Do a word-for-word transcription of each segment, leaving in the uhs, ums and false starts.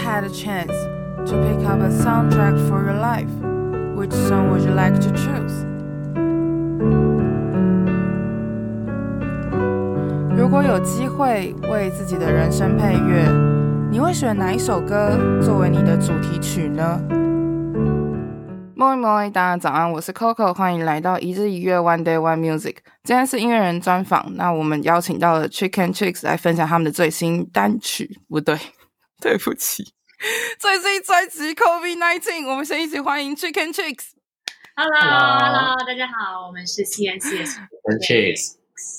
had a chance to pick up a soundtrack for your life, which song would you like to choose? 如果有机会为自己的人生配乐，你会选哪一首歌作为你的主题曲呢？moi moi，大家早安，我是 Coco， 欢迎来到一日一乐 One Day One Music。今天是音乐人专访，那我们邀请到了 Chicken Chicks 来分享他们的最新单曲，不对，对不起，最新专辑 COVID 十九。我们先一起欢迎 Chicken Chicks。Hello Hello， 大家好，我们是 C N C S Chicks。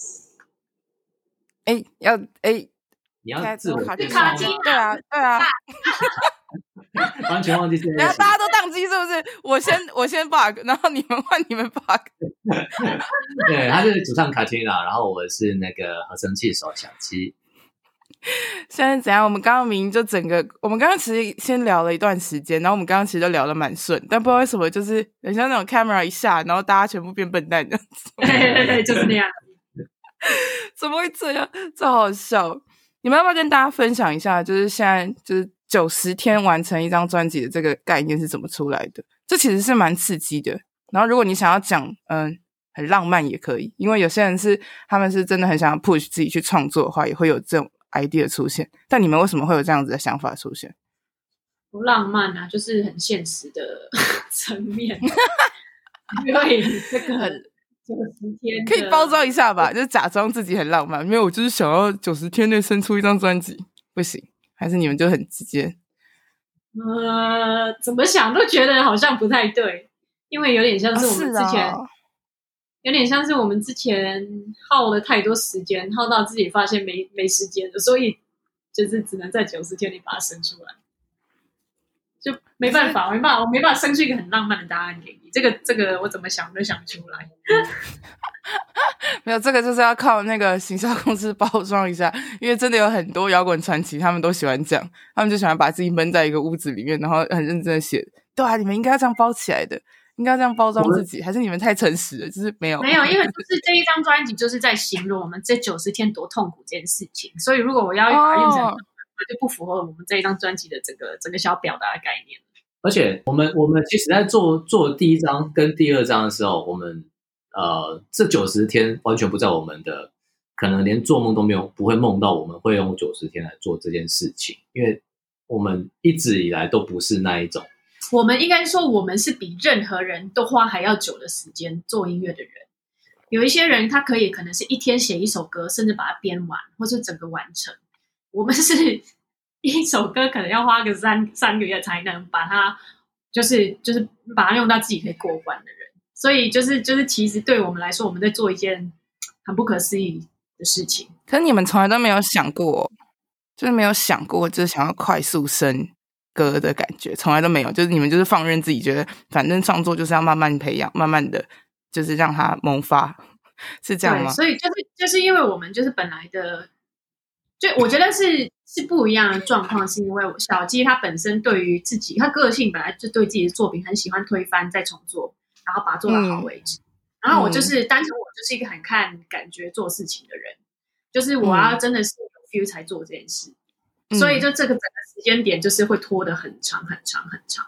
哎，要哎， 你要自我介绍吗？ 对啊，对啊。 完全忘记这件事， 大家都宕机是不是？我先我先 bug， 然后你们换你们 bug。 对，他是主唱卡汀娜，然后我是那个合成器手小七。 现在怎样？我们刚刚明明就整个，我们刚刚其实先聊了一段时间，然后我们刚刚其实都聊得蛮顺，但不知道为什么，就是很像那种 camera 一下，然后大家全部变笨蛋这样子。 对对对，就是那样。 怎么会这样？这好笑！你们要不要跟大家分享一下，就是现在就是九十天完成一张专辑的这个概念是怎么出来的？这其实是蛮刺激的。然后如果你想要讲嗯很浪漫也可以，因为有些人是他们是真的很想要 push 自己去创作的话，也会有这种 idea 出现。但你们为什么会有这样子的想法出现？ 不浪漫啊，就是很现实的层面。因为这个很九十天可以包装一下吧，就是假装自己很浪漫。没有，我就是想要九十天内生出一张专辑，不行？还是你们就很直接？ 呃，怎么想都觉得好像不太对，因为有点像是我们之前， 哦啊、 有点像是我们之前耗了太多时间，耗到自己发现没没时间了，所以就是只能在九十天里把它生出来。就没办法，我没办法，我没办法生出一个很浪漫的答案给你。这个，这个我怎么想都想不出来。 没有，这个就是要靠那个行销公司包装一下，因为真的有很多摇滚传奇，他们都喜欢这样，他们就喜欢把自己闷在一个屋子里面，然后很认真的写。对啊，你们应该要这样包起来的，应该要这样包装自己，还是你们太诚实了？就是没有， 没有，因为就是这一张专辑就是在形容我们这九十天多痛苦这件事情，所以如果我要把它用成。哦就不符合我们这一张专辑的整个整个想要表达的概念。 而且我们我们其实在做做第一张跟第二张的时候，我们呃这九十天完全不在我们的，可能连做梦都没有不会梦到我们会用九十天来做这件事情，因为我们一直以来都不是那一种。 我们应该说我们是比任何人都花还要久的时间做音乐的人。有一些人他可以可能是一天写一首歌，甚至把它编完或是整个完成。我们是一首歌可能要花个三三个月才能把它，就是就是把它用到自己可以过关的人，所以就是就是其实对我们来说，我们在做一件很不可思议的事情。 可是你们从来都没有想过，就是没有想过，就是想要快速生歌的感觉，从来都没有。就是你们就是放任自己，觉得反正创作就是要慢慢培养，慢慢的就是让它萌发，是这样吗？ 所以就是就是因为我们就是本来的。就我觉得是是不一样的状况，是因为小鸡他本身对于自己，他个性本来就对自己的作品很喜欢推翻再重做，然后把它做到好为止。嗯、然后我就是单纯我就是一个很看感觉做事情的人，就是我要真的是有 feel 才做这件事，嗯、所以就这个整个时间点就是会拖得很长很长很长。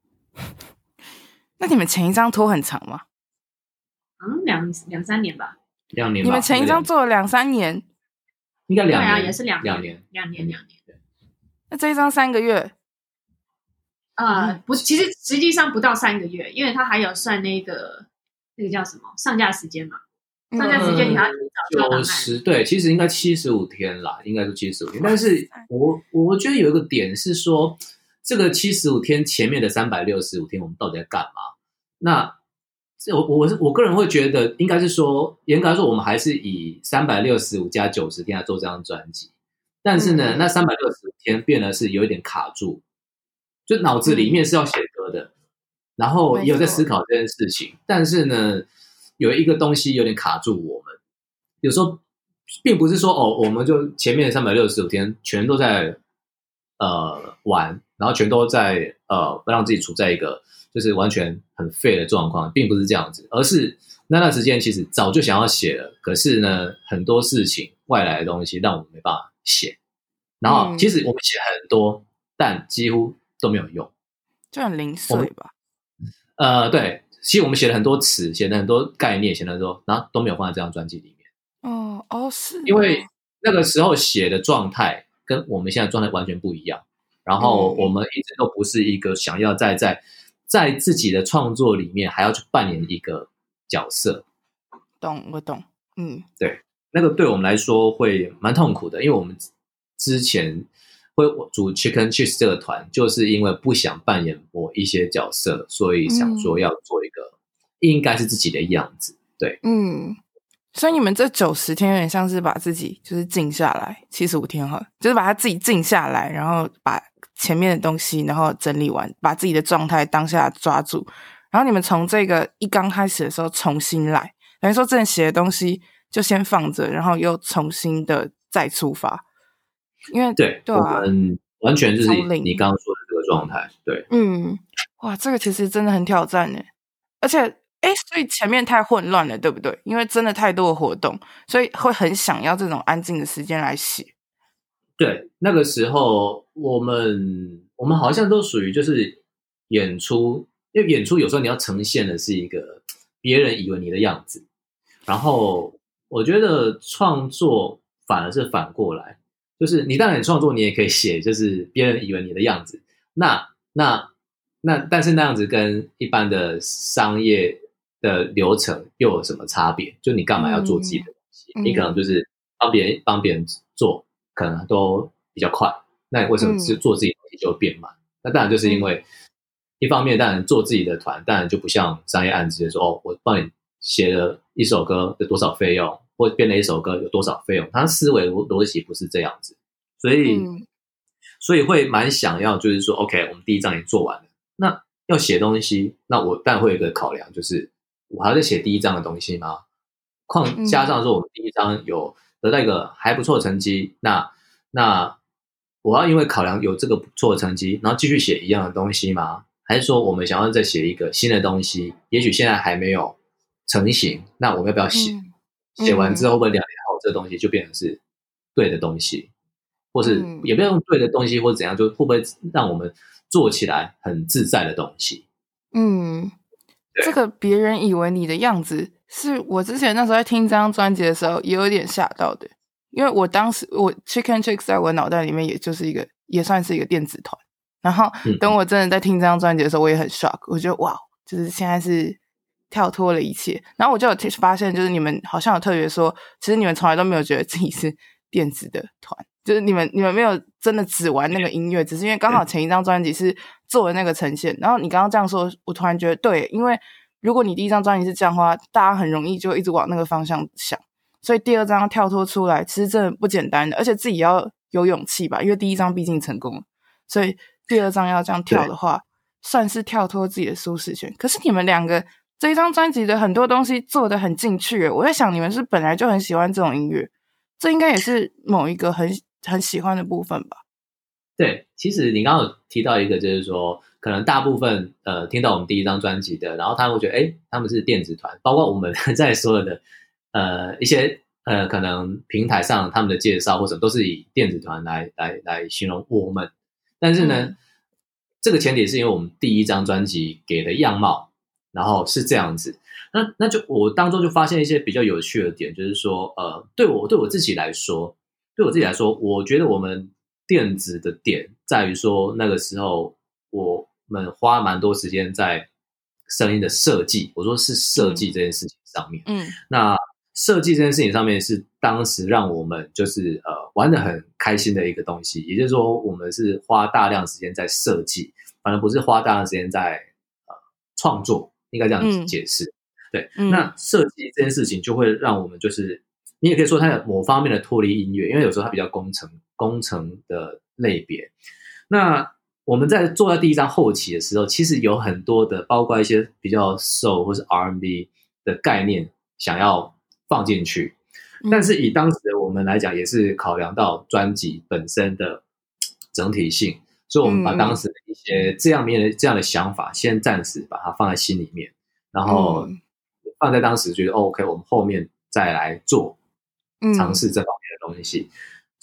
那你们前一张拖很长吗？ 嗯，两两三年吧。 两年吧。 你们前一张做了两三年。 应该两年， 对啊，也是两两年， 两年，两年。 那这一张三个月， 呃，不，其实实际上不到三个月，因为它还有算那个那个叫什么上架时间嘛，上架时间你还要提早交档案。 九十对，其实应该七十五天啦，应该是七十五天。但是我我觉得有一个点是说，这个七十五天前面的三百六十五天，我们到底在干嘛？那我我是我个人会觉得，应该是说，严格来说，我们还是以三百六十五加九十天来做这张专辑。但是呢，嗯、那三百六十五天变得是有一点卡住，就脑子里面是要写歌的，嗯、然后也有在思考这件事情。但是呢，有一个东西有点卡住我们。有时候并不是说哦，我们就前面三百六十五天全都在呃玩，然后全都在呃让自己处在一个。就是完全很废的状况，并不是这样子，而是那段时间其实早就想要写了，可是呢，很多事情外来的东西让我们没办法写。然后其实我们写很多， 但几乎都没有用， 就很零碎吧。 呃，对，其实我们写了很多词，写了很多概念，写了很多，然后都没有放在这张专辑里面。 哦哦，是哦， 因为那个时候写的状态跟我们现在状态完全不一样，然后我们一直都不是一个想要在在在自己的创作里面还要去扮演一个角色。 懂，我懂，嗯， 对，那个对我们来说会蛮痛苦的，因为我们之前会组 Chicken Cheese 这个团，就是因为不想扮演某一些角色，所以想说要做一个应该是自己的样子。对， 嗯，所以你们这九十天有点像是把自己就是静下来，七十五天哈，就是把它自己静下来，然后把前面的东西然后整理完，把自己的状态当下抓住，然后你们从这个一刚开始的时候重新来，等于说之前写的东西就先放着，然后又重新的再出发。因为对， 对啊， 我们完全就是你刚刚说的这个状态。对， 嗯，哇，这个其实真的很挑战耶，而且诶，所以前面太混乱了，对不对？因为真的太多的活动，所以会很想要这种安静的时间来写。 对，那个时候我们我们好像都属于就是演出，因为演出有时候你要呈现的是一个别人以为你的样子，然后我觉得创作反而是反过来，就是你当然创作你也可以写，就是别人以为你的样子，那那那但是那样子跟一般的商业的流程又有什么差别？就你干嘛要做自己的东西？嗯、你可能就是帮别人帮别人做，可能都比较快。那你为什么是做自己的东西就会变慢？嗯、那当然就是因为、嗯、一方面，当然做自己的团，当然就不像商业案子，说哦，我帮你写了一首歌有多少费用，或编了一首歌有多少费用，他思维逻辑不是这样子，所以、嗯、所以会蛮想要，就是说 ，OK， 我们第一章已经做完了。那要写东西，那我当然会有一个考量，就是我还要再写第一章的东西吗？况加上说我们第一章有得到一个还不错的成绩，嗯、那那我要因为考量有這個不錯的成績，然後繼續寫一樣的東西嗎？還是說我們想要再寫一個新的東西，也許現在還沒有成型，那我們要不要寫？嗯、寫完之後會不會兩年後這個東西就變成是對的東西，或是也不要用對的東西或者怎樣，就會不會讓我們做起來很自在的東西？ 嗯，這個別人以為你的樣子是我之前那時候在聽這張專輯的時候也有點嚇到的，因為我當時我 Chicken Chicks 在我腦袋裡面也就是一個也算是一個電子團，然後等我真的在聽這張專輯的時候我也很 shock， 我覺得哇，就是現在是跳脫了一切，然後我就有發現就是你們好像有特別說其實你們從來都沒有覺得自己是電子的團，就是你們你們沒有真的只玩那個音樂，只是因為剛好前一張專輯是做的那個呈現，然後你剛剛這樣說我突然覺得對，因為如果你第一張專輯是這樣的話大家很容易就會一直往那個方向想，所以第二張要跳脫出來其實真的不簡單的，而且自己要有勇氣吧，因為第一張畢竟成功了，所以第二張要這樣跳的話算是跳脫自己的舒適圈。可是你們兩個這一張專輯的很多東西做得很進去，我在想你們是本來就很喜歡這種音樂，這應該也是某一個很很喜歡的部分吧。 對，其實你剛剛有提到一個就是說可能大部分呃聽到我們第一張專輯的，然後他們會覺得誒他們是電子團，包括我們在所有的呃一些呃可能平台上他們的介紹或什麼都是以電子團來來來形容我們，但是呢、嗯、這個前提是因為我們第一張專輯給的樣貌然後是這樣子，那那就我當中就發現一些比較有趣的點，就是說呃對我對我自己來說對我自己來說我覺得我們電子的點在於說那個時候我們花蠻多時間在聲音的設計，我說是設計這件事情上面，嗯，那設計這件事情上面是當時讓我們就是呃玩得很開心的一個東西，也就是說我們是花大量時間在設計，反而不是花大量時間在呃創作，應該這樣解釋、嗯、對、嗯、那設計這件事情就會讓我們就是你也可以說它有某方面的脫離音樂，因為有時候它比較工程工程的類別，那我們在做到第一張後期的時候其實有很多的包括一些比較 soul 或是 R and B 的概念想要放進去，但是以當時的我們來講也是考量到專輯本身的整體性，所以我們把當時的一些這樣面的這樣的想法先暫時把它放在心裡面，然後放在當時覺得、哦、OK 我們後面再來做嘗試這方面的東西，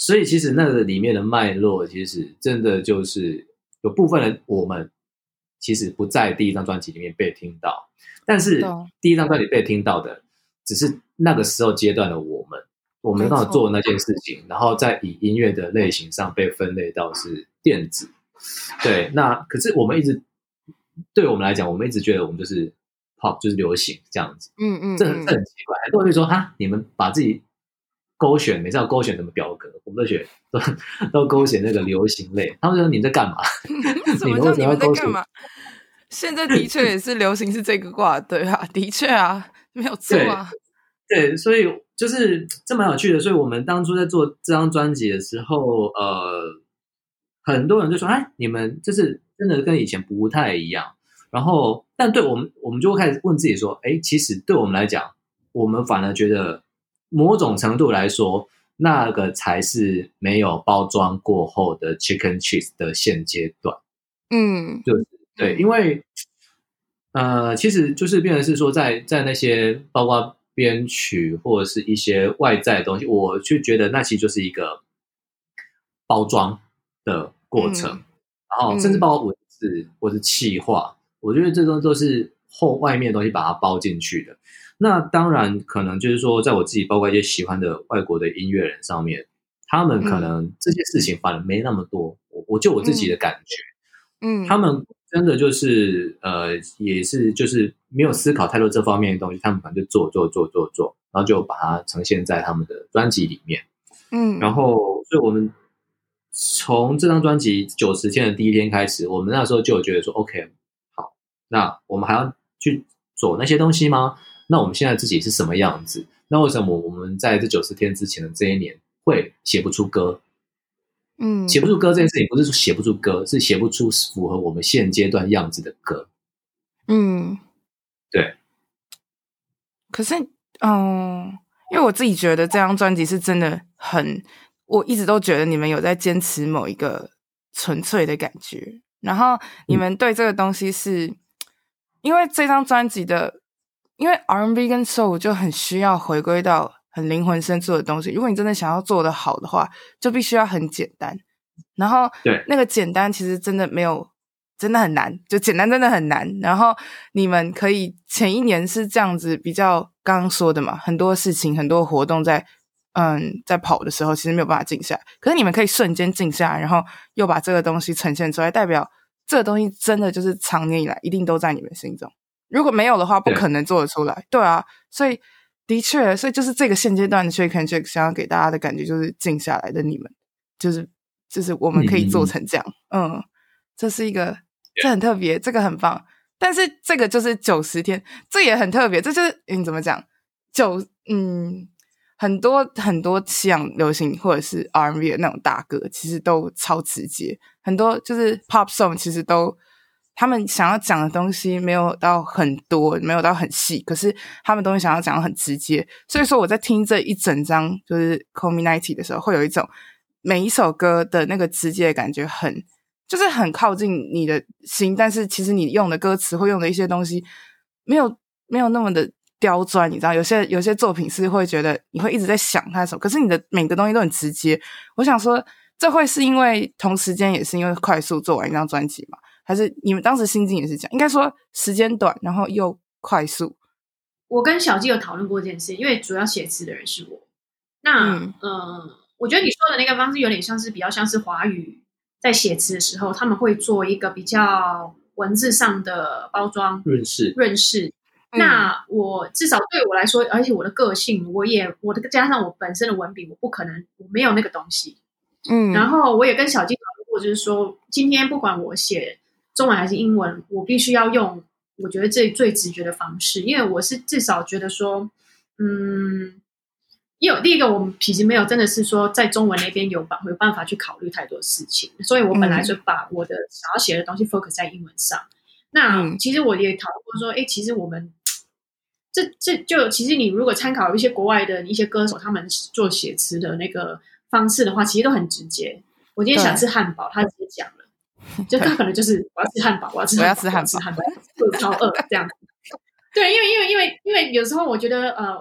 所以其实那个里面的脉络，其实真的就是有部分人我们其实不在第一张专辑里面被听到，但是第一张专辑被听到的只是那个时候阶段的我们，我们刚好做那件事情，然后在以音乐的类型上被分类到是电子。对，那可是我们一直对我们来讲，我们一直觉得我们就是 pop， 就是流行这样子。 嗯嗯， 这很这很奇怪，很多人会说哈，你们把自己勾选，每次要勾选什么表格，我们都选都都勾选那个流行类。他们说你在干嘛？ 什么叫你们在干嘛？现在的确也是流行是这个挂，对啊，的确啊，没有错啊。 对，对，所以就是这蛮有趣的。所以我们当初在做这张专辑的时候，呃，很多人就说：“哎，你们这是真的跟以前不太一样。”然后，但对我们，我们就会开始问自己说：“哎，其实对我们来讲，我们反而觉得某种程度来说，那个才是没有包装过后的 chicken cheese 的现阶段。” 嗯， 就是对，因为呃，其实就是变成是说在，在在那些包括编曲或者是一些外在的东西，我就觉得那其实就是一个包装的过程，嗯、然后甚至包括文字或是企划，我觉得这都都是后外面的东西把它包进去的。那当然，可能就是说，在我自己包括一些喜欢的外国的音乐人上面，他们可能这些事情反而没那么多。我我就我自己的感觉。 嗯， 他们真的就是呃，也是就是没有思考太多这方面的东西，他们可能就做做做做做，然后就把它呈现在他们的专辑里面。 嗯， 然后所以我们从这张专辑九十天的第一天开始，我们那时候就有觉得说 ，OK， 好，那我们还要去做那些东西吗？那我们现在自己是什么样子？那为什么我们在这九十天之前的这一年会写不出歌？ 嗯， 写不出歌这件事情不是说写不出歌，是写不出符合我们现阶段样子的歌。 嗯， 对。 可是，嗯，因为我自己觉得这张专辑是真的很，我一直都觉得你们有在坚持某一个纯粹的感觉，然后你们对这个东西是，嗯、因为这张专辑的，因为 R and B 跟 Soul 就很需要回归到很灵魂深处的东西，如果你真的想要做得好的话，就必须要很简单。然后对那个简单其实真的没有，真的很难，就简单真的很难。然后你们可以前一年是这样子比较刚刚说的嘛，很多事情很多活动在嗯在跑的时候其实没有办法静下来，可是你们可以瞬间静下来，然后又把这个东西呈现出来，代表这个东西真的就是长年以来一定都在你们心中，如果没有的话不可能做得出来。 对, 对啊，所以的确，所以就是这个现阶段的 Shake and Shake 想要给大家的感觉就是静下来的你们，就是就是我们可以做成这样。 嗯, 嗯，这是一个这很特别，这个很棒。但是这个就是九十天，这也很特别，这就是你怎么讲九嗯很多很多西洋流行或者是 R and B 的那种大歌其实都超直接，很多就是 pop song 其实都他们想要讲的东西没有到很多，没有到很细，可是他们东西想要讲的很直接。所以说我在听这一整张就是 Call Me Nighty 的时候，会有一种每一首歌的那个直接的感觉很就是很靠近你的心，但是其实你用的歌词会用的一些东西没有没有那么的刁钻，你知道有些有些作品是会觉得你会一直在想它的时候，可是你的每个东西都很直接。我想说这会是因为同时间也是因为快速做完一张专辑嘛，还是你们当时心境也是这样？应该说时间短然后又快速。 我跟小纪有讨论过这件事，因为主要写词的人是我。那嗯、呃，我觉得你说的那个方式有点像是比较像是华语在写词的时候，他们会做一个比较文字上的包装润饰润饰。那我至少对我来说，而且我的个性，我也我的加上我本身的文笔，我不可能我没有那个东西。嗯，然后我也跟小纪讨论过，就是说今天不管我写中文还是英文，我必须要用我觉得最最直觉的方式，因为我是至少觉得说，嗯，因为第一个我们脾气没有真的是说在中文那边有有办法去考虑太多事情，所以我本来就把我的想要写的东西 focus 在英文上。那其实我也讨论过说，哎，其实我们这这就其实你如果参考一些国外的一些歌手，他们做写词的那个方式的话，其实都很直接。我今天想吃汉堡，他直接讲了，就他可能就是我要吃汉堡，我要吃汉堡，我要吃汉堡，吃汉堡，肚子超饿这样子。对，因为因为因为因为有时候我觉得呃，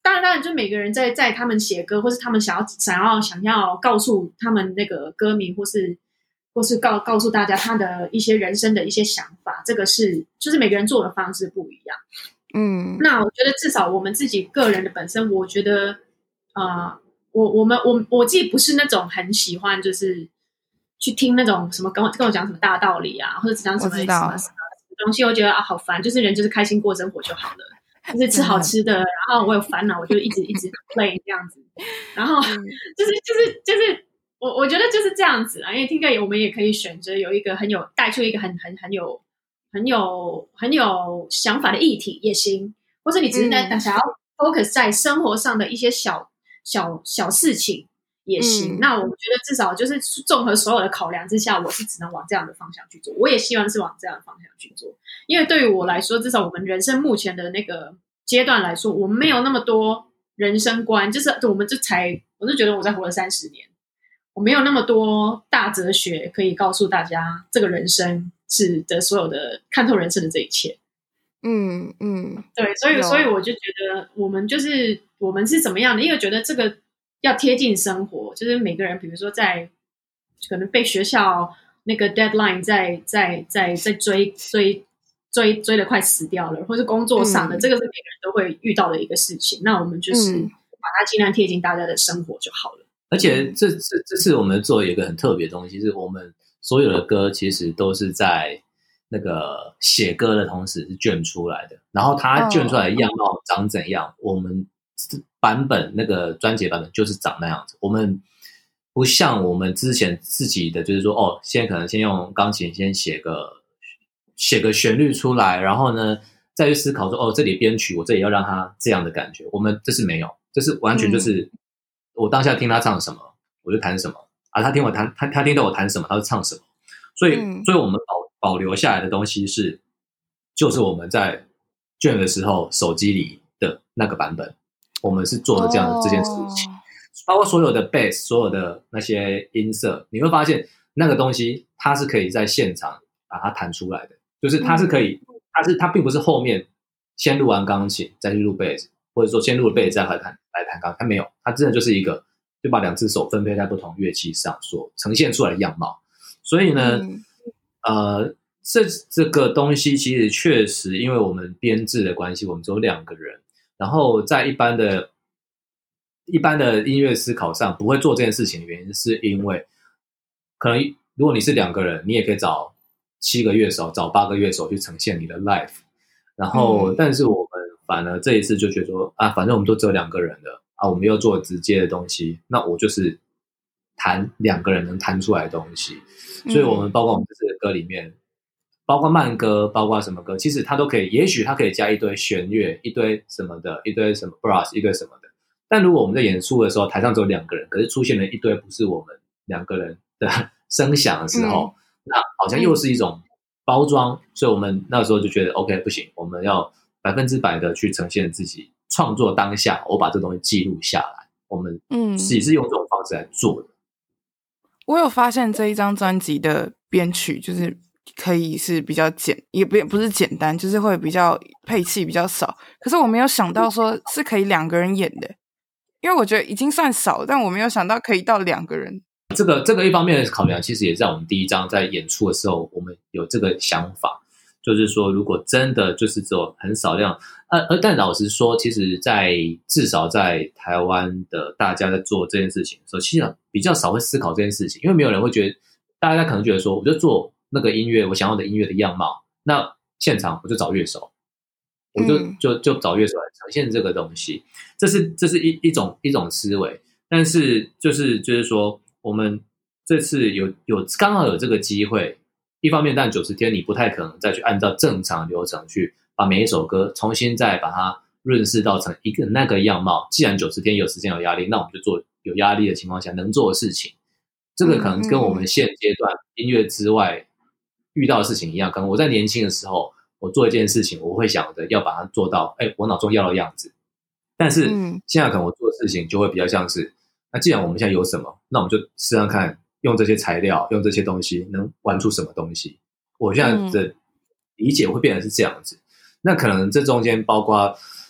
当然当然就每个人在在他们写歌，或是他们想要想要想要告诉他们那个歌迷，或是或是告告诉大家他的一些人生的一些想法，这个是就是每个人做的方式不一样。 嗯， 那我觉得至少我们自己个人的本身，我觉得呃我我们我我自己不是那种很喜欢就是去听那种什么跟我跟我讲什么大道理啊，或者讲什么什么什么东西，我觉得啊好烦，就是人就是开心过生活就好了，就是吃好吃的，然后我有烦恼我就一直一直 play 这样子，然后就是就是就是我我觉得就是这样子啊，因为听歌我们也可以选择有一个很有带出一个很很很有很有很有想法的议题也行，或者你只是在、嗯、想要 focus 在生活上的一些小小小事情也行、嗯、那我觉得至少就是综合所有的考量之下，我是只能往这样的方向去做，我也希望是往这样的方向去做，因为对于我来说，至少我们人生目前的那个阶段来说，我们没有那么多人生观，就是我们就才我就觉得我在活了三十年，我没有那么多大哲学可以告诉大家这个人生是的所有的看透人生的这一切。 嗯嗯， 对，所以所以我就觉得我们就是我们是怎么样的，因为觉得这个要贴近生活，就是每个人比如说在可能被学校那个 deadline 在在在在追追追追的快死掉了，或是工作上的、嗯、这个是每个人都会遇到的一个事情，那我们就是把它尽量贴近大家的生活就好了。 而且这这这次我们做一个很特别的东西，是我们所有的歌其实都是在那个写歌的同时是卷出来的，然后它卷出来的样貌长怎样、哦、我们版本那个专辑版本就是长那样子，我们不像我们之前自己的就是说哦，现在可能先用钢琴先写个写个旋律出来，然后呢再去思考说哦，这里编曲我这里要让它这样的感觉，我们这是没有，这是完全就是、嗯、我当下听他唱什么我就弹什么啊，他听我弹他他听到我弹什么他就唱什么，所以、嗯、所以我们保保留下来的东西是就是我们在卷的时候手机里的那个版本，我们是做了这样的、哦、这件事情，包括所有的 bass 所有的那些音色，你会发现那个东西它是可以在现场把它弹出来的，就是它是可以、嗯、它是它并不是后面先录完钢琴再去录 bass， 或者说先录了 bass 再来弹来弹钢琴，它没有，它真的就是一个就把两只手分配在不同乐器上所呈现出来的样貌。所以呢、嗯、呃这这个东西其实确实因为我们编制的关系，我们只有两个人，然后在一般的一般的音乐思考上不会做这件事情的原因是因为可能如果你是两个人，你也可以找七个乐手找八个乐手去呈现你的 live， 然后、嗯、但是我们反而这一次就觉得说啊，反正我们都只有两个人了啊，我们又做直接的东西，那我就是弹两个人能弹出来的东西，所以我们包括我们这次的歌里面、嗯、包括慢歌包括什么歌，其实它都可以，也许它可以加一堆弦乐一堆什么的一堆什么 brass 一堆什么的，但如果我们在演出的时候台上只有两个人，可是出现了一堆不是我们两个人的声响的时候、嗯、那好像又是一种包装、嗯、所以我们那时候就觉得 OK 不行，我们要百分之百的去呈现自己创作当下，我把这东西记录下来，我们自己是用这种方式来做的、嗯、 我有发现这一张专辑的编曲就是可以是比较简，也不不是简单，就是会比较配器比较少，可是我没有想到说是可以两个人演的，因为我觉得已经算少，但我没有想到可以到两个人。 这个这个一方面的考量其实也在我们第一章在演出的时候我们有这个想法，就是说如果真的就是只有很少量呃呃，但老实说其实在至少在台湾的大家在做这件事情的时候，其实比较少会思考这件事情，因为没有人会觉得，大家可能觉得说我就做那个音乐我想要的音乐的样貌，那现场我就找乐手，我就、嗯、就就找乐手来呈现这个东西，这是这是一一种一种思维，但是就是就是说我们这次有有刚好有这个机会，一方面但九十天你不太可能再去按照正常流程去把每一首歌重新再把它润饰到成一个那个样貌，既然九十天有时间有压力，那我们就做有压力的情况下能做的事情，这个可能跟我们现阶段音乐之外遇到的事情一样，可能我在年轻的时候我做一件事情我会想着要把它做到哎，我脑中要的样子，但是现在可能我做的事情就会比较像是那既然我们现在有什么，那我们就试试看用这些材料用这些东西能玩出什么东西，我现在的理解会变成是这样子、嗯、那可能这中间包括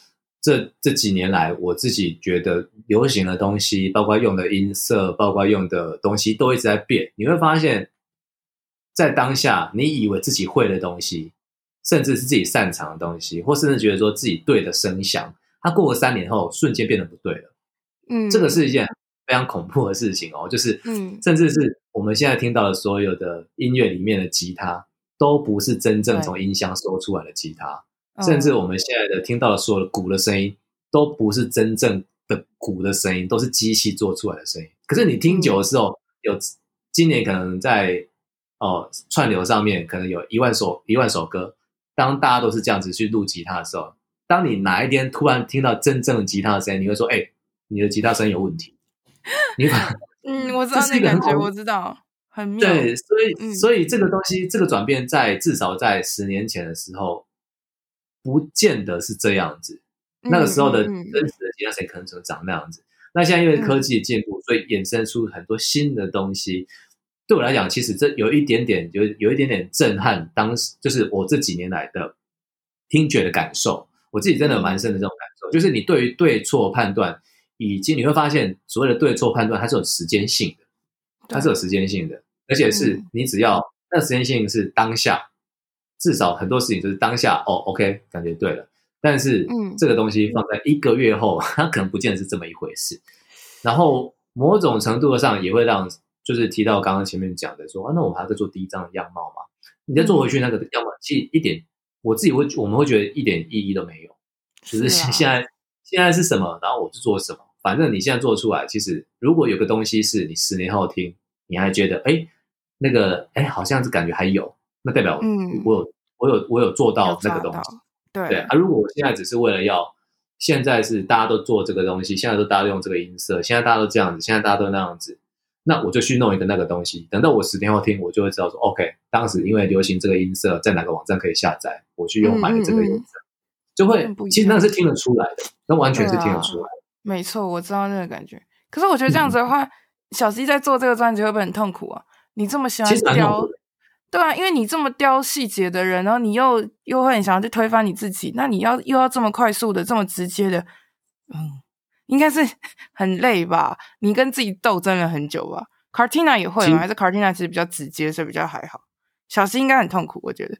这这几年来我自己觉得流行的东西，包括用的音色，包括用的东西都一直在变。你会发现在当下你以为自己会的东西，甚至是自己擅长的东西，或甚至觉得说自己对的声响，它过了三年后瞬间变得不对了。嗯，这个是一件非常恐怖的事情哦，就是嗯，甚至是我们现在听到的所有的音乐里面的吉他都不是真正从音箱收出来的吉他，甚至我们现在的听到的所有的鼓的声音都不是真正的鼓的声音，都是机器做出来的声音。可是你听久的时候，嗯、有今年可能在哦串流上面可能有一万首一万首歌，当大家都是这样子去录吉他的时候，当你哪一天突然听到真正的吉他的声音，你会说：“哎、欸，你的吉他声音有问题。”你嗯，我知道那感觉，我知道，很妙。 对，所以、嗯、所以这个东西，这个转变在至少在十年前的时候，不见得是这样子。嗯、那个时候的真实的吉他声可能只长那样子。嗯、那现在因为科技的进步，所以衍生出很多新的东西。对我来讲，其实这有一点点有有一点点震撼，当时就是我这几年来的听觉的感受，我自己真的有蛮深的这种感受，就是你对于对错判断，以及你会发现所谓的对错判断，它是有时间性的，它是有时间性的，而且是你只要、嗯、那时间性是当下，至少很多事情就是当下哦 ，OK， 感觉对了，但是这个东西放在一个月后，它可能不见得是这么一回事，然后某种程度上也会让。就是提到刚刚前面讲的说，啊，那我们还要再做第一张的样貌嘛？你再做回去那个样貌，其实一点我自己会我们会觉得一点意义都没有。就是现在、啊、现在是什么，然后我就做什么，反正你现在做出来，其实如果有个东西是你十年后听，你还觉得哎那个哎好像是感觉还有，那代表嗯我有我有我有做到那个东西。 对对啊，如果我现在只是为了要现在是大家都做这个东西，现在都大家都用这个音色，现在大家都这样子，现在大家都那样子。那我就去弄一个那个东西，等到我十天后听，我就会知道说 OK， 当时因为流行这个音色，在哪个网站可以下载，我去用买了这个音色，嗯嗯嗯就会其实那是听得出来的，那完全是听得出来的、啊、 没错，我知道那个感觉。可是我觉得这样子的话、嗯、小鸡在做这个专辑会不会很痛苦啊？你这么喜欢雕，对啊，因为你这么雕细节的人，然后你又又会很想要去推翻你自己，那你要又要这么快速的这么直接的嗯应该是很累吧？你跟自己斗争了很久吧 ？Cartina 也会吗？还是 Cartina 其实比较直接，所以比较还好？小溪应该很痛苦，我觉得。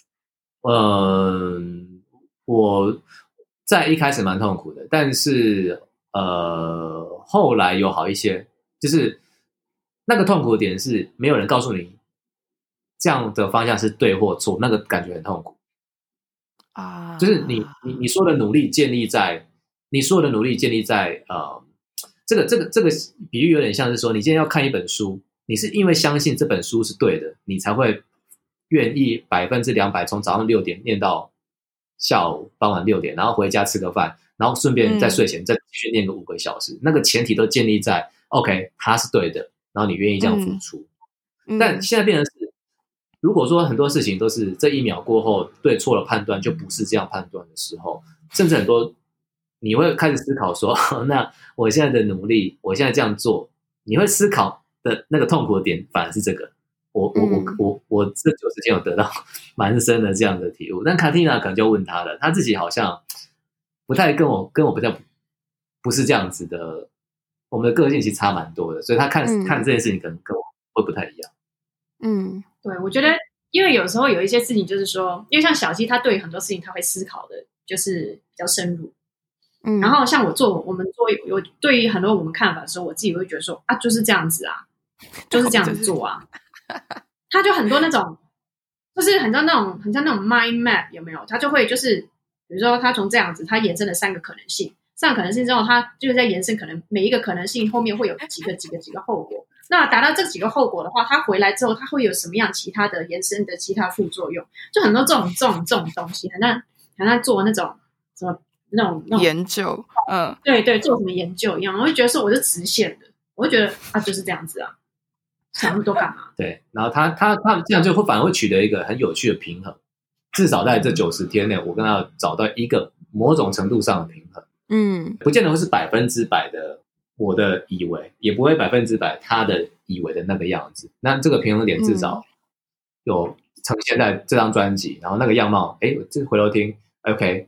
嗯，我在一开始蛮痛苦的，但是呃，后来有好一些。就是那个痛苦的点是没有人告诉你这样的方向是对或错，那个感觉很痛苦啊。就是你你你说的努力建立在。你所有的努力建立在呃，这个这个这个比喻有点像是说，你今天要看一本书，你是因为相信这本书是对的，你才会愿意百分之两百从早上六点念到下午傍晚六点，然后回家吃个饭，然后顺便在睡前再继续念个五个小时。嗯、那个前提都建立在 OK， 它是对的，然后你愿意这样付出。嗯、但现在变成是，如果说很多事情都是这一秒过后对错的判断就不是这样判断的时候，甚至很多。你会开始思考说，那我现在的努力，我现在这样做，你会思考的那个痛苦的点，反而是这个。我我我我我这九十天有得到蛮深的这样的体悟，但卡蒂娜可能就问他了，他自己好像不太跟我跟我不太不是这样子的，我们的个性其实差蛮多的，所以他看、嗯、看这件事情可能跟我会不太一样。 嗯，对，我觉得因为有时候有一些事情就是说，因为像小鸡，他对很多事情他会思考的，就是比较深入。嗯，然后像我做我们做有对于很多我们看法的时候，我自己会觉得说啊，就是这样子啊，就是这样子做啊。他就很多那种，就是很像那种很像那种 mind map 有没有？他就会就是比如说他从这样子，他延伸了三个可能性，三个可能性之后，他就是在延伸可能每一个可能性后面会有几个几个几个后果。那达到这几个后果的话，他回来之后，他会有什么样其他的延伸的其他副作用？就很多这种这种这种东西，很像很像做那种什么。那种, 那种研究，嗯， 对对，做什么研究一样，我会觉得说我是直线的，我会觉得啊就是这样子啊，想那么多干嘛？ 对，然后他他他这样就会反而会取得一个很有趣的平衡，至少在这九十天内，我跟他找到一个某种程度上的平衡，嗯，不见得会是百分之百的我的以为，也不会百分之百他的以为的那个样子，那这个平衡点至少有呈现在这张专辑，然后那个样貌，哎，这回头听 ，OK。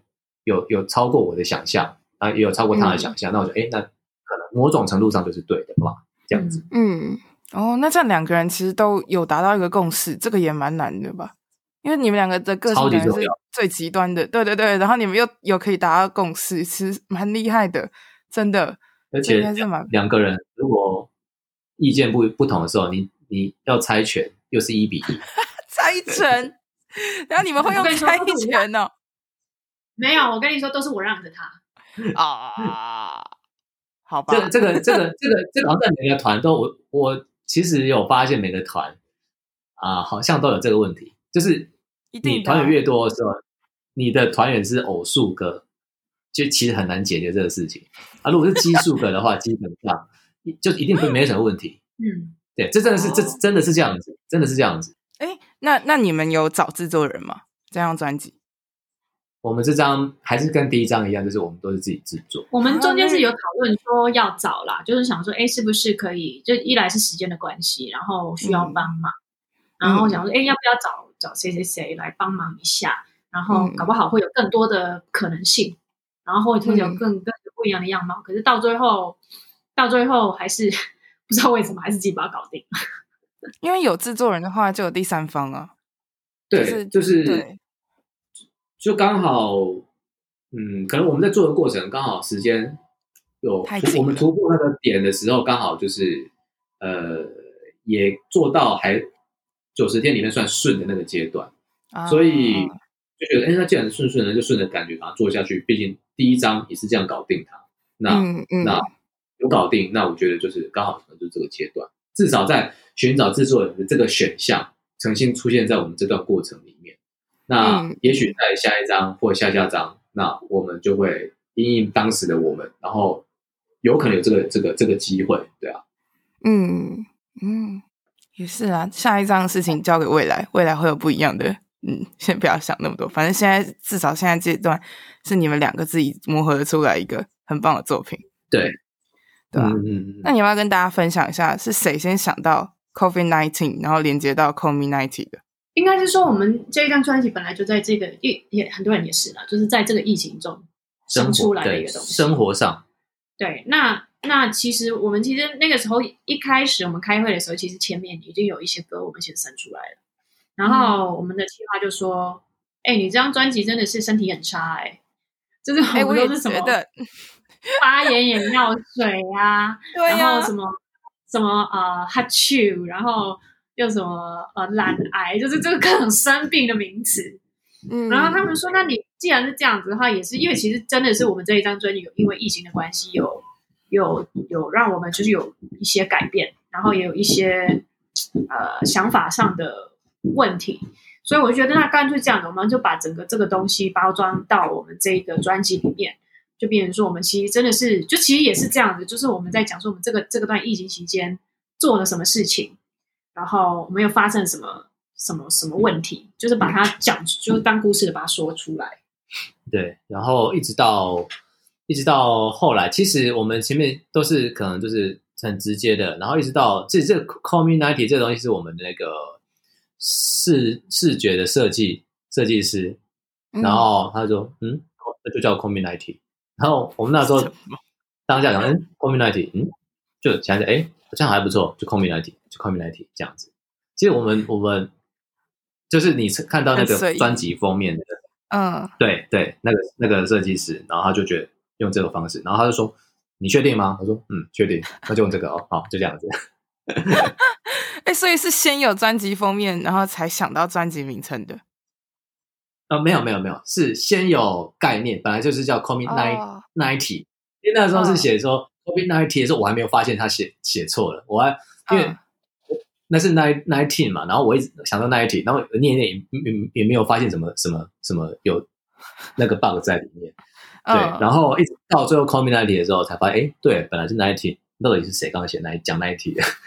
有有超过我的想象，啊，也有超过他的想象，嗯、那我就哎，那可能某种程度上就是对的吧，这样子。 嗯，哦，那这样两个人其实都有达到一个共识，这个也蛮难的吧？因为你们两个的个性可能是最极端的，对对对，然后你们又有可以达到共识，其实蛮厉害的，真的。 而且两个人如果意见不不同的时候，你你要猜拳，又是一比一， 猜拳，然后你们会用猜拳哦？ 没有，我跟你说，都是我让着他啊。好吧， 这个这个这个这个这个，好像在每个团都，我我其实有发现每个团啊、呃，好像都有这个问题，就是你团员越多的时候，你的团员是偶数个，就其实很难解决这个事情啊。如果是奇数个的话，基本上就一定会没什么问题。 嗯， 对，这真的是、哦、这真的是这样子，真的是这样子。 哎，那那你们有找制作人吗？这张专辑？ 我们这张还是跟第一张一样，就是我们都是自己制作。 我们中间是有讨论说要找啦，就是想说，哎，是不是可以？就一来是时间的关系，然后需要帮忙，嗯、然后想说，哎，要不要找找谁谁谁来帮忙一下？然后搞不好会有更多的可能性，然后会有更更不一样的样貌。可是到最后，到最后还是不知道为什么，还是自己把它搞定。 因为有制作人的话，就有第三方啊。 对， 就是就是对。 就刚好，嗯，可能我们在做的过程刚好时间有我们突破那个点的时候，刚好就是呃，也做到还九十天里面算顺的那个阶段，啊、所以就觉得，哎，那既然顺顺的，就顺着感觉把它做下去。毕竟第一章也是这样搞定它，那、 嗯嗯、 那有搞定，那我觉得就是刚好可能就是这个阶段，至少在寻找制作人的这个选项重新出现在我们这段过程里面。那也许在下一章或下下章，那我们就会因应当时的我们，然后有可能有这个这个这个机会，对啊， 嗯嗯，也是啊，下一章的事情交给未来，未来会有不一样的，嗯，先不要想那么多，反正现在至少现在这段是你们两个自己磨合出来一个很棒的作品， 对， 对吧、啊？ 嗯嗯嗯。 那你要不要跟大家分享一下，是谁先想到 COVID 十九， 然后连接到 COVID 十九 的？ 应该是说，我们这一张专辑本来就在这个疫，也很多人也是啦，就是在这个疫情中生出来的一个东西。 生活上， 对，那那其实我们其实那个时候一开始我们开会的时候，其实前面已经有一些歌我们先生出来了，然后我们的企划就说：“哎、嗯欸，你这张专辑真的是身体很差、欸，哎，就是我们都是什么发炎眼药水啊， 对啊然后什么什么呃哈啾，然后。”又什么呃懒癌，就是这个各种生病的名词。嗯，然后他们说，那你既然是这样子的话，也是因为其实真的是我们这一张专辑有因为疫情的关系，有有有让我们就是有一些改变，然后也有一些呃想法上的问题，所以我觉得那干脆这样的，我们就把整个这个东西包装到我们这个专辑里面，就变成说我们其实真的是，就其实也是这样子，就是我们在讲说我们这个这个段疫情期间做了什么事情。然后我们又发生什么什么什么问题，就是把它讲，就是当故事的把它说出来。 对，然后一直到一直到后来，其实我们前面都是可能就是很直接的，然后一直到这这个 COVID 十九 这个东西是我们的那个视视觉的设计设计师，然后他就说嗯，那就叫 COVID 十九，然后我们那时候当下讲嗯 COVID 十九，嗯，就想想哎。这样还不错，就 COVID 十九，就 COVID 十九这样子。其实我们我们就是你看到那个专辑封面的， 嗯， 对对，那个那个设计师，然后他就觉得用这个方式，然后他就说：“你确定吗？”我说：“嗯，确定，那就用这个哦。”好，就这样子。 哎、欸，所以是先有专辑封面，然后才想到专辑名称的。 呃，没有没有没有，是先有概念，本来就是叫 COVID 十九，因为那时候是写说。哦COVID 十九 的时候，我还没有发现他写写错了，我还因为、嗯、那是十九嘛，然后我一直想到十九，然后念念也也没有发现什么什么什么有那个 bug 在里面，对，嗯、然后一直到最后 COVID 十九 的时候才发现，哎，对，本来是十九，到底是谁刚刚写讲十九的？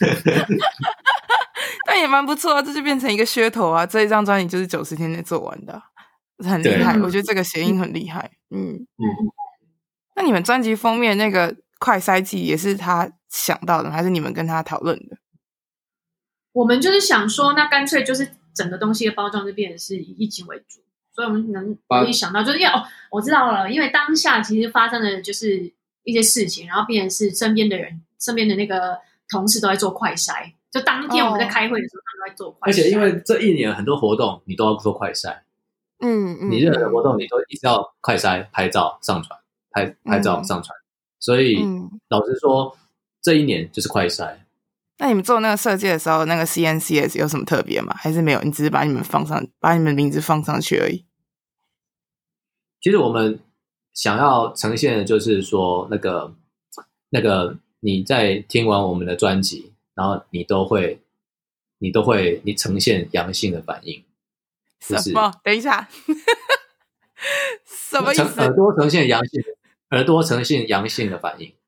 但也蛮不错啊，这就变成一个噱头啊！这一张专辑就是九十天内做完的，很厉害，我觉得这个谐音很厉害，嗯嗯。那你们专辑封面那个快筛剂也是他想到的，还是你们跟他讨论的？ 我们就是想说，那干脆就是整个东西的包装就变成是以疫情为主， 所以我们能可以想到，就是因为哦，我知道了，因为当下其实发生的就是一些事情，然后变成是身边的人、身边的那个同事都在做快筛，就当天我们在开会的时候，他们都在做快筛。 而且因为这一年很多活动你都要做快筛， 嗯嗯， 你任何活动你都一直要快筛、拍照、上传、拍拍照、上传，所以、 嗯、 老实说，这一年就是快筛。 那你们做那个设计的时候，那个 C N C S 有什么特别吗？还是没有？你只是把你们放上，把你们名字放上去而已。 其实我们想要呈现的就是说，那个那个你在听完我们的专辑，然后你都会你都会你呈现阳性的反应。就是、 什么？等一下，什么意思？ 耳朵呈现阳性，耳朵呈现阳性的反应。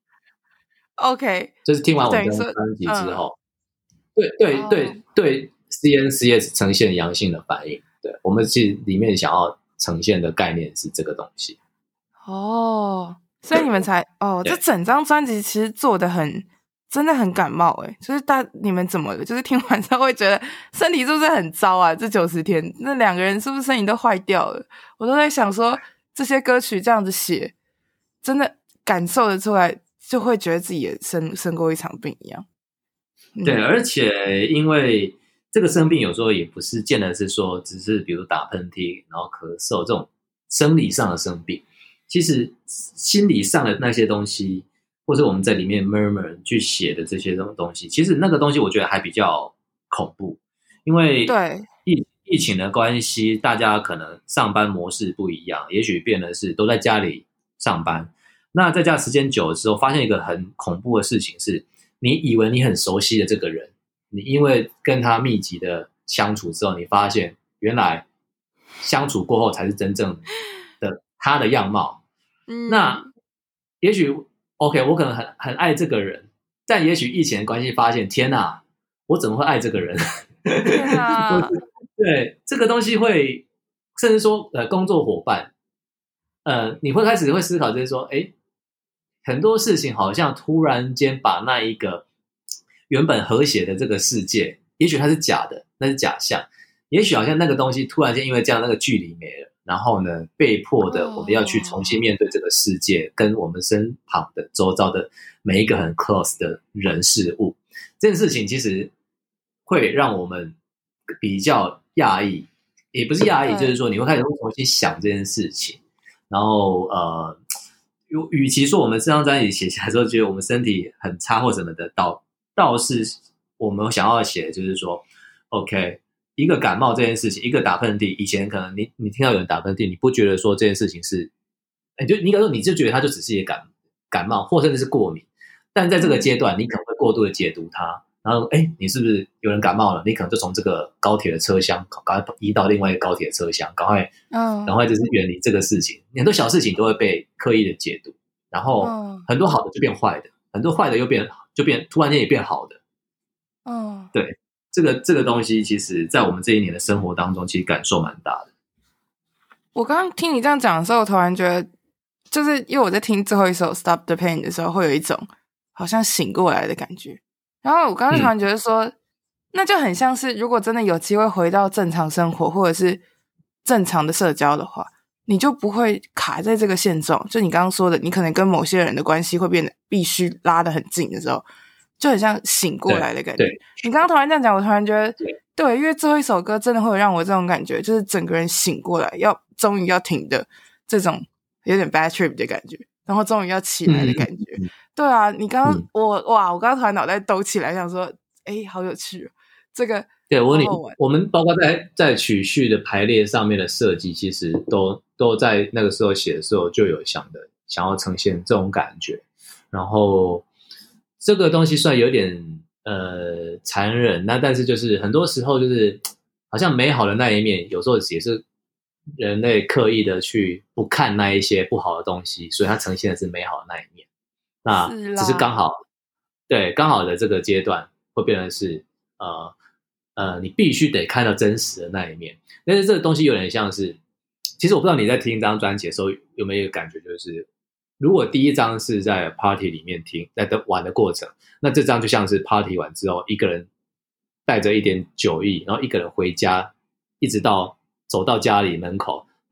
OK， 就是听完我们的专辑之后，嗯、对对对、哦、对 ，C N C S 呈现阳性的反应。对，我们其实里面想要呈现的概念是这个东西。 哦，所以你们才哦，这整张专辑其实做的很，真的很感冒哎，就是大你们怎么了？就是听完之后会觉得身体是不是很糟啊？这九十天，那两个人是不是身体都坏掉了？我都在想说，这些歌曲这样子写，真的感受得出来。就会觉得自己也生生过一场病一样。 嗯、对，而且因为这个生病有时候也不是见得是说只是比如打喷嚏然后咳嗽这种生理上的生病，其实心理上的那些东西，或者我们在里面 murmur 去写的这些东西，其实那个东西我觉得还比较恐怖，因为对疫疫情的关系，大家可能上班模式不一样，也许变得是都在家里上班。那在家时间久了之后，发现一个很恐怖的事情是，你以为你很熟悉的这个人，你因为跟他密集的相处之后，你发现原来相处过后才是真正的他的样貌。嗯、那也许 OK， 我可能很很爱这个人，但也许疫情的关系发现，天哪，我怎么会爱这个人？ 天哪对，这个东西会，甚至说呃，工作伙伴，呃，你会开始会思考，就是说，哎。很多事情好像突然间把那一个原本和谐的这个世界，也许它是假的，那是假象，也许好像那个东西突然间因为这样那个距离没了，然后呢被迫的我们要去重新面对这个世界，跟我们身旁的周遭的每一个很 close 的人事物，这件事情其实会让我们比较讶异，也不是讶异，就是说你会开始重新想这件事情，然后呃与其说我们这张专辑写下来之后觉得我们身体很差或什么的，倒倒是我们想要写的就是说 OK， 一个感冒这件事情，一个打喷嚏，以前可能你你听到有人打喷嚏，你不觉得说这件事情是你就你可能说你就觉得它就只是一个感感冒或甚至是过敏，但在这个阶段你可能会过度的解读它，然后哎，你是不是有人感冒了，你可能就从这个高铁的车厢赶快移到另外一个高铁的车厢，赶快赶快就是远离这个事情，很多小事情都会被刻意的解读，然后很多好的就变坏的，很多坏的又变就变突然间也变好的。 嗯， 对，这个这个东西其实在我们这一年的生活当中其实感受蛮大的。 我刚刚听你这样讲的时候，我突然觉得就是因为我在听最后一首 Stop the Pain 的时候会有一种好像醒过来的感觉，然后我刚刚突然觉得说、嗯、那就很像是如果真的有机会回到正常生活或者是正常的社交的话，你就不会卡在这个现状，就你刚刚说的你可能跟某些人的关系会变得必须拉得很近的时候，就很像醒过来的感觉。你刚刚突然这样讲，我突然觉得 对, 对，因为最后一首歌真的会有让我这种感觉，就是整个人醒过来，要终于要停的这种有点 bad trip 的感觉，然后终于要起来的感觉、嗯、对啊，你刚刚、嗯、我哇我刚刚突然脑袋兜起来想说诶好有趣、哦、这个对我你我们包括在在曲序的排列上面的设计，其实都都在那个时候写的时候就有想的想要呈现这种感觉，然后这个东西虽然有点呃残忍，那但是就是很多时候就是好像美好的那一面有时候也是人类刻意的去不看那一些不好的东西，所以它呈现的是美好的那一面，那只是刚好对刚好的这个阶段会变成是呃呃你必须得看到真实的那一面。但是这个东西有点像是，其实我不知道你在听这张专辑的时候有没有一个感觉，就是如果第一张是在 party 里面听在玩的过程，那这张就像是 party 完之后一个人带着一点酒意，然后一个人回家，一直到走到家里门口，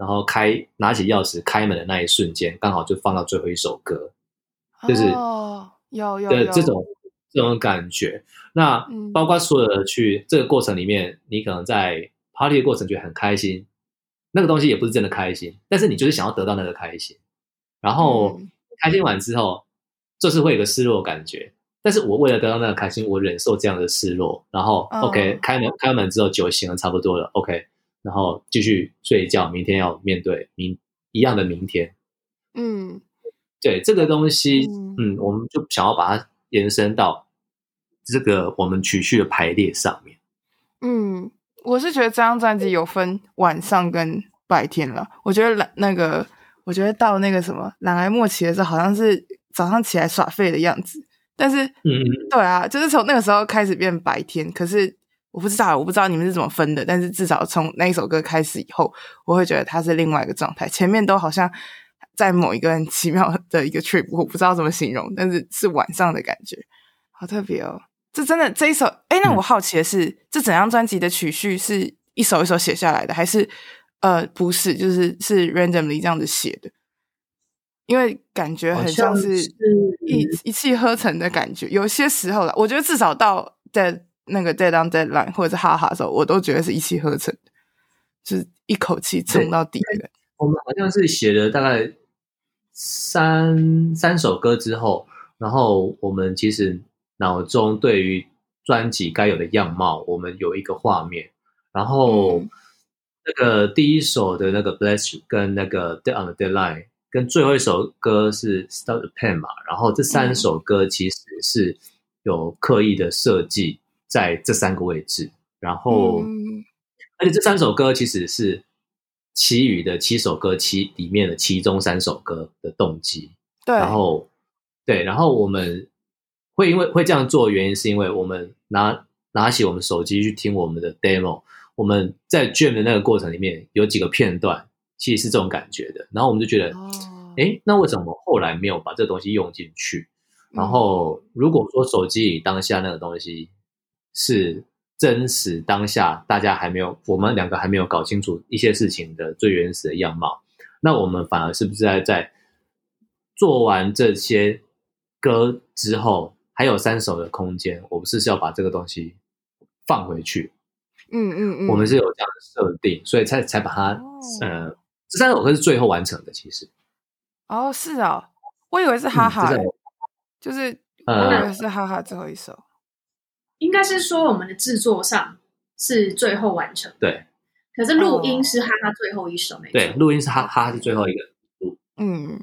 然后开拿起钥匙开门的那一瞬间，刚好就放到最后一首歌，就是哦，有有有的这种这种感觉。那嗯包括所有的去这个过程里面，你可能在 party 的过程觉得很开心，那个东西也不是真的开心，但是你就是想要得到那个开心，然后嗯开心完之后，就是会有个失落感觉。但是我为了得到那个开心，我忍受这样的失落，然后、 嗯 OK 开门开门之后酒醒了差不多了 OK， 然后继续睡觉，明天要面对明一样的明天。 嗯对这个东西， 嗯嗯，我们就想要把它延伸到这个我们曲序的排列上面。 嗯，我是觉得这张专辑有分晚上跟白天了。我觉得那个，我觉得到那个什么懒癌末期的时候，好像是早上起来耍废的样子。但是， 嗯， 对啊，就是从那个时候开始变白天。可是我不知道，我不知道你们是怎么分的。但是至少从那一首歌开始以后，我会觉得它是另外一个状态。前面都好像在某一个很奇妙的一个 trip， 我不知道怎么形容，但是是晚上的感觉，好特别哦。这真的这一首，哎，那我好奇的是，嗯、这整张专辑的曲序是一首一首写下来的，还是呃不是，就是是 randomly 这样子写的？因为感觉很像是一一气呵成的感觉。有些时候啦，我觉得至少到在那个 Dead on Deadline 或者是哈哈的时候，我都觉得是一气呵成的，就是一口气冲到底的。 我们好像是写了大概三三首歌之后，然后我们其实脑中对于专辑该有的样貌，我们有一个画面，然后、嗯、那个第一首的那个 Bless You 跟那个 Dead on the Deadline 跟最后一首歌是 Start the Pen 嘛，然后这三首歌其实是有刻意的设计在这三个位置，然后、嗯、而且这三首歌其实是其余的七首歌其里面的其中三首歌的动机， 对， 然后对，然后我们会因为会这样做的原因是因为我们拿拿起我们手机去听我们的 demo， 我们在 jam 的那个过程里面有几个片段其实是这种感觉的，然后我们就觉得诶、哦、那为什么后来没有把这个东西用进去？然后如果说手机里当下那个东西是真实当下大家还没有我们两个还没有搞清楚一些事情的最原始的样貌，那我们反而是不是在在做完这些歌之后还有三首的空间，我们是要把这个东西放回去， 嗯嗯嗯， 我们是有这样的设定，所以才才把它、哦、呃这三首歌是最后完成的其实。 哦是哦，我以为是哈哈、嗯、就是我以为是哈哈最后一首、呃、 应该是说我们的制作上是最后完成， 对， 可是录音是哈哈最后一首、哦、 对，录音是哈哈是最后一个。 嗯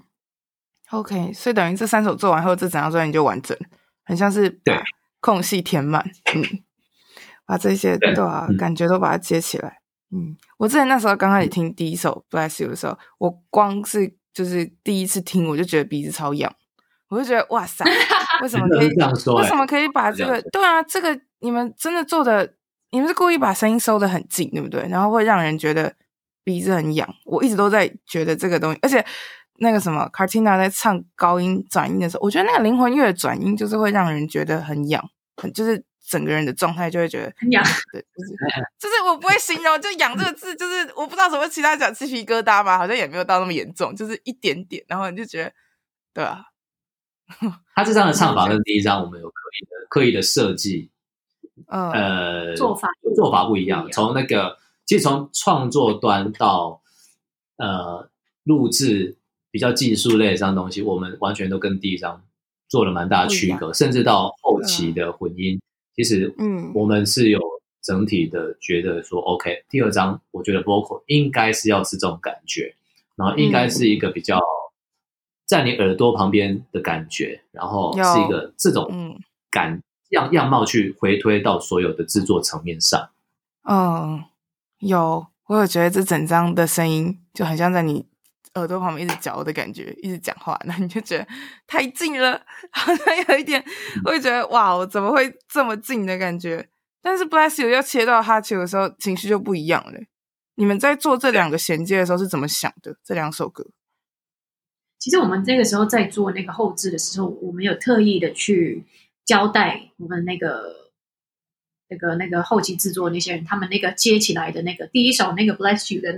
OK， 所以等于这三首做完后这整张专辑就完整，很像是把空隙填满，嗯，把这些对啊、嗯、感觉都把它接起来。嗯，我之前那时候刚开始听第一首 Bless You 的时候，我光是就是第一次听我就觉得鼻子超痒，我就觉得哇塞，为什么可以这样说、欸、 为什么可以把这个这对啊，这个你们真的做的，你们是故意把声音收得很近，对不对？然后会让人觉得鼻子很痒，我一直都在觉得这个东西，而且那个什么 Katina 在唱高音转音的时候，我觉得那个灵魂乐的转音就是会让人觉得很痒，很就是整个人的状态就会觉得很痒， 对，就是就是我不会形容，就痒这个字，就是我不知道什么其他讲鸡皮疙瘩嘛，好像也没有到那么严重，就是一点点，然后你就觉得，对啊。 他这张的唱法跟第一张我们有刻意的刻意的设计， 嗯、 呃， 做法做法不一样，从那个其实从创作端到呃录制比较技术类的这样东西，我们完全都跟第一张做了蛮大的区隔，甚至到后期的混音，其实嗯，我们是有整体的觉得说 OK， 第二张我觉得 vocal 应该是要是这种感觉，然后应该是一个比较在你耳朵旁边的感觉，然后是一个这种感样样貌去回推到所有的制作层面上。 嗯，有，我有觉得这整张的声音就很像在你耳朵旁边一直嚼的感觉，一直讲话，那你就觉得太近了，好像有一点，我会觉得哇，我怎么会这么近的感觉？但是 Bless You 要切到哈丘的时候，情绪就不一样了。你们在做这两个衔接的时候是怎么想的？这两首歌？ 其实我们这个时候在做那个后制的时候，我们有特意的去交代我们那个那个那个后期制作那些人，他们那个接起来的那个第一首那个 Bless You 跟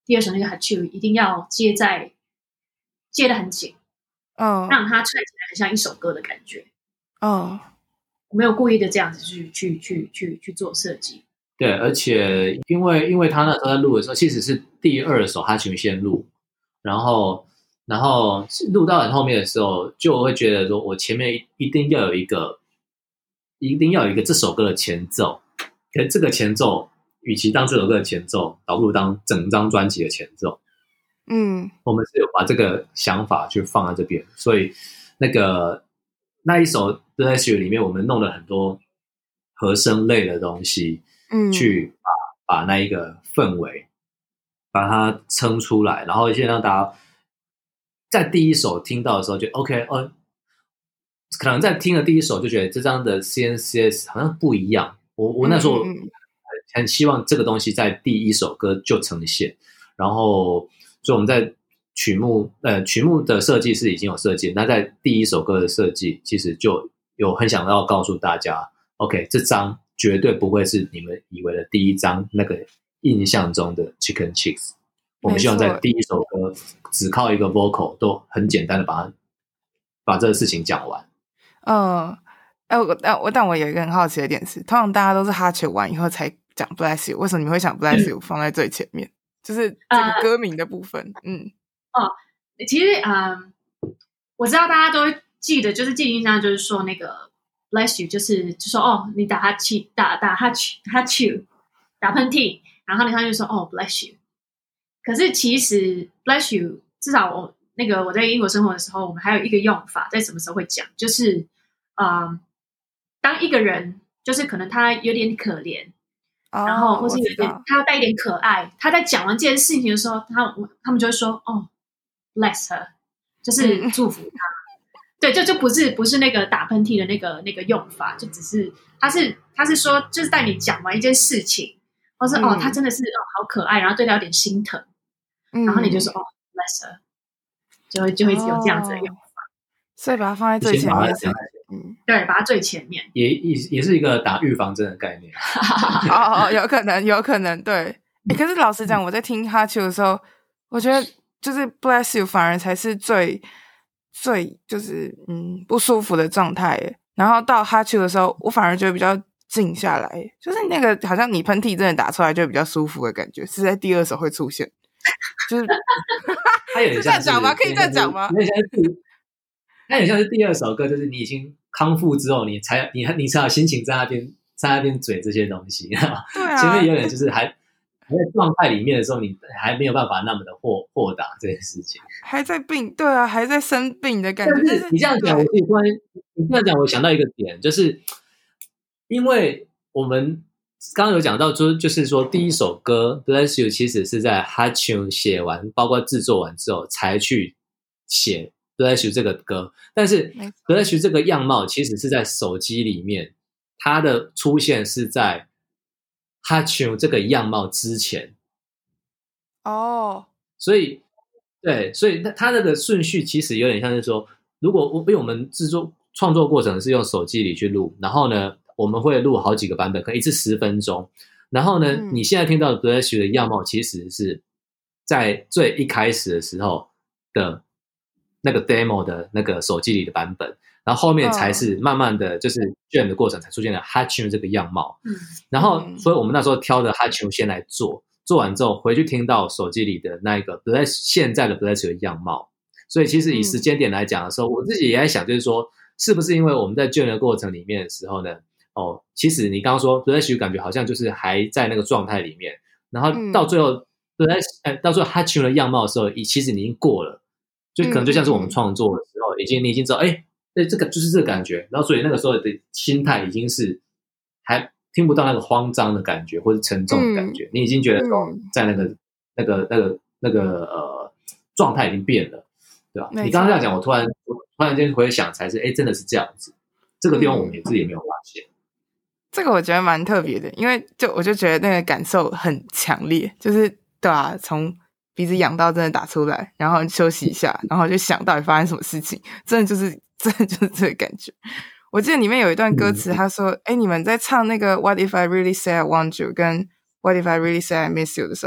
第二首那个 Hachu 一定要接在接得很紧， 嗯， 让它串起来很像一首歌的感觉。 哦， 我没有故意的这样子去去去去去做设计。 对，而且因为因为他那时候在录的时候，其实是第二首哈群先录，然后然后录到很后面的时候，就会觉得说我前面一定要有一个一定要有一个这首歌的前奏，可是这个前奏与其当这首歌的前奏，倒不如当整张专辑的前奏。 嗯， 我们是有把这个想法去放在这边，所以那个那一首 Bless You 里面，我们弄了很多和声类的东西， 嗯， 去把把那一个氛围把它撑出来，然后先让大家在第一首听到的时候就 OK 哦，可能在听了第一首就觉得这张的 C N C S 好像不一样。我我那时候很希望这个东西在第一首歌就呈现，然后所以我们在曲目呃曲目的设计是已经有设计，那在第一首歌的设计其实就有很想要告诉大家 OK 这张绝对不会是你们以为的第一张那个印象中的 Chicken Chicks， 我们希望在第一首歌只靠一个 vocal 都很简单的把它把这个事情讲完。 嗯，哎、呃，我但我但我有一个很好奇的点是，通常大家都是哈球完以后才讲 Bless You， 为什么你会想 Bless You 放在最前面？就是这个歌名的部分。呃、嗯， 哦，其实嗯，我知道大家都会记得，就是记忆上就是说那个 Bless You， 就是就说哦，你打哈气，打打哈气哈气，打喷嚏，然后他就说哦 Bless You。可是其实 Bless You， 至少我那个我在英国生活的时候，我们还有一个用法，在什么时候会讲，就是嗯，当一个人就是可能他有点可怜。 哦、 然后或是有点他要带一点可爱，他在讲完这件事情的时候，他他们就会说哦 bless her， 就是祝福他、嗯、对，就就不是不是那个打喷嚏的那个那个用法，就只是他是他是说就是带你讲完一件事情，或是、嗯、哦他真的是哦好可爱，然后对他有点心疼、嗯、然后你就说哦 bless her， 就会就会有这样子的用法、哦、 所以把它放在最前面才嗯，对，把它最前面， 也也也是一个打预防针的概念。 哦哦，有可能，有可能，对。欸、可是老实讲，我在听哈秋的时候，我觉得就是 Bless You 反而才是最最就是嗯不舒服的状态耶。然后到哈秋的时候，我反而觉得比较静下来，就是那个好像你喷嚏真的打出来就比较舒服的感觉，是在第二首会出现。就是它有点像是这样讲吗？可以这样讲吗？ 有点像是，它有点像是第二首歌，就是你已经康复之后，你才你你才有心情在那边在那边嘴这些东西。对啊，前面有点就是还还在状态里面的时候，你还没有办法那么的豁豁达这件事情， 还在病，对啊，还在生病的感觉。 但是你这样讲，我自己突然你这样讲，我想到一个点，就是因为我们刚刚有讲到说，就是说第一首歌 Bless You 其实是在 Hatchune 写完，包括制作完之后才去写 Bless You 这个歌，但是 Bless You 这个样貌其实是在手机里面，它的出现是在 Hatchune 这个样貌之前。 哦， 所以对，所以它那个顺序其实有点像是说，如果因为我们制作创作过程是用手机里去录，然后呢我们会录好几个版本，可能一次十分钟，然后呢、嗯、你现在听到的 Bless You 的样貌其实是在最一开始的时候的那个 demo 的那个手机里的版本，然后后面才是慢慢的就是 jam 的过程才出现了 Hatchune 这个样貌、嗯、然后所以我们那时候挑的 Hatchune 先来做，做完之后回去听到手机里的那一个 Bless 现在的 Bless You 的样貌，所以其实以时间点来讲的时候、嗯、我自己也在想，就是说是不是因为我们在 jam 的过程里面的时候呢，哦，其实你刚刚说 Bless You 感觉好像就是还在那个状态里面，然后到最后、嗯、Bless 哎，到最后 Hatchune 的样貌的时候，其实你已经过了，就可能就像是我们创作的时候，嗯、已经你已经知道，哎，对，这个就是这个感觉，然后所以那个时候的心态已经是还听不到那个慌张的感觉或者沉重的感觉、嗯、你已经觉得说在那个、嗯、那个那个那个呃状态已经变了，对吧？你刚刚这样讲，我突然我突然间回想才是，哎，真的是这样子，这个地方我们也自己也没有发现。嗯， 这个我觉得蛮特别的，因为就我就觉得那个感受很强烈，就是对啊，从鼻子痒到真的打出来，然后休息一下，然后就想到底发生什么事情，真的就是真的就是这个感觉。我记得里面有一段歌词，他说：“哎、嗯，你们在唱那个 What if I really say I want you 跟 What if I really say I miss you 的时候，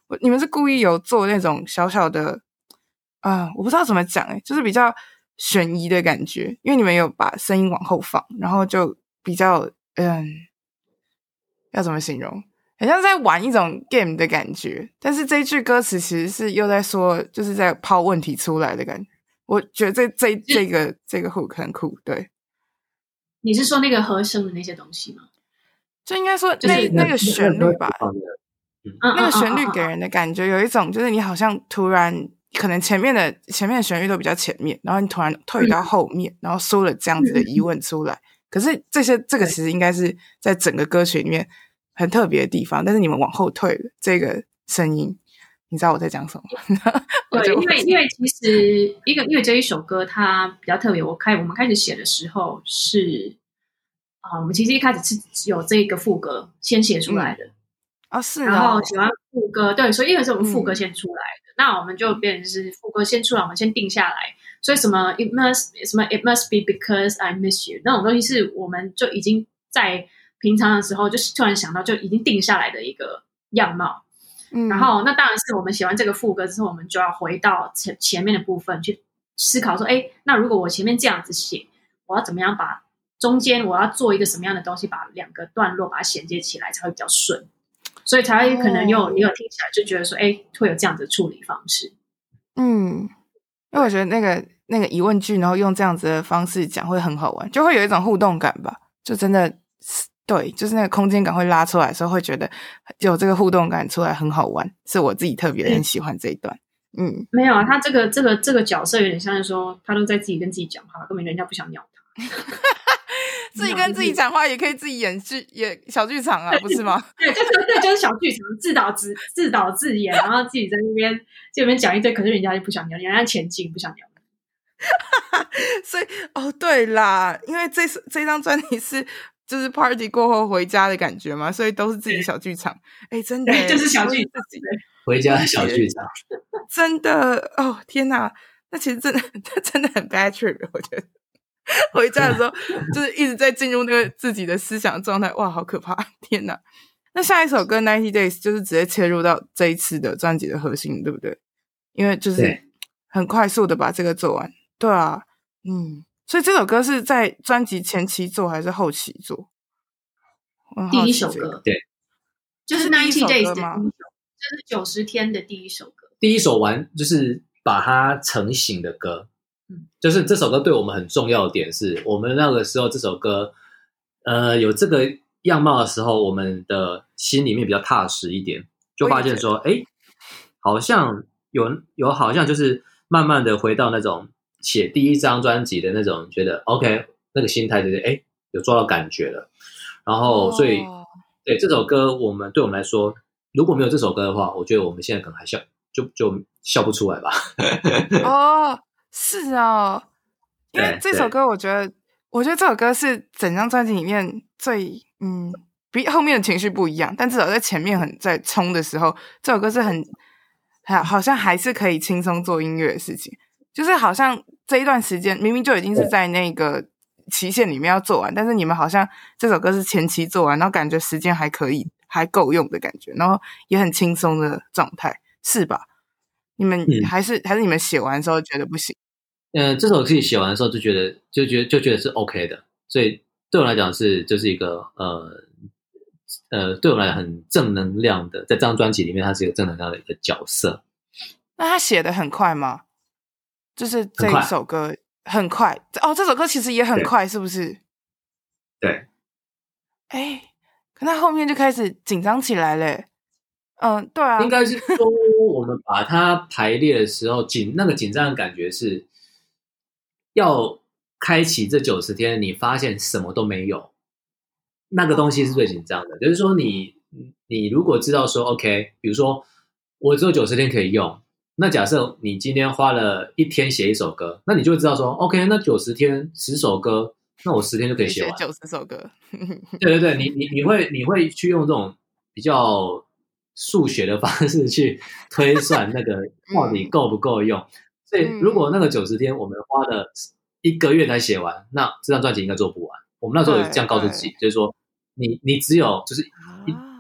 你们是故意有做那种小小的啊、呃，我不知道怎么讲诶，就是比较悬疑的感觉，因为你们有把声音往后放，然后就比较嗯，要怎么形容？很像在玩一种 game 的感觉，但是这一句歌词其实是又在说，就是在抛问题出来的感觉。我觉得这这这个这个 hook 很酷，对。 你是说那个和声的那些东西吗？ 就应该说那、 就是那个旋律吧， 嗯、 那个旋律给人的感觉有一种，就是你好像突然可能前面的前面的旋律都比较前面，然后你突然退到后面，嗯、然后说了这样子的疑问出来。嗯、可是这些这个其实应该是在整个歌曲里面很特别的地方，但是你们往后退了这个声音，你知道我在讲什么？ 对，因为因为其实一个因为这一首歌它比较特别，我开我们开始写的时候是啊、呃，我们其实一开始是有这个副歌先写出来的。嗯哦，是、哦， 然后喜欢副歌，对，所以因为是我们副歌先出来的，嗯、那我们就变成是副歌先出来，我们先定下来。所以什么 it must 什么 it must be because I miss you 那种东西，是我们就已经在平常的时候就突然想到，就已经定下来的一个样貌。嗯，然后那当然是我们写完这个副歌之后，我们就要回到前前面的部分去思考说，哎，那如果我前面这样子写，我要怎么样把中间我要做一个什么样的东西，把两个段落把它衔接起来，才会比较顺。所以才会可能有你有听起来就觉得说，哎，会有这样的处理方式。 嗯，因为我觉得那个那个疑问句，然后用这样子的方式讲会很好玩，就会有一种互动感吧。就真的对，就是那个空间感会拉出来的时候，会觉得有这个互动感出来很好玩，是我自己特别很喜欢这一段。嗯， 没有啊，他这个这个这个角色有点像是说，他都在自己跟自己讲话，根本人家不想鸟他。 自己跟自己讲话也可以自己演剧演小剧场啊，不是吗？ 对，就是对，就是小剧场，自导自自导自演，然后自己在那边这边讲一堆，可是人家就不想鸟，人家前进不想鸟。 所以哦，对啦，因为这这张专辑是就是 party 过后回家的感觉嘛，所以都是自己小剧场。哎，真的就是小剧场， 回家的小剧场， 真的哦，天哪，那其实真的真的很 bad trip， 我觉得。回家的时候就是一直在进入那个自己的思想状态，哇，好可怕！天哪！那下一首歌 ninety days 就是直接切入到这一次的专辑的核心，对不对？因为就是很快速的把这个做完。对啊，嗯，所以这首歌是在专辑前期做还是后期做？ 第一首歌， 对， 就是 ninety days 的第一首，就是九十天的第一首歌， 第一首完就是把它成型的歌。就是这首歌对我们很重要的点是，我们那个时候这首歌呃有这个样貌的时候，我们的心里面比较踏实一点，就发现说哎，好像有有好像就是慢慢的回到那种写第一张专辑的那种觉得 OK 那个心态，就是哎有抓到感觉了。然后所以、哦、对这首歌我们对我们来说，如果没有这首歌的话，我觉得我们现在可能还笑就就笑不出来吧。 哦，是哦，因为这首歌我觉得我觉得这首歌是整张专辑里面最嗯比后面的情绪不一样，但至少在前面很在冲的时候，这首歌是很好像还是可以轻松做音乐的事情，就是好像这一段时间明明就已经是在那个期限里面要做完，但是你们好像这首歌是前期做完，然后感觉时间还可以还够用的感觉，然后也很轻松的状态，是吧？你们还是、嗯、还是你们写完的时候觉得不行？ 嗯、呃，这首自己写完的时候就觉得就觉得就觉得是 OK 的，所以对我来讲是就是一个呃呃对我来讲很正能量的，在这张专辑里面它是一个正能量的一个角色。 那他写的很快吗？就是这一首歌很快, 很快哦，这首歌其实也很快，是不是？ 对。 哎，可那后面就开始紧张起来了。嗯，对啊， 应该是说我们把它排列的时候，紧那个紧张的感觉是要开启这九十天，你发现什么都没有，那个东西是最紧张的。就是说你你如果知道说 OK， 比如说我只有九十天可以用，那假设你今天花了一天写一首歌，那你就会知道说 OK， 那九十天十首歌，那我十天就可以写完九十首歌。 对对对，你你你会你会去用这种比较数学的方式去推算那个到底够不够用。所以如果那个九十天我们花了一个月才写完，那这张专辑应该做不完。我们那时候也这样告诉自己，就是说你你只有就是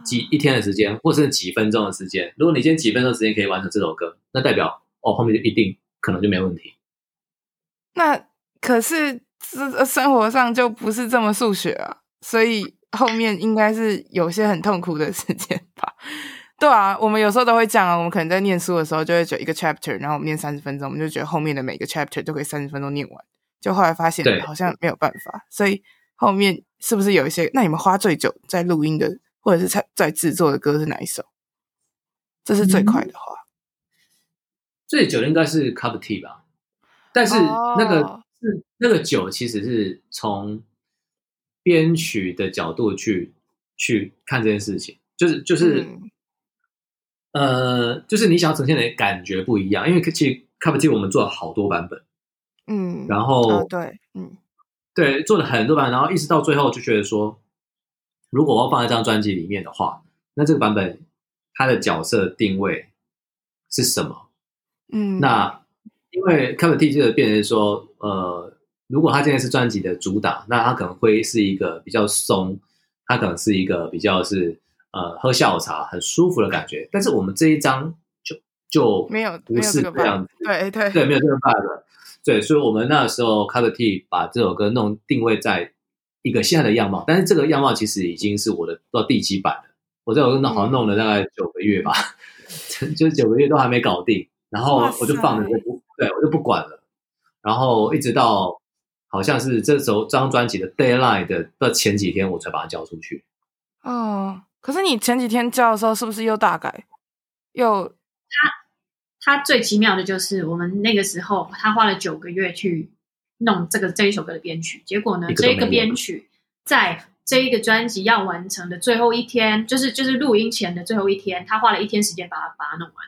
几一天的时间，或是几分钟的时间。如果你今天几分钟的时间可以完成这首歌，那代表哦后面就一定可能就没问题。 那可是这生活上就不是这么数学啊，所以后面应该是有些很痛苦的时间吧。对啊，我们有时候都会这样啊，我们可能在念书的时候就会觉得一个 chapter， 然后我们念三十分钟，我们就觉得后面的每个 chapter 都可以三十分钟念完，就后来发现好像没有办法，所以后面是不是有一些？那你们花最久在录音的或者是在在制作的歌是哪一首？这是最快的话，嗯、 最久的应该是 Cup of Tea 吧，但是那个、哦、是那个久其实是从编曲的角度去去看这件事情，就是就是。嗯呃，就是你想要呈现的感觉不一样，因为其实 Cup of Tea 我们做了好多版本， 嗯， 然后、 哦、对，嗯， 对，做了很多版本，然后一直到最后就觉得说，如果我要放在这张专辑里面的话，那这个版本它的角色定位是什么？ 嗯， 那因为 Cup of Tea 这个变成说，呃，如果它今天是专辑的主打，那它可能会是一个比较松，它可能是一个比较是。呃，喝下午茶很舒服的感觉，但是我们这一张就就没有不是这样子， 对对对，没有这个 bug， 对，所以我们那时候 Cup of Tea 把这首歌弄定位在一个现在的样貌，但是这个样貌其实已经是我的到第几版了，我这首歌好像弄了大概九个月吧，嗯、就九个月都还没搞定，然后我就放着就不，对我就不管了，然后一直到好像是这首这张专辑的 deadline 的的前几天，我才把它交出去。 哦。可是你前几天交的时候是不是又大改？又他他最奇妙的就是我们那个时候他花了九个月去弄这个这一首歌的编曲，结果呢，这个编曲在这一个专辑要完成的最后一天，就是就是录音前的最后一天，他花了一天时间把它把它弄完。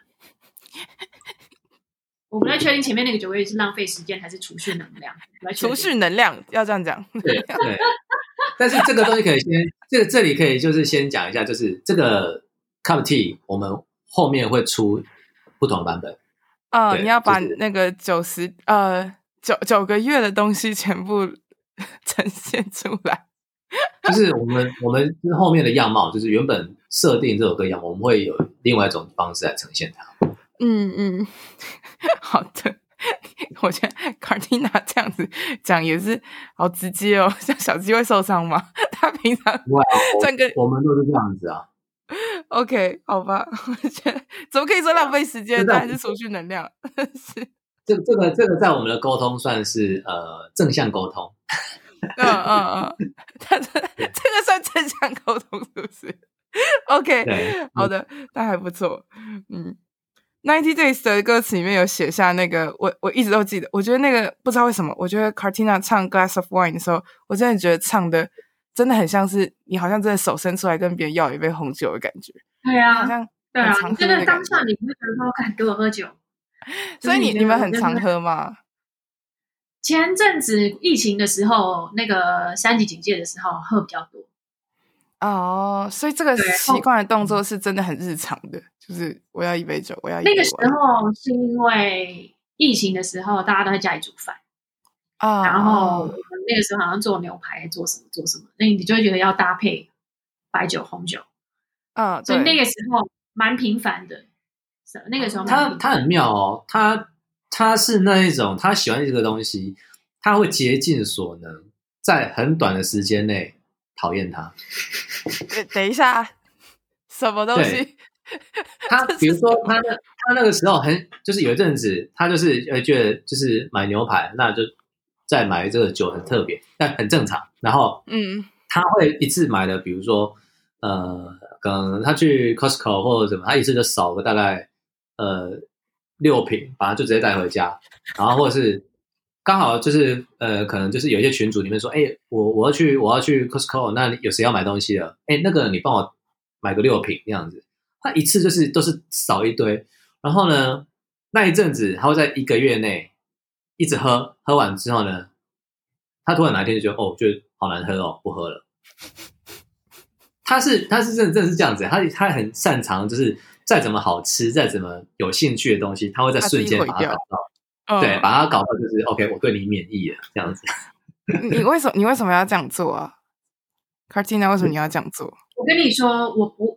我不太确定前面那个九个月是浪费时间还是储蓄能量。 储蓄能量要这样讲。 对对。但是这个东西可以先，这个这里可以就是先讲一下，就是这个 Cup of Tea 我们后面会出不同的版本。 哦，你要把那个九十呃九九个月的东西全部呈现出来。 就是我们我们后面的样貌，就是原本设定这首歌样貌，我们会有另外一种方式来呈现它。 嗯嗯，好的。我觉得 Kartina 这样子讲也是好直接哦，像小鸡会受伤吗？他平常这个我们都是这样子啊。 OK， 好吧，我觉得怎么可以说浪费时间，但还是储蓄能量。是这这个这个在我们的沟通算是呃正向沟通。 嗯嗯嗯，但是这个算正向沟通是不是 ？OK， 好的，那还不错，嗯。ninety days 的歌词里面有写下那个，我我一直都记得。我觉得那个不知道为什么，我觉得 Kartina 唱 Glass of Wine 的时候，我真的觉得唱的真的很像是你好像真的手伸出来跟别人要一杯红酒的感觉。 对啊， 好像对啊，你真的当下你不会觉得说，赶给我喝酒。 所以你你们很常喝吗？ 前阵子疫情的时候，那个三级警戒的时候喝比较多。 哦，所以这个习惯的动作是真的很日常的，就是我要一杯酒，我要一杯。 那个时候是因为疫情的时候，大家都在家里煮饭啊， 然后我们那个时候好像做牛排，做什么做什么，那你就会觉得要搭配白酒、红酒啊， 所以那个时候蛮频繁的。那个时候他他很妙哦，他他是那一种他喜欢这个东西，他会竭尽所能，在很短的时间内讨厌他。 等一下，什么东西？ 他比如说他那他那个时候很就是有一阵子，他就是呃觉得就是买牛排，那就再买这个酒很特别，但很正常。然后嗯， 他会一次买的，比如说呃，可能他去 Costco 或者什么，他一次就扫个大概呃六瓶，把它就直接带回家，然后或者是。刚好就是呃，可能就是有一些群组里面说，哎，我我要去我要去 Costco， 那有谁要买东西了？哎，那个你帮我买个六瓶这样子。他一次就是都是扫一堆，然后呢，那一阵子他会在一个月内一直喝，喝完之后呢，他突然哪一天就觉得哦，觉得好难喝哦，不喝了。他是他是真的真的是这样子，他他很擅长，就是再怎么好吃，再怎么有兴趣的东西，他会在瞬间把它搞到。对，把它搞到就是 OK， 我对你免疫了这样子。 你为什么你为什么要这样做啊 ？Kartina， 为什么你要这样做？ 我跟你说，我不我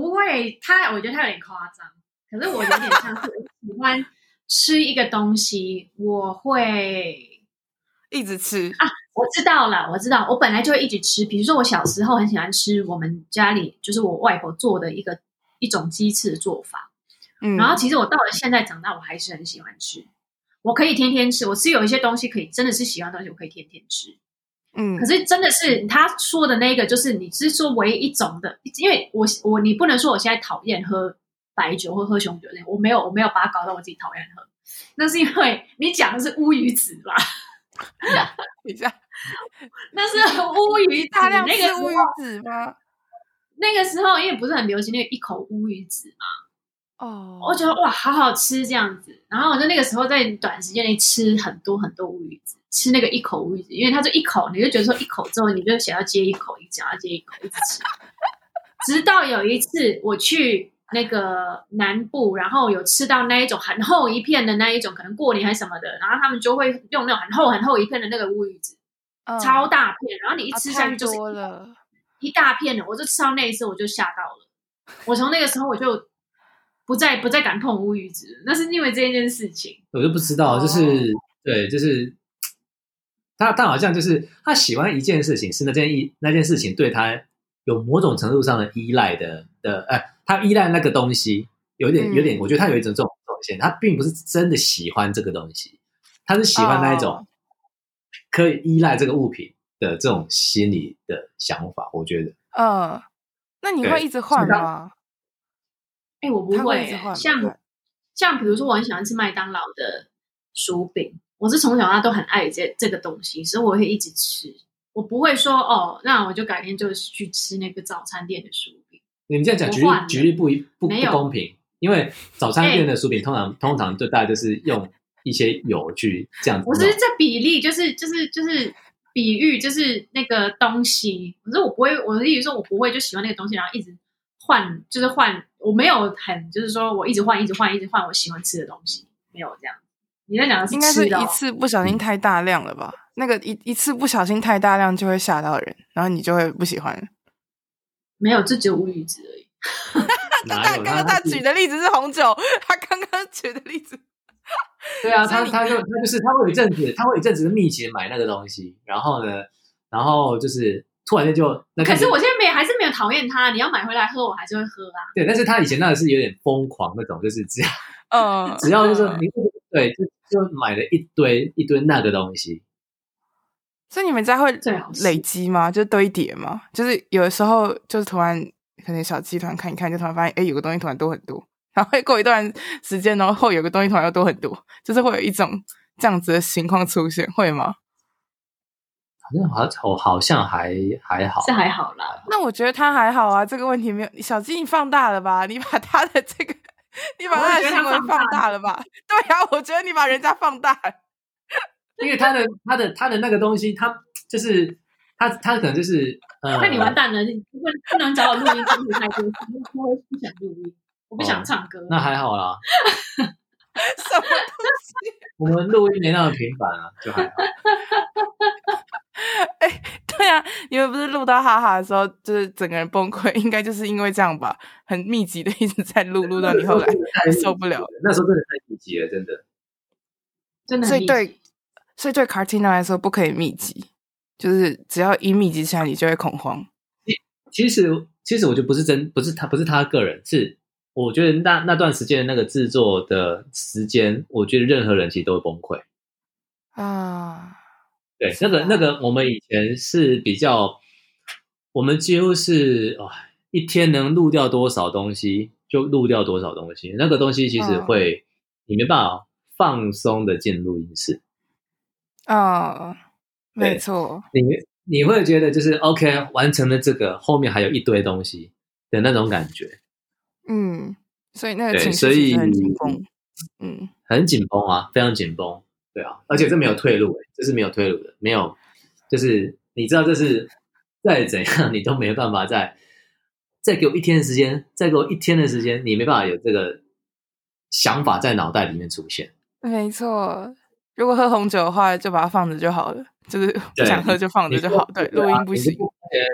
不会，他我觉得他有点夸张，可是我有点像是我喜欢吃一个东西，我会一直吃啊。我知道了，我知道，我本来就会一直吃。比如说我小时候很喜欢吃我们家里就是我外婆做的一个一种鸡翅的做法，嗯，然后其实我到了现在长大，我还是很喜欢吃，我可以天天吃。我吃有一些东西可以真的是喜欢的东西，我可以天天吃。嗯，可是真的是他说的那个，就是你是说唯一一种的，因为我我你不能说我现在讨厌喝白酒或喝雄酒那，我没有我没有把它搞到我自己讨厌喝，那是因为你讲的是乌鱼子吧？ 等一下， 那是乌鱼子， 大量吃那个乌鱼子吗？ 那个时候因为不是很流行那个一口乌鱼子嘛，哦，我觉得哇好好吃这样子，然后我就那个时候在短时间内吃很多很多乌鱼子。吃那个一口乌鱼子，因为它就一口，你就觉得说一口之后，你就想要接一口，想要接一口，一直吃。直到有一次我去那个南部，然后有吃到那一种很厚一片的那一种，可能过年还是什么的，然后他们就会用那种很厚很厚一片的那个乌鱼子，嗯、超大片，然后你一吃下去就是一,、啊、一大片的，我就吃到那一次我就吓到了。我从那个时候我就不再不再敢碰乌鱼子，那是因为这一件事情。 我就不知道，就是、哦、对，就是。他他好像就是他喜欢一件事情，是那件一那件事情对他有某种程度上的依赖的的，呃，他依赖那个东西，有点有点，我觉得他有一种这种表现，他并不是真的喜欢这个东西，他是喜欢那一种可以依赖这个物品的这种心理的想法，我觉得。 嗯，那你会一直换吗？ 哎、欸，我不会，像像比如说，我很喜欢吃麦当劳的薯饼。我是从小到大都很爱这这个东西，所以我会一直吃。我不会说哦，那我就改天就去吃那个早餐店的薯饼。 你这样讲举例举例不不不公平，因为早餐店的薯饼通常、欸、通常就大家就是用一些油去这样子。 我只是这比例就是就是就是比喻，就是那个东西。可是我不会，我的意思说我不会就喜欢那个东西，然后一直换，就是换。我没有很就是说我一直换一直换一直换我喜欢吃的东西，没有这样。你在讲的是吃的、哦、 应该是一次不小心太大量了吧？那个一一次不小心太大量就会吓到人，然后你就会不喜欢。 没有，这只有乌鱼子而已。 他刚刚他举的例子是红酒，他刚刚举的例子。 对啊，他他就他就是他会有一阵子，他会有一阵子密集买那个东西，然后呢，然后就是突然间就。那可是我现在没还是没有讨厌他，你要买回来喝，我还是会喝啊。 对，但是他以前那个是有点疯狂那种，就是只要嗯，只要就是你对就。就买了一堆一堆那个东西， 所以你们家会累积吗？就堆叠吗？就是有的时候就是突然可能小集团看一看，就突然发现哎，有个东西突然多很多，然后会过一段时间，然后有个东西突然又多很多，就是会有一种这样子的情况出现，会吗？ 好像好，我好像还还好， 是还好啦。 那我觉得他还好啊，这个问题没有。小鸡你放大了吧？你把他的这个。你把他的行为放大了吧？对啊，我觉得你把人家放大了， 因为他的他的他的那个东西，他就是他他可能就是，呃、 那你完蛋了，你不不能找我录音，真的太多，我会不想录音，我不想唱歌。哦、 那还好啦， 什么东西？ 我们录音没那么频繁啊，就还好。 哎、欸，对啊，你们不是录到哈哈的时候，就是整个人崩溃，应该就是因为这样吧，很密集的一直在录，录到你后来受不了。 那时候真的太密集了，真的， 真的。 所以对，所以对 Cartina 来说不可以密集，就是只要一密集起来，你就会恐慌。 其实，其实我觉得不是真，不是他，不是他个人，是我觉得那那段时间的那个制作的时间，我觉得任何人其实都会崩溃啊。 对，那个那个，我们以前是比较，我们几乎是哦，一天能录掉多少东西就录掉多少东西。那个东西其实会，哦、你没办法放松的进录音室。 哦，没错。 你你会觉得就是 OK， 完成了这个，后面还有一堆东西的那种感觉。 嗯，所以那个情绪其实很紧绷。嗯， 很紧绷啊，非常紧绷。对啊，而且这没有退路、欸，这是没有退路的，没有，就是你知道，这是再怎样你都没办法再再给我一天的时间，再给我一天的时间，你没办法有这个想法在脑袋里面出现。 没错，如果喝红酒的话，就把它放着就好了，就是不想喝就放着就好。对，录音不行。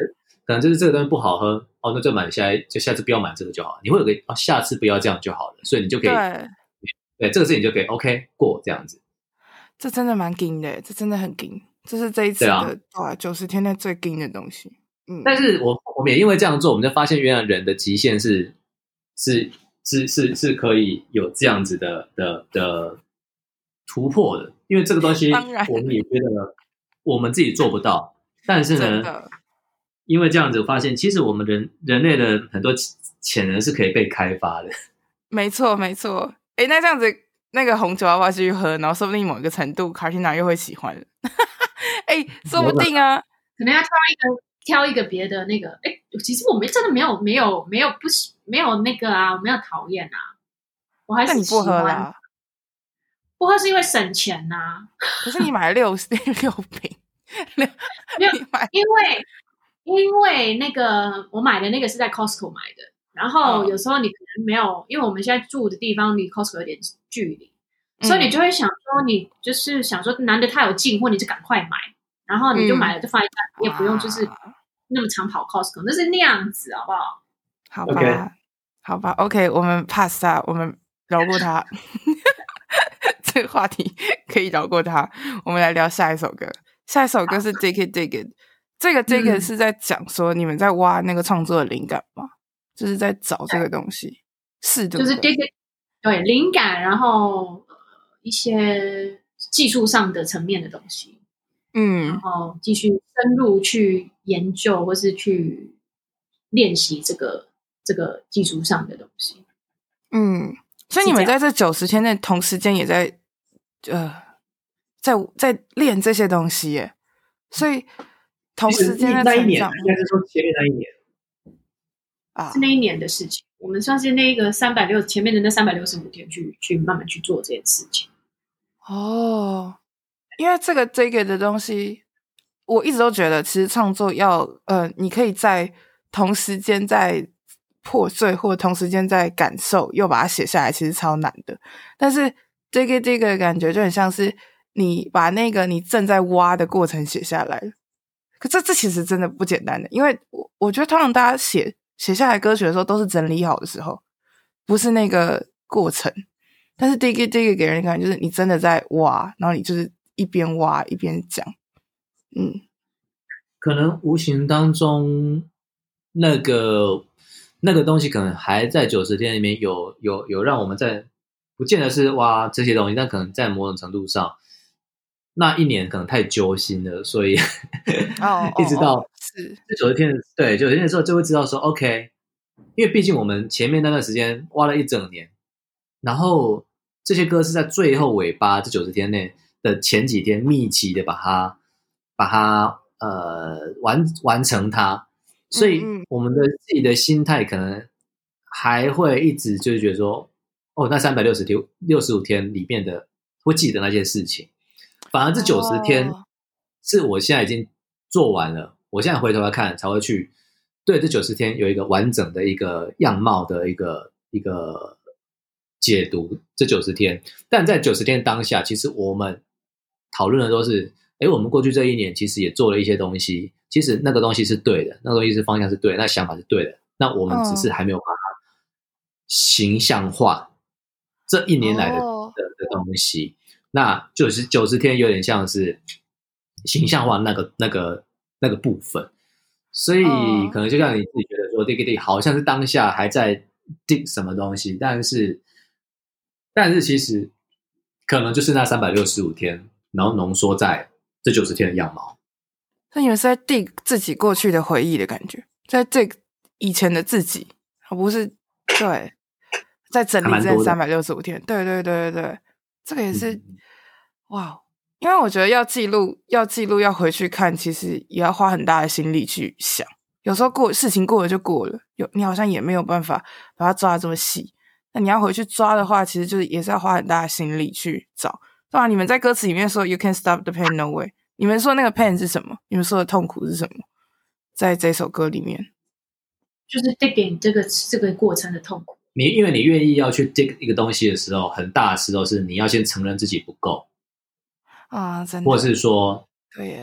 可能就是这个东西不好喝，哦，那就买下来，就下次不要买这个就好。你会有个哦，下次不要这样就好了，所以你就可以对对这个事情就可以 OK 过这样子。 这真的蛮硬的，这真的很硬，这是这一次的哇九十天内最硬的东西。嗯， 但是我我们也因为这样做，我们就发现原来人的极限是是是是是可以有这样子的的的突破的，因为这个东西我们也觉得我们自己做不到，但是呢，因为这样子，我发现其实我们人人类的很多潜能是可以被开发的。 没错，没错。哎，那这样子，那个红酒要不要继续喝？然后说不定某一个程度，卡蒂娜又会喜欢了。哎，说不定啊， 可能要挑一个挑一个别的那个。哎，其实我们真的没有没有没有不没有那个啊，没有讨厌啊，我还是喜欢。那你不喝啦？不喝是因为省钱呐、啊。 可是你买了六六瓶， 没有，因为因为那个我买的那个是在 Costco 买的，然后有时候你可能没有，因为我们现在住的地方离 Costco 有点距离，所以你就会想说，你就是想说难得它有进货，你就赶快买，然后你就买了就放在家，你也不用就是那么常跑 Costco， 那是那样子，好不好？ 好吧， okay. 好吧 ，OK， 我们 pass 它，我们饶过它。这个话题可以绕过它，我们来聊下一首歌。下一首歌是 Dig It Dig It， 这个 Dig It 是在讲说你们在挖那个创作的灵感吗？就是在找这个东西，是的， 就是 Dig It， 对，灵感，然后、呃、一些技术上的层面的东西，嗯，然后继续深入去研究或是去练习这个这个技术上的东西， 嗯。所以你们在这九十天内同时间也在呃在在练这些东西耶，所以同时间的成长， 那一年应该是说前面那一年啊， 是那一年的事情。我们算是那个三百六前面的那三百六十五天去去慢慢去做这件事情。 哦，因为这个这个的东西，我一直都觉得，其实创作要呃，你可以在同时间在破碎或同时间在感受又把它写下来，其实超难的。但是这个这个感觉就很像是你把那个你正在挖的过程写下来，可这这其实真的不简单的，因为我我觉得通常大家写写下来歌曲的时候都是整理好的时候，不是那个过程。但是这个这个给人感觉就是你真的在挖，然后你就是一边挖一边讲，嗯， 可能无形当中那个。那个东西可能还在九十天里面有有有让我们在不见得是挖这些东西，但可能在某种程度上，那一年可能太揪心了，所以哦一直到是九十天对九十天的时候就会知道说 OK， 因为毕竟我们前面那段时间挖了一整年，然后这些歌是在最后尾巴这九十天内的前几天密集的把它把它呃完完成它。所以我们的自己的心态可能还会一直就是觉得说，哦，那三百六十天、六十五天里面的会记得那些事情，反而这九十天是我现在已经做完了，我现在回头来看才会去对这九十天有一个完整的一个样貌的一个一个解读。这九十天，但在九十天当下，其实我们讨论的都是，哎，我们过去这一年其实也做了一些东西。其实那个东西是对的，那个东西是方向是对的，那想法是对的，那我们只是还没有把它形象化。这一年来的、oh. 的, 的东西，那就是九十天有点像是形象化那个那个那个部分，所以可能就像你自己觉得说 dig dig 好像是当下还在 dig 什么东西，但是但是其实可能就是那三百六十五天，然后浓缩在这九十天的样貌。 那你们是在 dig 自己过去的回忆的感觉，在 dig 以前的自己，而不是对在整理这三百六十五天。对对对对对，这个也是、嗯、哇！因为我觉得要记录，要记录，要回去看，其实也要花很大的心力去想。有时候过事情过了就过了，有你好像也没有办法把它抓得这么细。那你要回去抓的话，其实就是也是要花很大的心力去找。当然，你们在歌词里面说 "You can stop the pain, no way"。你们说那个 pain 是什么？你们说的痛苦是什么？在这首歌里面， 就是 digging 这个这个过程的痛苦。 你因为你愿意要去 dig 一个东西的时候，很大的时候是你要先承认自己不够啊，真的， 或是说， 对耶，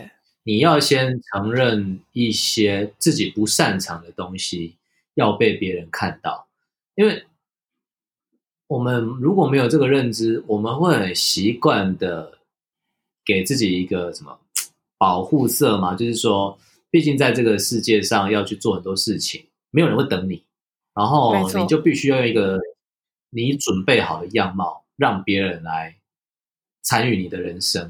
你要先承认一些自己不擅长的东西要被别人看到，因为我们如果没有这个认知，我们会很习惯的给自己一个什么保护色嘛，就是说毕竟在这个世界上要去做很多事情，没有人会等你，然后你就必须要用一个你准备好的样貌让别人来参与你的人生。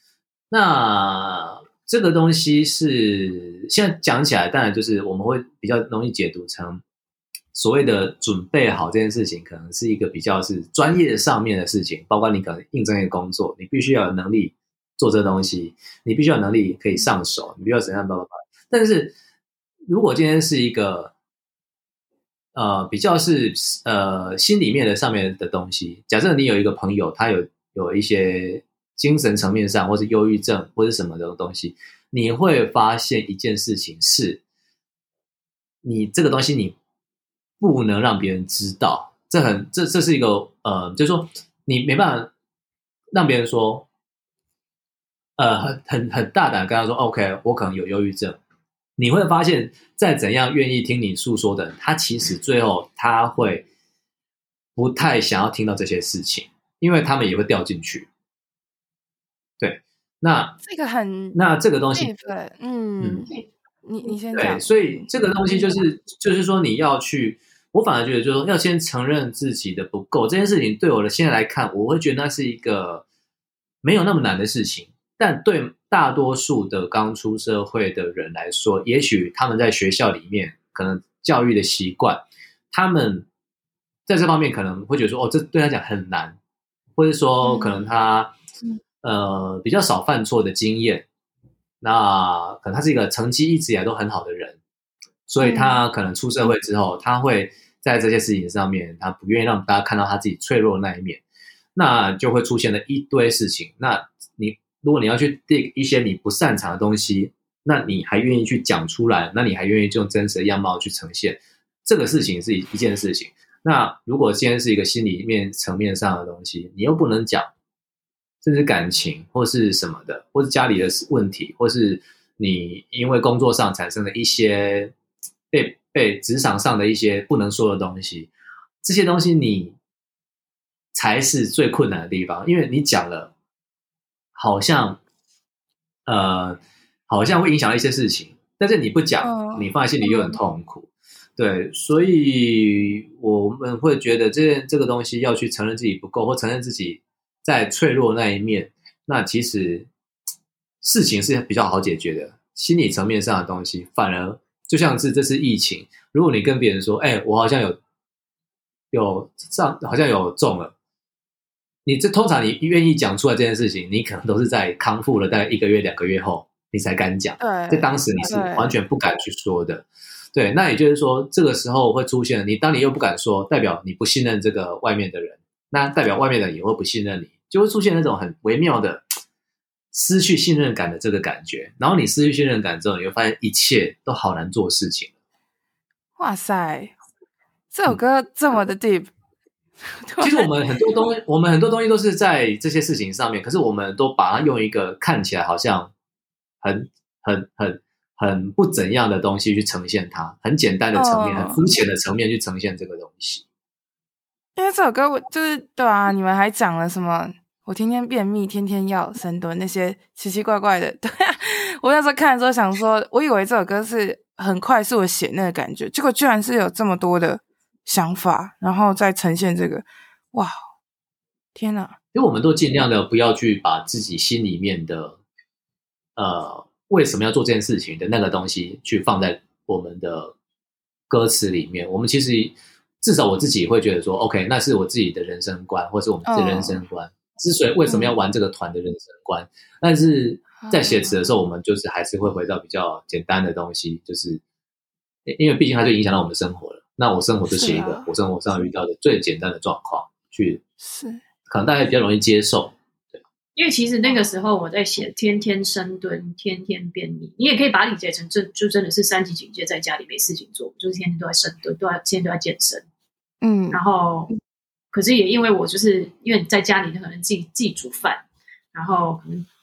那这个东西是现在讲起来当然就是我们会比较容易解读成所谓的准备好这件事情可能是一个比较是专业上面的事情，包括你可能应征一个工作，你必须要有能力做这东西，你必须要有能力可以上手，你必须要怎样办法。但是如果今天是一个呃比较是呃心里面的上面的东西，假设你有一个朋友他有有一些精神层面上或是忧郁症或是什么的东西，你会发现一件事情是你这个东西你不能让别人知道，这很这这是一个呃，就是说你没办法让别人说，呃，很很很大胆跟他说 ，OK， 我可能有忧郁症。你会发现，再怎样愿意听你诉说的人，他其实最后他会不太想要听到这些事情，因为他们也会掉进去。对，那这个很那这个东西， 嗯，嗯你你先讲。 对，所以这个东西就是就是说你要去。我反而觉得就是说要先承认自己的不够，这件事情对我的现在来看，我会觉得那是一个没有那么难的事情，但对大多数的刚出社会的人来说，也许他们在学校里面可能教育的习惯，他们在这方面可能会觉得说哦，这对他讲很难，或者说可能他、嗯、呃比较少犯错的经验，那可能他是一个成绩一直以来都很好的人，所以他可能出社会之后，他会在这些事情上面，他不愿意让大家看到他自己脆弱的那一面，那就会出现了一堆事情。那你如果你要去 dig 一些你不擅长的东西，那你还愿意去讲出来，那你还愿意用真实的样貌去呈现，这个事情是一件事情。那如果今天是一个心里面层面上的东西，你又不能讲，甚至感情或是什么的，或是家里的问题，或是你因为工作上产生的一些被被职场上的一些不能说的东西，这些东西你才是最困难的地方，因为你讲了，好像呃好像会影响到一些事情，但是你不讲，你放在心里又很痛苦。对，所以我们会觉得这这个东西要去承认自己不够，或承认自己在脆弱那一面，那其实事情是比较好解决的。心理层面上的东西，反而就像是这次疫情，如果你跟别人说，哎、欸，我好像有有上，好像有中了，你这通常你愿意讲出来这件事情，你可能都是在康复了大概一个月、两个月后，你才敢讲。 对， 在当时你是完全不敢去说的。对，那也就是说，这个时候会出现，你当你又不敢说，代表你不信任这个外面的人，那代表外面的人也会不信任你，就会出现那种很微妙的失去信任感的这个感觉。然后你失去信任感之后，你会发现一切都好难做事情。 哇塞，这首歌这么的 deep。 嗯、其实我们很多东西，我们很多东西都是在这些事情上面，可是我们都把它用一个看起来好像很很很。很不怎样的东西去呈现它，很简单的层面、oh. 很肤浅的层面去呈现这个东西。 因为这首歌我就是对啊，你们还讲了什么？我天天便秘，天天要深蹲，那些奇奇怪怪的。对啊，我那时候看的时候想说，我以为这首歌是很快速的写那个感觉，结果居然是有这么多的想法，然后再呈现这个。哇，天哪！ 因为我们都尽量的不要去把自己心里面的呃。为什么要做这件事情的那个东西去放在我们的歌词里面，我们其实至少我自己会觉得说 OK， 那是我自己的人生观，或是我们自己的人生观、oh. 之所以为什么要玩这个团的人生观、嗯、但是在写词的时候我们就是还是会回到比较简单的东西，就是因为毕竟它就影响到我们的生活了，那我生活就写一个、啊、我生活上遇到的最简单的状况去， 是可能大家比较容易接受。 因为其实那个时候我在写天天深蹲天天便秘，你也可以把它理解成这就真的是三级警戒，在家里没事情做，就是天天都在深蹲，都在天天都在健身。嗯，然后可是也因为我就是因为在家里可能自己自己煮饭，然后可能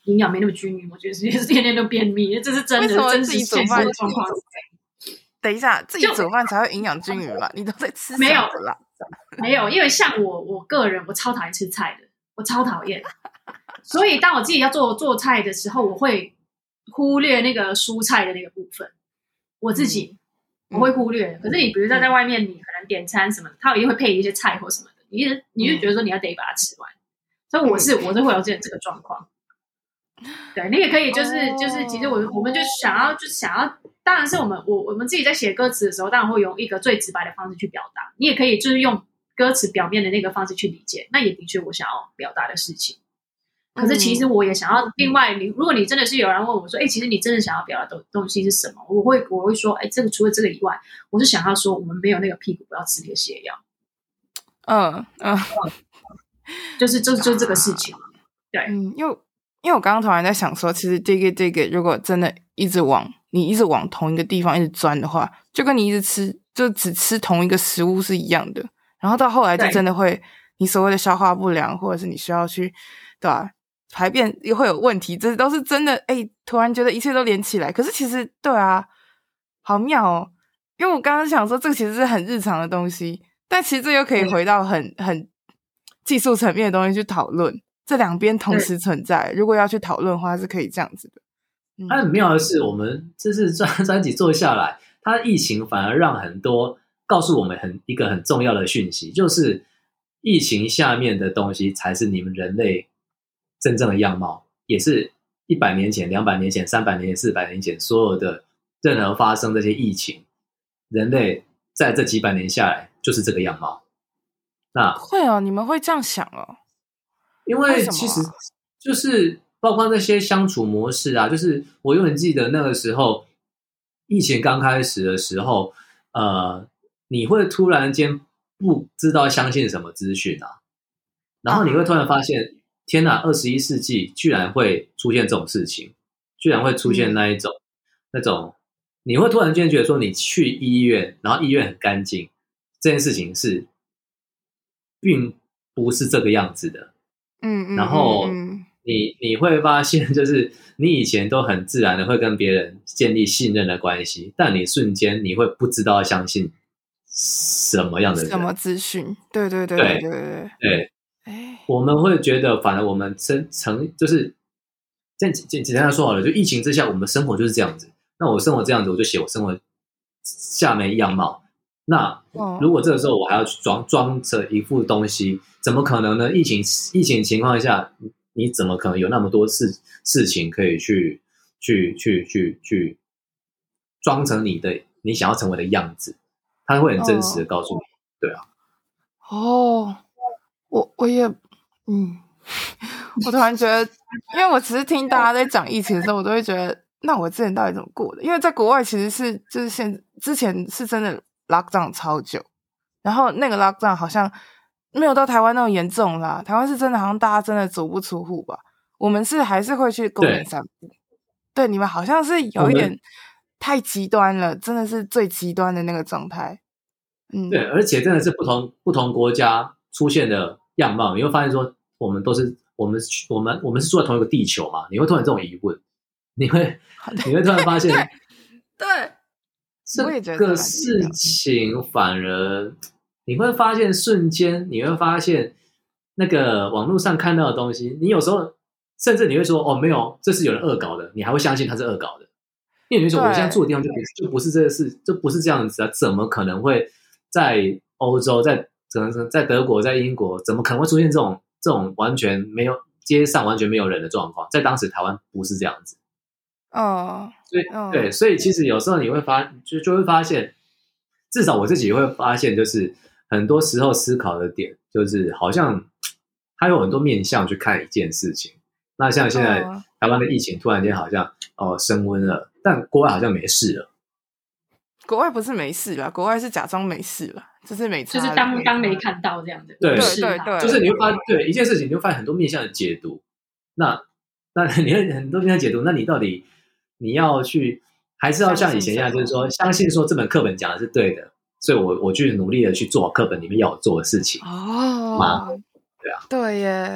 营养没那么均匀，我觉得是天天都便秘，这是真的， 为什么真自己煮饭实现实的状况是这样。 等一下，自己煮饭才会营养均匀吧？你都在吃没有啥的啦？ 没有，因为像我我个人，我超讨厌吃菜的，我超讨厌。所以当我自己要做做菜的时候，我会忽略那个蔬菜的那个部分。我自己、嗯、我会忽略。可是你比如说在外面，你可能点餐什么的，它一定会配一些菜或什么的，你你就觉得说你要得把它吃完。所以我是我是会有这这个状况。对，你也可以就是就是，其实我我们就想要就是想要，当然是我们我我们自己在写歌词的时候，当然会用一个最直白的方式去表达。你也可以就是用歌词表面的那个方式去理解，那也的确我想要表达的事情。可是其实我也想要另外，你如果你真的是有人问我说，哎，其实你真的想要表达的东西是什么？我会我会说，哎，这个除了这个以外，我是想要说，我们没有那个屁股不要吃那个泻药。 嗯嗯， 就是就就这个事情。对， 嗯，因为因为我刚刚突然在想说，其实这个这个如果真的一直往你一直往同一个地方一直钻的话，就跟你一直吃就只吃同一个食物是一样的。然后到后来就真的会，你所谓的消化不良，或者是你需要去，对吧？排便也会有问题，这都是真的。哎，突然觉得一切都连起来，可是其实对啊，好妙哦。因为我刚刚想说，这个其实是很日常的东西，但其实这又可以回到很很技术层面的东西去讨论。这两边同时存在，如果要去讨论的话，是可以这样子的。 嗯、 它很妙的是，我们这次专专辑做下来，它疫情反而让很多告诉我们很一个很重要的讯息，就是疫情下面的东西才是你们人类真正的样貌，也是一百年前、两百年前、三百年前、四百年前所有的任何发生这些疫情，人类在这几百年下来就是这个样貌。那会哦，你们会这样想哦？ 因为其实就是包括那些相处模式啊，就是我永远记得那个时候疫情刚开始的时候，呃，你会突然间不知道相信什么资讯啊，然后你会突然发现，啊、天哪，二十一世纪居然会出现这种事情，居然会出现那一种、嗯、那种，你会突然间觉得说，你去医院，然后医院很干净，这件事情是并不是这个样子的。 嗯， 然后你你会发现，就是你以前都很自然的会跟别人建立信任的关系，但你瞬间你会不知道相信什么样的人， 什么资讯？对对对对对对对。我们会觉得，反而我们生成就是简简简单说好了，就疫情之下，我们的生活就是这样子。那我生活这样子，我就写我生活下面样貌。那如果这个时候我还要去装装着一副东西，怎么可能呢？疫情疫情情况下，你怎么可能有那么多事事情可以去去去去去装成你的你想要成为的样子？它会很真实的告诉你，哦、对啊。 哦，我我也嗯，我突然觉得，因为我只是听大家在讲疫情的时候，我都会觉得，那我之前到底怎么过的？因为在国外其实是就是现之前是真的 lockdown 超久，然后那个 lockdown 好像没有到台湾那么严重啦。台湾是真的好像大家真的走不出户吧？我们是还是会去公园散步。对，你们好像是有一点太极端了，真的是最极端的那个状态。嗯， 对，而且真的是不同不同国家出现的样貌，你会发现说，我们都是我们我们我们是住在同一个地球嘛？你会突然这种疑问，你会你会突然发现， 对。对这个事情反而你会发现，瞬间你会发现那个网络上看到的东西，你有时候甚至你会说哦，没有，这是有人恶搞的，你还会相信他是恶搞的，因为你会说我现在住的地方就不就不是这个事，就不是这样子啊，怎么可能会在欧洲，在在德国，在英国，怎么可能会出现这种这种完全没有街上完全没有人的状况？在当时台湾不是这样子。 哦， 所以、哦、对，所以其实有时候你会发就就会发现，至少我自己会发现，就是很多时候思考的点，就是好像它有很多面向去看一件事情。那像现在台湾的疫情突然间好像哦升温了，但国外好像没事了。 国外不是没事了，国外是假装没事了，就是没差， 就是当当没看到这样的。 对对对， 就是你会发现，对一件事情，你会发现很多面向的解读。那那你会很多面向解读，那你到底你要去，还是要像以前一样，就是说相信说这本课本讲的是对的，所以我我去努力的去做好课本里面要我做的事情。 哦， 嘛，对啊， 对耶。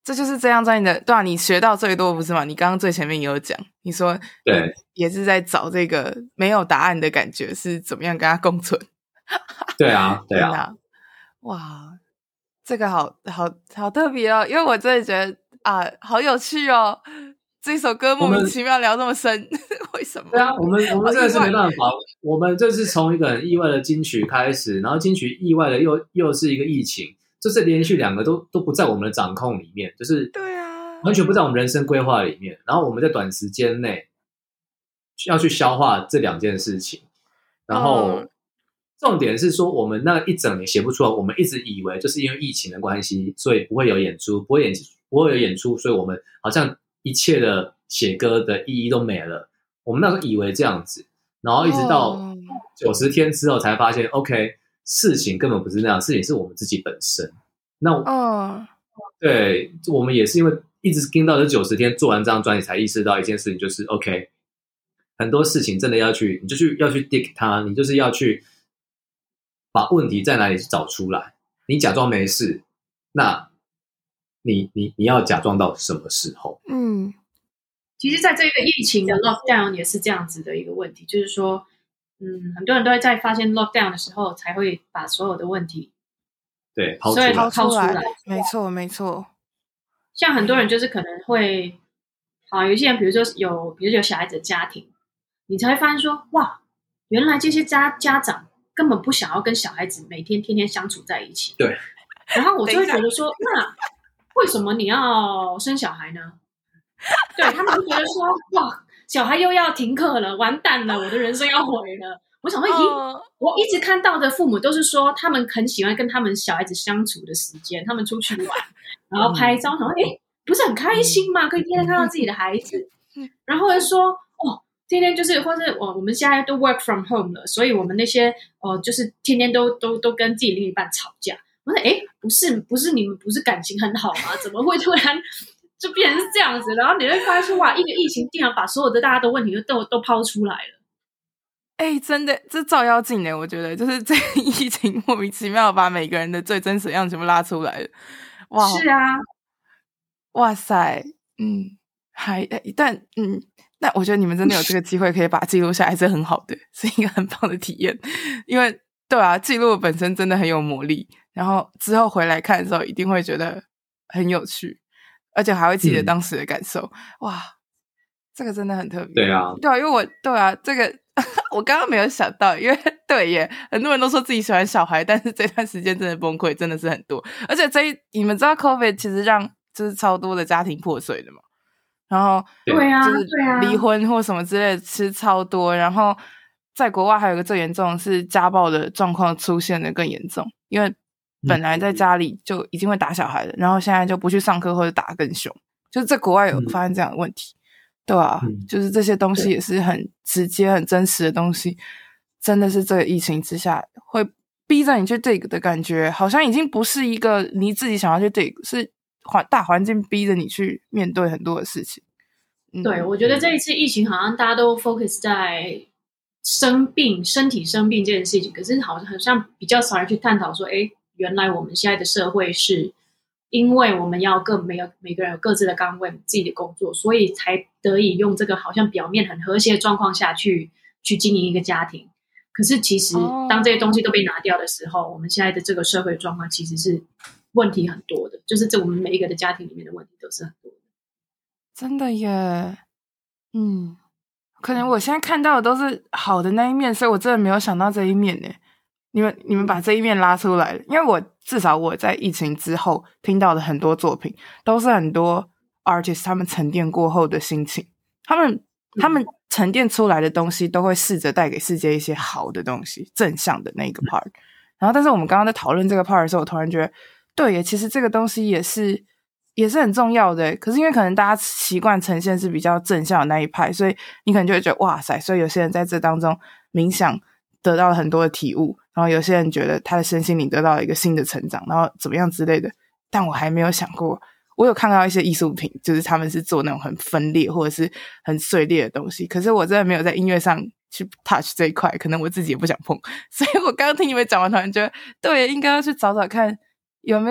这就是这样在你的对啊，你学到最多不是吗？你刚刚最前面也有讲，你说对， 也是在找这个没有答案的感觉是怎么样跟它共存。 对啊，对啊， 啊哇，这个好好好特别哦，因为我真的觉得啊，好有趣哦。这首歌莫名其妙聊这么深，为什么？ 对啊，我们我们真的是没办法，我们就是从一个很意外的金曲开始，然后金曲意外的又又是一个疫情，就是连续两个都都不在我们的掌控里面，就是对啊， 完全不在我们人生规划里面。然后我们在短时间内要去消化这两件事情，然后重点是说，我们那一整年写不出来，我们一直以为就是因为疫情的关系，所以不会有演出，不会演不会有演出，所以我们好像一切的写歌的意义都没了。我们那时候以为这样子，然后一直到九十天之后才发现、oh. ，OK， 事情根本不是那样，事情是我们自己本身。那哦， oh. 对，我们也是因为一直盯到这九十天，做完这张专辑才意识到一件事情，就是 OK， 很多事情真的要去，你就去要去 dig 它，你就是要去把问题在哪里找出来。你假装没事，那你你你要假装到什么时候？ 嗯。其实在这个疫情的 lockdown 也是这样子的一个问题，就是说嗯，很多人都会在发现 lockdown 的时候才会把所有的问题对抛出来抛出来， 来没错没错。 像很多人就是可能会好，有些人比如说有比如说有小孩子的家庭，你才会发现说哇，原来这些家家长根本不想要跟小孩子每天天天相处在一起。 对， 然后我就会觉得说那为什么你要生小孩呢？对，他们就觉得说哇，小孩又要停课了，完蛋了，我的人生要毁了。我想说咦、哦、我一直看到的父母都是说他们很喜欢跟他们小孩子相处的时间，他们出去玩然后拍照，然后诶不是很开心吗？可以天天看到自己的孩子，然后就说哦，天天就是或是我我们现在都 work from home 了，所以我们那些哦、呃、就是天天都都都跟自己另一半吵架。我说诶不是不是你们不是感情很好吗？怎么会突然就变成是这样子？然后你会发现哇，一个疫情竟然把所有的大家的问题都都抛出来了。 哎、欸，真的，这照妖镜呢？我觉得就是这个疫情莫名其妙把每个人的最真实样全部拉出来了。哇， 是啊， 哇塞，嗯，还但嗯，那我觉得你们真的有这个机会可以把它记录下来，是很好的，是一个很棒的体验。因为对啊，记录本身真的很有魔力，然后之后回来看的时候，一定会觉得很有趣，而且还会记得当时的感受。嗯、哇，这个真的很特别。 对啊， 对啊，因为我对啊，这个。我刚刚没有想到，因为对耶，很多人都说自己喜欢小孩，但是这段时间真的崩溃，真的是很多。而且这一你们知道 COVID 其实让就是超多的家庭破碎的嘛，然后对啊， 就是离婚或什么之类的其实超多。然后在国外还有一个最严重的是家暴的状况出现的更严重，因为本来在家里就已经会打小孩的，然后现在就不去上课或者打更凶，就是在国外有发生这样的问题。嗯对啊、嗯、就是这些东西也是很直接很真实的东西，真的是这个疫情之下会逼着你去 dig 的感觉，好像已经不是一个你自己想要去 dig， 是环大环境逼着你去面对很多的事情。 嗯、对，我觉得这一次疫情好像大家都 focus 在生病身体生病这件事情，可是好像好像比较少人去探讨说诶原来我们现在的社会是因为我们要各每个每个人有各自的岗位自己的工作，所以才得以用这个好像表面很和谐的状况下去去经营一个家庭。可是其实当这些东西都被拿掉的时候、oh. 我们现在的这个社会状况其实是问题很多的，就是这我们每一个的家庭里面的问题都是很多的。 真的耶，嗯，可能我现在看到的都是好的那一面，所以我真的没有想到这一面耶。你们你们把这一面拉出来了，因为我至少我在疫情之后听到的很多作品都是很多 artist 他们沉淀过后的心情，他们他们沉淀出来的东西都会试着带给世界一些好的东西，正向的那个 part。 然后但是我们刚刚在讨论这个 part 的时候，我突然觉得对耶，其实这个东西也是也是很重要的。可是因为可能大家习惯呈现是比较正向的那一派，所以你可能就会觉得哇塞，所以有些人在这当中冥想得到了很多的体悟，然后有些人觉得他的身心灵得到了一个新的成长，然后怎么样之类的。但我还没有想过，我有看到一些艺术品，就是他们是做那种很分裂或者是很碎裂的东西，可是我真的没有在音乐上去 touch 这一块，可能我自己也不想碰。所以我刚刚听你们讲完，突然觉得对，应该要去找找看有没有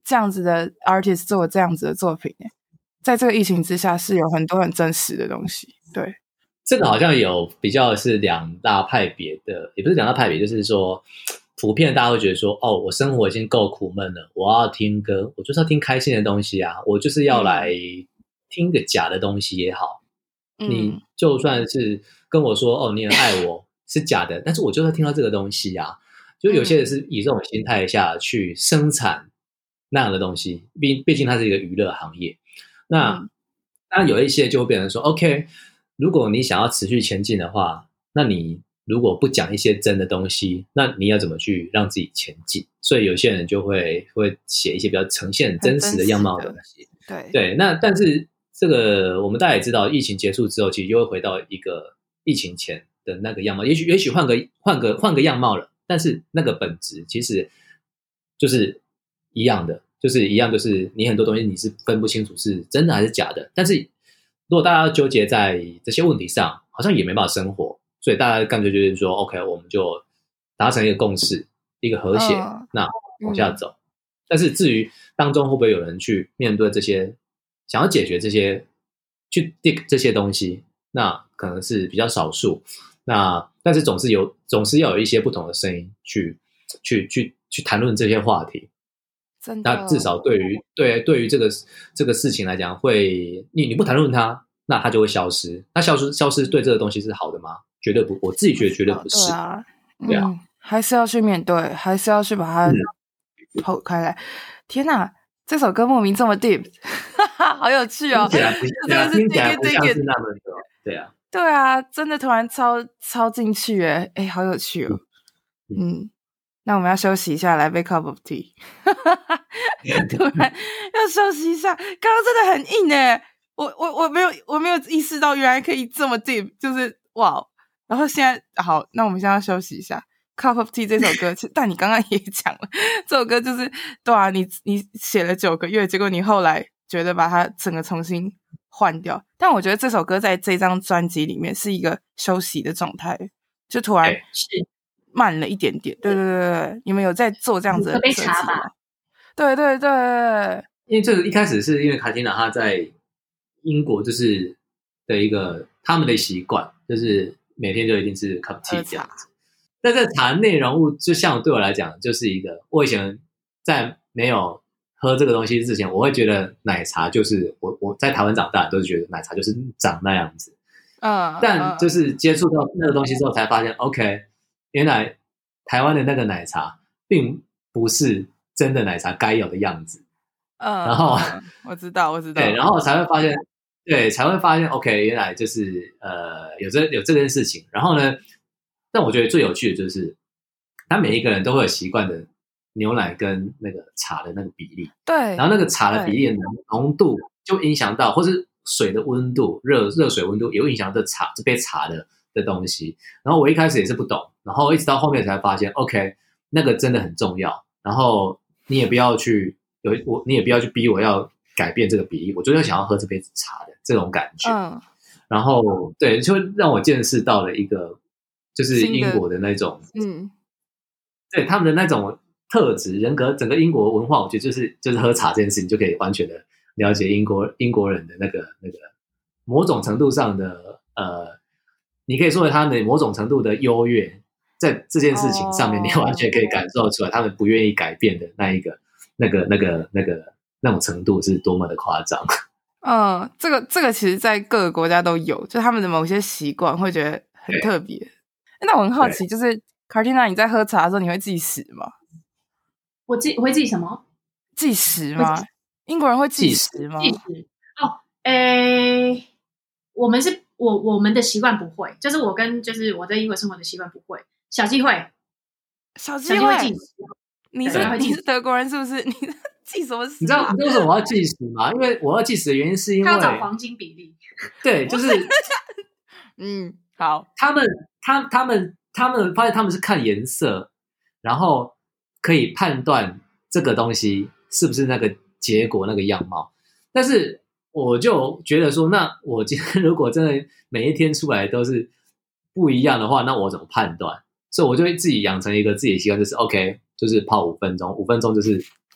这样子的 artist 做这样子的作品，在这个疫情之下是有很多很真实的东西。对， 这个好像有比较是两大派别的，也不是两大派别，就是说普遍大家会觉得说，哦，我生活已经够苦闷了，我要听歌，我就是要听开心的东西啊，我就是要来听个假的东西也好，嗯、你就算是跟我说，哦，你很爱我是假的，但是我就要听到这个东西啊。就有些人是以这种心态下去生产那样的东西，毕毕竟它是一个娱乐行业。那、嗯、当然有一些就会变成说 OK， 如果你想要持续前进的话，那你如果不讲一些真的东西，那你要怎么去让自己前进？所以有些人就会会写一些比较呈现真实的样貌的东西。 对对，那但是这个我们大家也知道，疫情结束之后，其实就会回到一个疫情前的那个样貌，也许也许换个换个换个样貌了。但是那个本质其实就是一样的，就是一样，就是你很多东西你是分不清楚是真的还是假的。但是如果大家纠结在这些问题上，好像也没办法生活，所以大家干脆就是说 OK， 我们就达成一个共识，一个和谐、哦、那往下走、嗯、但是至于当中会不会有人去面对这些想要解决这些去 dig 这些东西，那可能是比较少数。那但是总是有总是要有一些不同的声音去去去去谈论这些话题。 真的， 那至少对于对对于这个这个事情来讲，会你你不谈论它，那它就会消失。那消失消失对这个东西是好的吗？绝对不，我自己觉得绝对不是。 对啊， 对啊、 嗯，还是要去面对，还是要去把它剖开来。嗯、天哪，这首歌莫名这么 deep， 好有趣哦！ 听起来不像，听起来不像是那么的，对啊。 对啊，真的突然超超进去耶，哎，好有趣哦。嗯，那我们要休息一下，来杯 cup of tea。突然要休息一下，刚刚真的很硬耶，我我我没有我没有意识到原来可以这么 deep， 就是哇。然后现在好，那我们现在要休息一下。Cup of Tea 这首歌，但你刚刚也讲了，这首歌就是对啊，你你写了九个月，结果你后来觉得把它整个重新换掉。但我觉得这首歌在这张专辑里面是一个休息的状态，就突然慢了一点点。对对对对，你们有在做这样子的设计吗？对对对， 因为这个一开始是因为卡蒂娜她在英国就是的一个他们的习惯，就是每天就一定是 cup tea 这样子。但这茶内容物就像对我来讲就是一个，我以前在没有喝这个东西之前，我会觉得奶茶就是我我在台湾长大都是觉得奶茶就是长那样子。嗯，但就是接触到那个东西之后才发现 OK， 原来台湾的那个奶茶并不是真的奶茶该有的样子。 嗯， 然后我知道我知道， 对，然后才会发现对才会发现 OK， 原来就是呃有这有这件事情。然后呢，但我觉得最有趣的就是，他每一个人都会有习惯的牛奶跟那个茶的那个比例， 对， 然后那个茶的比例的浓度就影响到，或是水的温度、热热水温度也会影响到这茶这杯茶的的东西。然后我一开始也是不懂，然后一直到后面才发现 ，OK， 那个真的很重要。然后你也不要去有我，你也不要去逼我要改变这个比例，我就是想要喝这杯茶的这种感觉。嗯，然后对，就让我见识到了一个。就是英国的那种，嗯，对他们的那种特质、人格，整个英国文化，我觉得就是就是喝茶这件事情，就可以完全的了解英国英国人的那个那个某种程度上的呃，你可以说他们某种程度的优越，在这件事情上面，你完全可以感受出来，他们不愿意改变的那一个那个那个那个那种程度是多么的夸张。 嗯，这个这个其实在各个国家都有，就他们的某些习惯会觉得很特别。那我很好奇，就是 Katina 你在喝茶的时候，你会计时吗？ 我记我会记什么？ 计时吗？英国人会计时吗？ 计时哦，诶，我们是我我们的习惯不会，就是我跟就是我在英国生活的习惯不会。小鸡会， 小鸡会计时。你是你是德国人是不是？你计什么时？ 你知道你知道为什么我要计时吗？因为我要计时的原因是因为他要找黄金比例。 对，就是嗯。好， 他们他他们他们发现他们是看颜色，然后可以判断这个东西是不是那个结果那个样貌。但是我就觉得说，那我今天如果真的每一天出来都是不一样的话，那我怎么判断？所以我就会自己养成一个自己的习惯，就是 OK， 就是泡五分钟，五分钟就是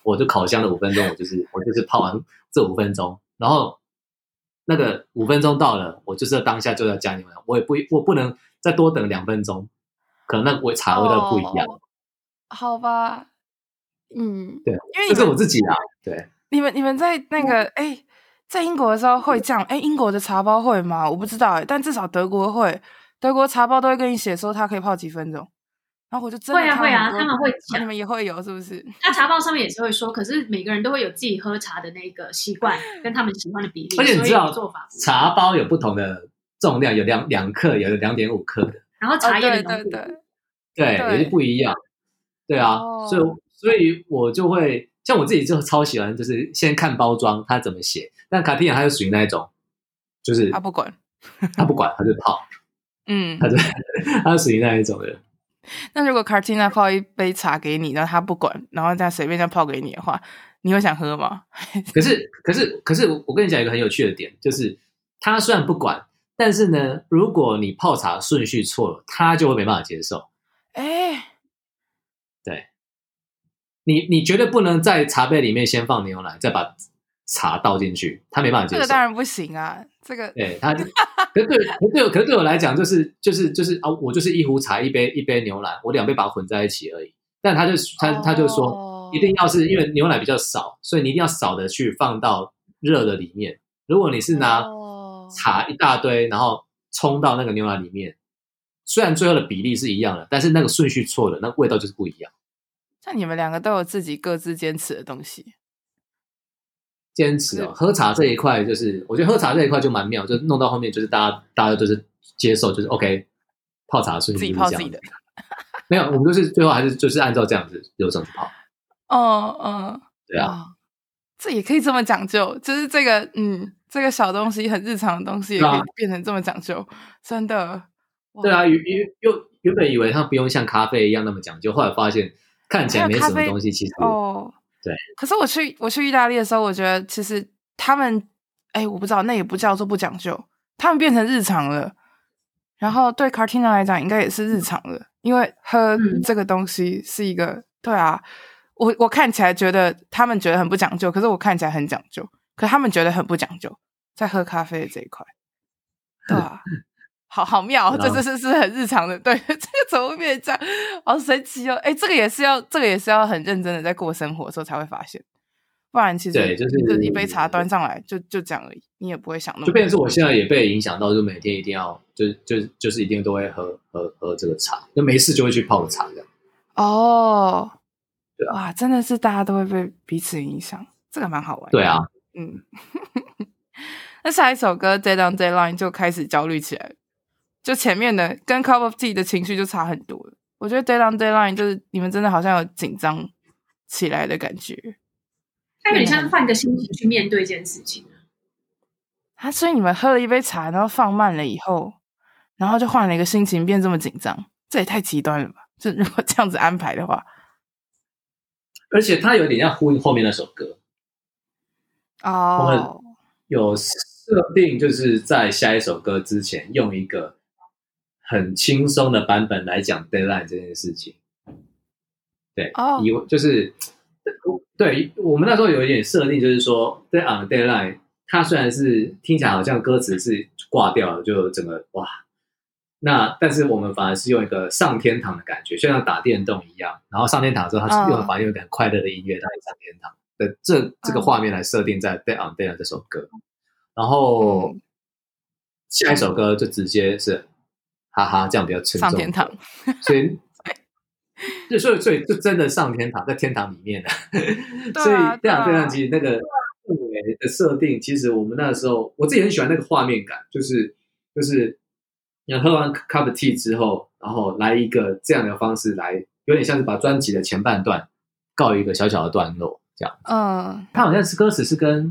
我就烤箱的五分钟，我就是我就是泡完这五分钟，然后那个五分钟到了，我就是当下就要加牛奶，我也不我不能再多等两分钟，可能那味茶味道不一样。 哦、好吧，嗯， 对， 因为这是我自己啦。对， 你们你们在那个哎、欸，在英国的时候会这样？哎、欸，英国的茶包会吗？我不知道哎、欸，但至少德国会，德国茶包都会跟你写说它可以泡几分钟。然后我就真的会啊会啊，他们会讲， 你们也会有是不是？ 他茶包上面也是会说，可是每个人都会有自己喝茶的那个习惯，跟他们喜欢的比例， 而且你知道做法茶包有不同的重量，有两两克，有两点五克的， 然后茶叶的浓度、哦、 对对对，也是不一样。对啊，哦、所以所以我就会像我自己就超喜欢，就是先看包装它怎么写，但卡地亚它就属于那一种，就是他不管， 他不管，他就泡，嗯，他就他就属于那一种人。 那如果 Cartina 泡一杯茶给你，然后他不管，然后再随便再泡给你的话，你会想喝吗？ 可是，可是，可是，我跟你讲一个很有趣的点，就是他虽然不管，但是呢，如果你泡茶顺序错了，他就会没办法接受。 哎、欸， 对，你你绝对不能在茶杯里面先放牛奶，再把茶倒进去，他没办法接受。 这个当然不行啊，这个对他，可是对，可是对，可是对我来讲，就是就是就是啊，我就是一壶茶，一杯一杯牛奶，我两杯把它混在一起而已。但他就他他就说，哦、一定要是因为牛奶比较少，所以你一定要少的去放到热的里面。如果你是拿茶一大堆，然后冲到那个牛奶里面，虽然最后的比例是一样的，但是那个顺序错了，那味道就是不一样。 像你们两个都有自己各自坚持的东西。 坚持哦，喝茶这一块就是，我觉得喝茶这一块就蛮妙，就弄到后面就是大家大家都是接受，就是 OK， 泡茶顺序就是这样，自己泡自己的，没有，我们就是最后还是就是按照这样子流程去泡。 哦嗯， 对啊， 这也可以这么讲究，就是这个嗯，这个小东西很日常的东西也可以变成这么讲究，啊、真的。 对啊，原原原本以为它不用像咖啡一样那么讲究，后来发现看起来没什么东西，其实哦。 对， 可是我去我去意大利的时候，我觉得其实他们，哎，我不知道，那也不叫做不讲究，他们变成日常了。然后对 Cartina 来讲，应该也是日常了，因为喝这个东西是一个，嗯、对啊，我我看起来觉得他们觉得很不讲究，可是我看起来很讲究，可是他们觉得很不讲究，在喝咖啡的这一块，对啊。好好妙，这这是是很日常的，对，这个怎么会变成这样？好神奇哦！哎，这个也是要，这个也是要很认真的在过生活的时候才会发现，不然其实对，就是一杯茶端上来就就这样而已，你也不会想那么多。 就变成是我现在也被影响到，就每天一定要，就就就是一定都会喝喝喝这个茶，就没事就会去泡个茶这样。 哦， 对啊， 哇，真的是大家都会被彼此影响，这个蛮好玩的。 对啊， 嗯，那下一首歌《Dead on Deadline》就开始焦虑起来了。就前面的跟 Cup of Tea 的情绪就差很多了，我觉得 Dead on Deadline 就是你们真的好像有紧张起来的感觉， 它有点像换个心情去面对这件事情啊。所以你们喝了一杯茶，然后放慢了以后，然后就换了一个心情，变这么紧张，这也太极端了吧？就如果这样子安排的话， 而且它有点要呼应后面那首歌哦。 我们有设定，就是在下一首歌之前用一个很轻松的版本来讲 deadline 这件事情。对，哦，就是对我们那时候有一点设定，就是说 Dead on Deadline 它虽然是听起来好像歌词是挂掉了，就整个哇，那但是我们反而是用一个上天堂的感觉，就像打电动一样，然后上天堂之后，它是用反而用一个很快乐的音乐，它也上天堂的这这个画面来设定在 Dead on Deadline 这首歌。然后、嗯、下一首歌就直接是哈哈，这样比较沉重， 上天堂， 所以就所以所以就真的上天堂，在天堂里面的， 啊、 所以这样这样其实那个氛围的设定，其实我们那时候我自己很喜欢那个画面感，就是就是你喝完 cup of tea 之后，然后来一个这样的方式来，有点像是把专辑的前半段告一个小小的段落，这样。 嗯， 它好像是歌词是跟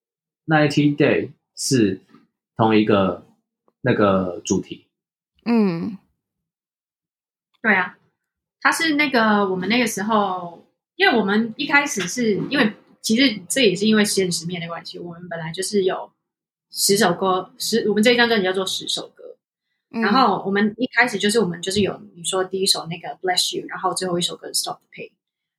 ninety day 是同一个那个主题。 嗯， 对啊，它是那个我们那个时候，因为我们一开始是因为其实这也是因为现实面的关系，我们本来就是有十首歌，十我们这一张专辑叫做十首歌、嗯，然后我们一开始就是我们就是有你说第一首那个 Bless You， 然后最后一首歌 Stop the Pain，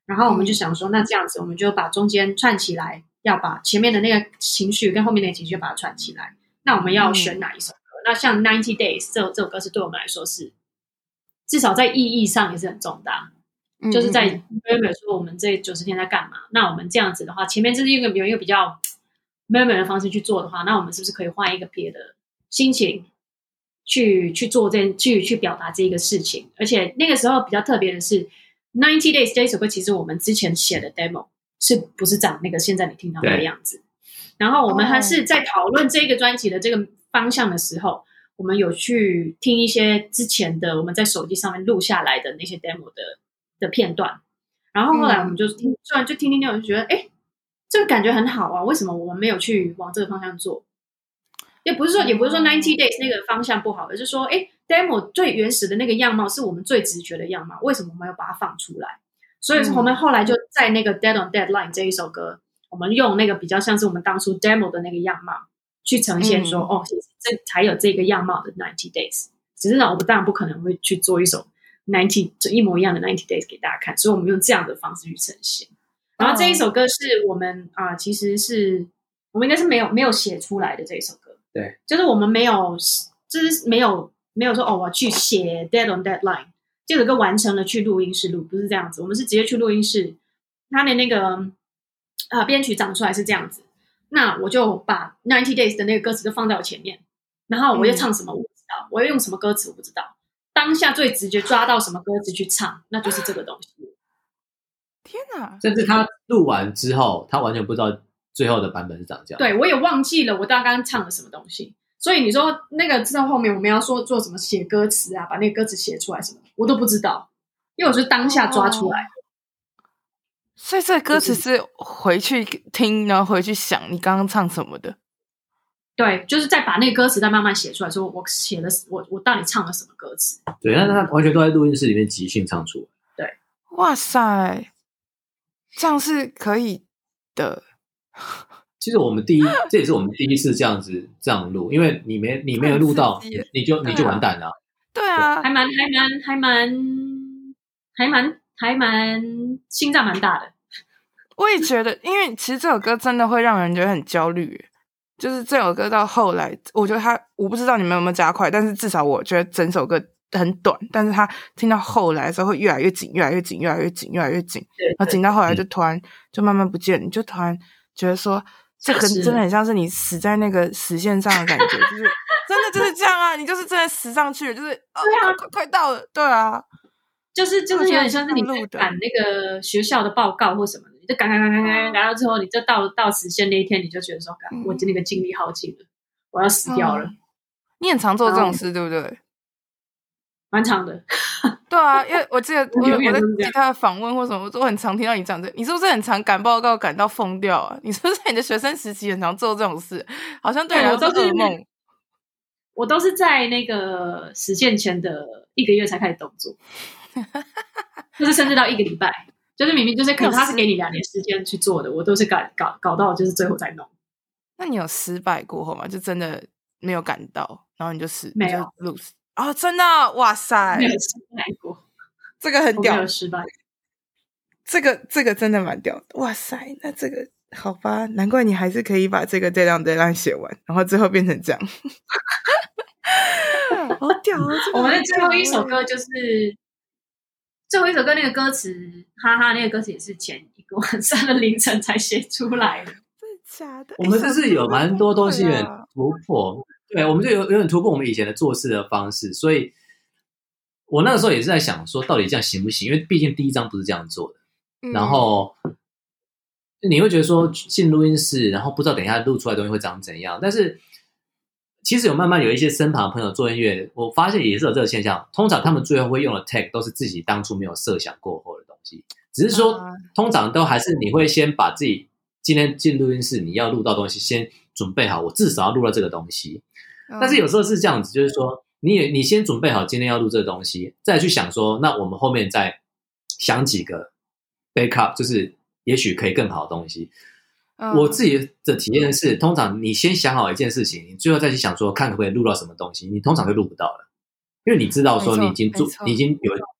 然后我们就想说，那这样子我们就把中间串起来，要把前面的那个情绪跟后面那个情绪把它串起来。那我们要选哪一首歌？嗯、那像ninety days 这这首歌是对我们来说是至少在意义上也是很重大，嗯、就是在 murmur 说我们这九十天在干嘛。那我们这样子的话，前面这是一个有一个比较 murmur 的方式去做的话，那我们是不是可以换一个别的心情去去做这去去表达这一个事情？而且那个时候比较特别的是ninety days 这一首歌，其实我们之前写的 demo 是不是长那个现在你听到的样子？然后我们还是在讨论这个专辑的这个方向的时候，我们有去听一些之前的我们在手机上面录下来的那些 demo 的的片段，然后后来我们就听，突然就听听听，我就觉得，哎，这个感觉很好啊，为什么我们没有去往这个方向做？也不是说，也不是说 ninety days 那个方向不好，而是说，哎 ，demo 最原始的那个样貌是我们最直觉的样貌，为什么我们要把它放出来？所以我们后来就在那个 Dead on Deadline 这一首歌，我们用那个比较像是我们当初 demo 的那个样貌去呈现说，嗯、哦，这才有这个样貌的ninety days。只是呢，我们当然不可能会去做一首ninety就一模一样的ninety days 给大家看，所以我们用这样的方式去呈现。然后这一首歌是我们啊、呃，其实是我们应该是没有没有写出来的这一首歌。 对， 就是我们没有，就是没有没有说哦，我去写 Dead on Deadline 这首歌完成了去录音室录，不是这样子，我们是直接去录音室，他的那个呃编曲长出来是这样子，那我就把ninety days 的那个歌词就放在我前面，然后我要唱什么我不知道，嗯、我要用什么歌词我不知道，当下最直觉抓到什么歌词去唱，那就是这个东西。 天哪！ 甚至他录完之后，他完全不知道最后的版本是长这样。 对，我也忘记了我刚刚唱了什么东西，所以你说那个之后后面我们要说做什么写歌词啊，把那个歌词写出来什么，我都不知道，因为我是当下抓出来。 哦、所以这个歌词是回去听，然后回去想你刚刚唱什么的。 对，就是再把那个歌词再慢慢写出来，说我写了我我到底唱了什么歌词。 对，但是他完全都在录音室里面即兴唱出来。 对， 哇塞，这样是可以的。 其实我们第一，这也是我们第一次这样子这样录，因为你没你没有录到，你就你就完蛋了。 对啊， 还蛮还蛮还蛮还蛮还蛮心脏蛮大的。 我也觉得，因为其实这首歌真的会让人觉得很焦虑。就是这首歌到后来，我觉得它，我不知道你们有没有加快，但是至少我觉得整首歌很短，但是它听到后来的时候会越来越紧，越来越紧，越来越紧，越来越紧，然后紧到后来就突然就慢慢不见，你就突然觉得说，这很真的很像是你死在那个死线上的感觉，就是真的就是这样啊，你就是真的死上去了，就是哦， 对啊， 快快到了，对啊， 就是就是有点像是你在赶那个学校的报告或什么的。就赶赶赶赶赶赶到之后，你就到到实现那一天，你就觉得说，嗯、我那个精力耗尽了，我要死掉了。嗯、 你很常做这种事，对不对？ 蛮长的。 对啊，因为我记得我我在其他的访问或什么，我很常听到你讲这，你是不是很常赶报告赶到疯掉啊？你是不是在你的学生时期很常做这种事？好像对你来说是噩梦。 我都是在那个实现前的一个月才开始动作，就是甚至到一个礼拜。就是明明就是可能他是给你两年时间去做的，我都是搞搞搞到就是最后再弄。 那你有失败过后吗？就真的没有赶到，然后你就失没有 lose 哦，真的、哦、哇塞， 没有失败过， 这个很屌， 没有失败， 这个这个真的蛮屌的，哇塞，那这个好吧，难怪你还是可以把这个这样这样写完，然后最后变成这样，好屌啊！ 我们的最后一首歌就是。最后一首歌那个歌词，哈哈，那个歌词也是前一个晚上的凌晨才写出来的。 真的假的？ 我们这是有蛮多东西有点突破，对，我们就有有点突破我们以前的做事的方式，所以我那个时候也是在想说，到底这样行不行？因为毕竟第一章不是这样做的，嗯、然后你会觉得说进录音室，然后不知道等一下录出来的东西会长怎样，但是。其实有慢慢有一些身旁的朋友做音乐，我发现也是有这个现象。通常他们最后会用的 tag 都是自己当初没有设想过后的东西，只是说、uh, 通常都还是你会先把自己今天进录音室你要录到东西先准备好，我至少要录到这个东西。Uh, 但是有时候是这样子，就是说你也你先准备好今天要录这个东西，再去想说那我们后面再想几个 backup， 就是也许可以更好的东西。Uh, 我自己的体验是，通常你先想好一件事情，你最后再去想说看可不可以录到什么东西，你通常就录不到了，因为你知道说你已经做，你已经有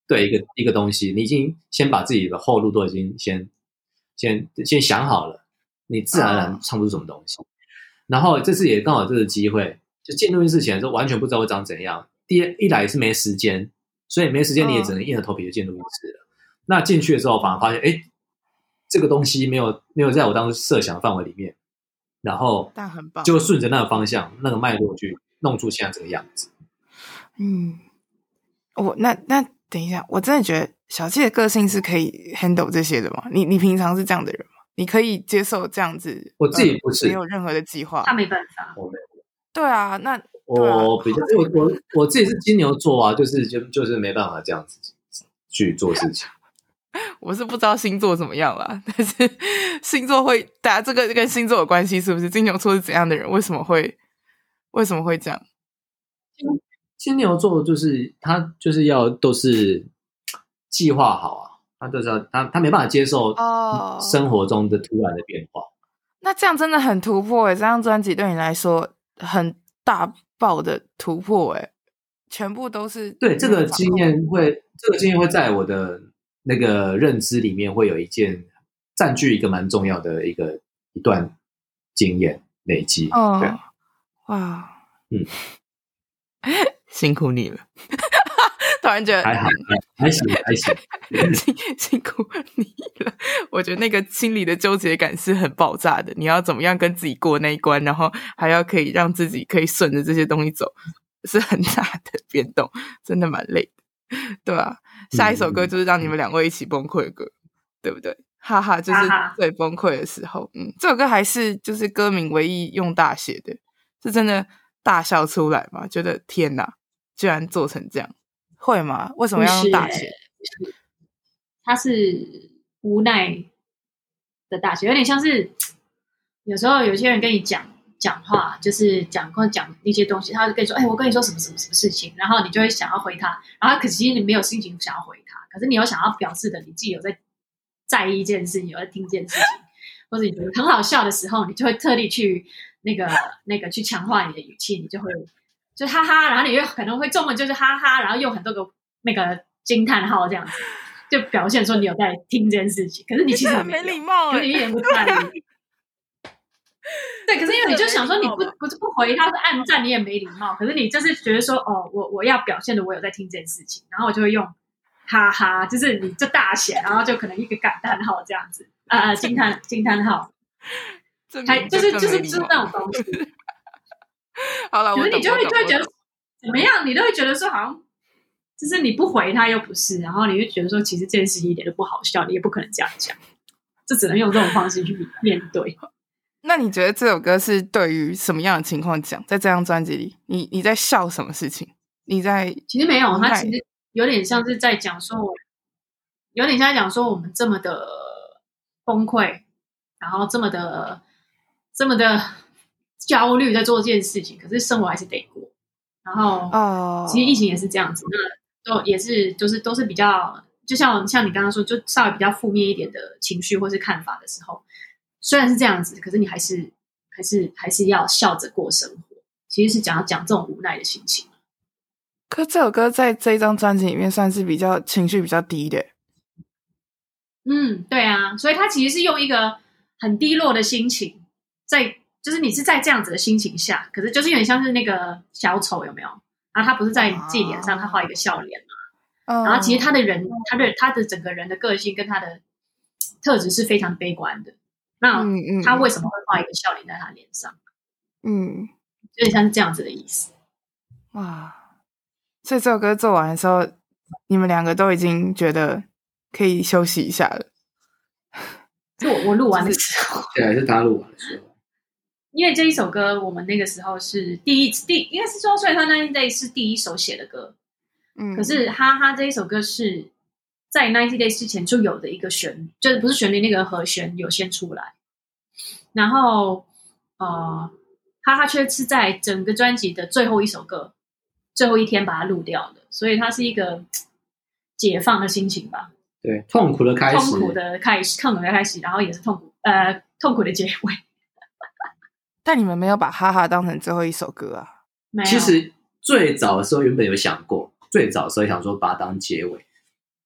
对一个一个东西，你已经先把自己的后路都已经先先先想好了，你自然而然唱出什么东西。哦、然后这次也刚好这个机会，就进录音室前的时候完全不知道会长怎样。第一一来是没时间，所以没时间你也只能硬着头皮就进录音室了。哦、那进去的时候反而发现，哎，这个东西没有没有在我当时设想范围里面，然后但很棒， 就顺着那个方向那个脉络去弄出现在这个样子。 嗯，我那那等一下，我真的觉得小七的个性是可以 handle 这些的吗？你你平常是这样的人吗？你可以接受这样子？ 我自己不是， 呃、没有任何的计划， 他没办法。 我没有。 对啊，那我比较我我我自己是金牛座啊，就是就就是没办法这样子去做事情。 我是不知道星座怎么样啦，但是星座会，大家这个跟星座有关系是不是？金牛座是怎样的人？为什么会为什么会这样？ 金牛座就是他就是要都是计划好啊，他就是要他他没办法接受生活中的突然的变化。Oh. 那这样真的很突破耶！这张专辑对你来说很大爆的突破耶，全部都是对这个经验会，这个经验会在我的那个认知里面会有一件占据一个蛮重要的一个一段经验累积。 哦， 对， 哇， 嗯， 辛苦你了。突然觉得还好，还行，还行， 辛辛苦你了。我觉得那个心理的纠结感是很爆炸的。你要怎么样跟自己过那一关，然后还要可以让自己可以顺着这些东西走，是很大的变动，真的蛮累的，对啊。下一首歌就是让你们两位一起崩溃的歌，嗯、对不对？哈哈，就是最崩溃的时候。嗯，这首歌还是就是歌名唯一用大写的，是真的大笑出来吗？觉得天哪，居然做成这样。会吗？为什么要用大写？ 他是无奈的大写，有点像是有时候有些人跟你讲讲话，就是讲或讲一些东西，他就跟你说：“哎，我跟你说什么什么什么事情。”然后你就会想要回他，然后可惜你没有心情想要回他，可是你又想要表示的你自己有在在意一件事情，有在听这件事情，或者你觉得很好笑的时候，你就会特地去那个那个去强化你的语气，你就会。就哈哈，然后你又可能会中文就是哈哈，然后用很多个那个惊叹号这样子，就表现说你有在听这件事情。可是你其实很没礼貌， 就你一点不在意。对，可是因为你就想说你不不是不回他是暗赞，你也没礼貌。可是你就是觉得说哦，我我要表现的我有在听这件事情，然后我就会用哈哈，就是你就大写，然后就可能一个感叹号这样子，啊、呃、惊叹惊叹号，还就是就是就是那种东西。 好了， 可是你就会就会觉得怎么样？你都会觉得说好像就是你不回他又不是，然后你会觉得说其实这件事情一点都不好笑，你也不可能这样讲，就只能用这种方式去面对。 那你觉得这首歌是对于什么样的情况讲？在这张专辑里，你你在笑什么事情？你在其实没有，他其实有点像是在讲说，有点像在讲说我们这么的崩溃，然后这么的这么的。焦虑在做这件事情，可是生活还是得过。然后，哦，其实疫情也是这样子，那都也是，就是都是比较，就像像你刚刚说，就稍微比较负面一点的情绪或是看法的时候，虽然是这样子，可是你还是还是还是要笑着过生活。其实是讲要讲这种无奈的心情。 可这首歌在这一张专辑里面算是比较情绪比较低的。 嗯，对啊，所以他其实是用一个很低落的心情在。就是你是在这样子的心情下，可是就是有点像是那个小丑有没有？然后他不是在自己脸上他画一个笑脸嘛？然后其实他的人，他的他的整个人的个性跟他的特质是非常悲观的。那他为什么会画一个笑脸在他脸上？ 嗯， 有点像是这样子的意思。 哇！所以这首歌做完的时候，你们两个都已经觉得可以休息一下了。 是我我录完的时候， 对，还是他录完的时候。 因为这一首歌，我们那个时候是第一第，应该是说，所以他那Days是第一首写的歌，嗯，可是哈哈这一首歌是在ninety days之前就有的一个旋，就是不是旋律那个和弦有先出来，然后呃，哈哈却是在整个专辑的最后一首歌，最后一天把它录掉的，所以它是一个解放的心情吧， 对，痛苦的开始， 痛苦的开始，痛苦的开始，然后也是痛苦呃痛苦的结尾。 但你们没有把哈哈当成最后一首歌啊？ 没有。 其实最早的时候原本有想过，最早的时候想说把它当结尾，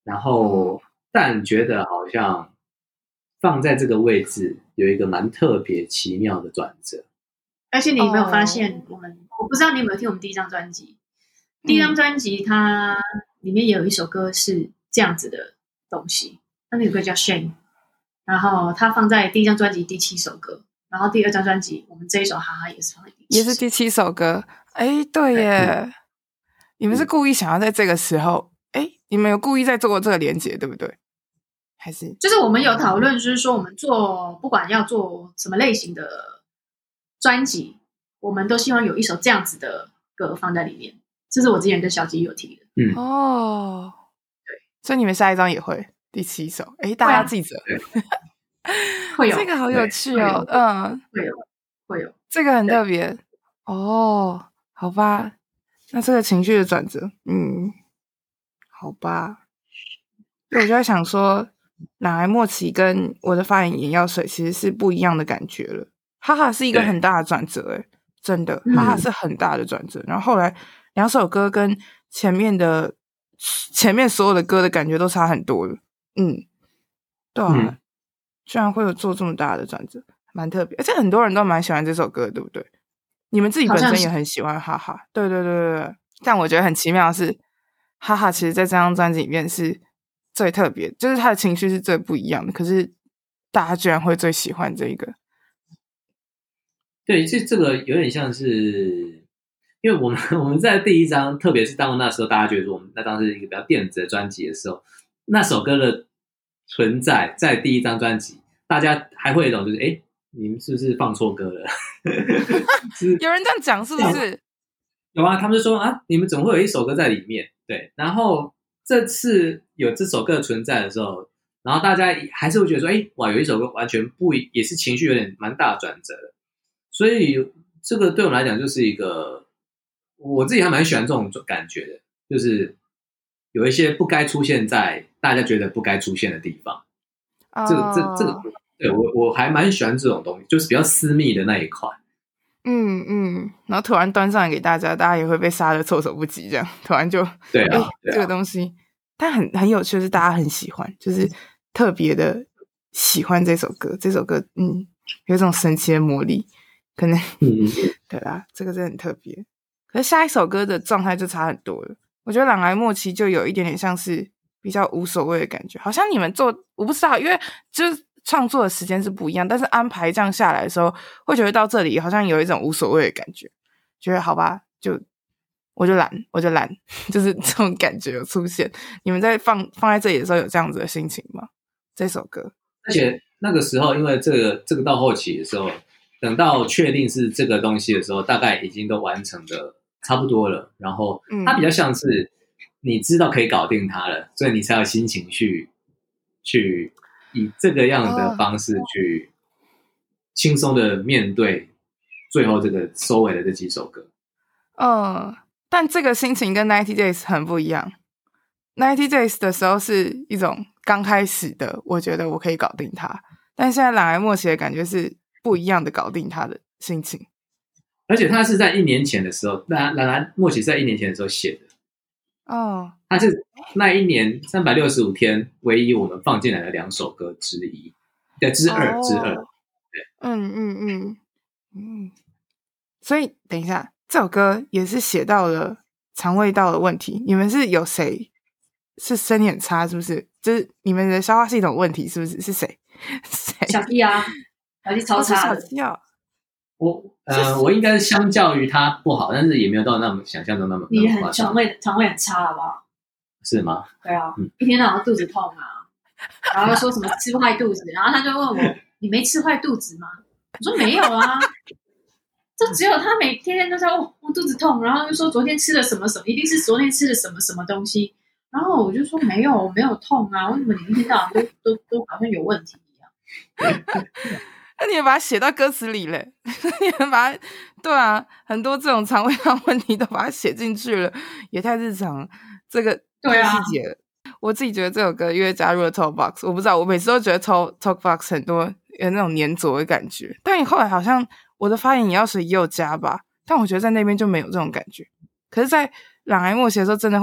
然后但觉得好像放在这个位置有一个蛮特别奇妙的转折。 而且你有没有发现我们、oh. 我不知道你有没有听我们第一张专辑，第一张专辑它里面也有一首歌是这样子的东西，那那首歌叫 Shame， 然后它放在第一张专辑第七首歌，然后第二张专辑我们这一首哈哈也是放在第七首， 也是第七首歌。哎，对耶、嗯、你们是故意想要在这个时候，哎，你们有故意在做过这个连结对不对？还是就是我们有讨论，就是说我们做不管要做什么类型的专辑，我们都希望有一首这样子的歌放在里面，这是我之前跟小吉有提的。 嗯， 哦， 对， 所以你们下一张也会第七首，哎，大家记着， 会有这个好有趣哦，嗯， 会有会有， 这个很特别哦，好吧，那这个情绪的转折，嗯，好吧，我就在想说，哪来默契跟我的发言眼药水其实是不一样的感觉了。哈哈是一个很大的转折，诶，真的，哈哈是很大的转折。然后后来两首歌跟前面的前面所有的歌的感觉都差很多了。嗯，对啊，嗯、居然会有做这么大的转折，蛮特别。而且很多人都蛮喜欢这首歌，对不对？你们自己本身也很喜欢哈哈，对对对对对。但我觉得很奇妙的是，哈哈其实在这张专辑里面是最特别，就是他的情绪是最不一样的，可是大家居然会最喜欢这一个。 对，这这个有点像是，因为我们我们在第一张，特别是当那时候大家觉得我们那张是一个比较电子的专辑的时候，那首歌的存在在第一张专辑，大家还会有一种就是，哎，你们是不是放错歌了？ 有人这样讲是不是？ 有啊，他们就说啊，你们总会有一首歌在里面，对。然后这次有这首歌存在的时候，然后大家还是会觉得说，哎，哇，有一首歌完全不也是情绪有点蛮大的转折的。所以这个对我来讲就是一个，我自己还蛮喜欢这种感觉的，就是有一些不该出现在大家觉得不该出现的地方。Oh. 这个这这个，对我我还蛮喜欢这种东西，就是比较私密的那一块。 嗯嗯，然后突然端上来给大家，大家也会被杀得措手不及，这样突然就对啊， 对啊，这个东西，但很很有趣的是，大家很喜欢，就是特别的喜欢这首歌，这首歌嗯有一种神奇的魔力。可能对啦，这个真的很特别。可是下一首歌的状态就差很多了。我觉得朗来默契就有一点点像是比较无所谓的感觉，好像你们做我不知道，因为就是创作的时间是不一样，但是安排这样下来的时候，会觉得到这里好像有一种无所谓的感觉，觉得好吧，就我就懒，我就懒，就是这种感觉有出现。你们在放放在这里的时候有这样子的心情吗？这首歌， 而且那个时候，因为这个这个到后期的时候。等到确定是这个东西的时候，大概已经都完成的差不多了。然后它比较像是你知道可以搞定它了，所以你才有心情去去以这个样的方式去轻松的面对最后这个收尾的这几首歌。 嗯，但这个心情跟ninety days 很不一样。ninety days 的时候是一种刚开始的，我觉得我可以搞定它，但现在朗来默契的感觉是不一样的搞定他的心情， 而且他是在一年前的时候，那朗来默契在一年前的时候写的哦，他是那一年三百六十五天唯一我们放进来的两首歌之一，对，之二、哦、之二，对， 嗯嗯嗯嗯，所以等一下，这首歌也是写到了肠胃道的问题，你们是有谁是身体很差，是不是？就是你们的消化系统问题，是不是？是谁？谁？ 小弟啊。小鸡超差的， 哦、 我呃，我应该是相较于他不好，但是也没有到那么想象中那么。 你很肠胃肠胃很差，好不好？ 是吗？ 对啊，嗯、一天到晚肚子痛啊，然后说什么吃坏肚子，然后他就问我：“你没吃坏肚子吗？”我说：“没有啊。”就只有他每天天都在哦，我肚子痛，然后就说昨天吃了什么什么，一定是昨天吃了什么什么东西。然后我就说：“没有，我没有痛啊，为什么你一天到晚都都都好像有问题一样？” 那你们把它写到歌词里嘞？你们把它，对啊，很多这种肠胃道问题都把它写进去了，也太日常了，这个太细节了。啊、我自己觉得这首歌因为加入了 Talkbox， 我不知道，我每次都觉得 Talk Talkbox 很多有那种黏着的感觉，但你后来好像我的发言眼药水也有加吧，但我觉得在那边就没有这种感觉。可是，在朗来默契的时候，真的会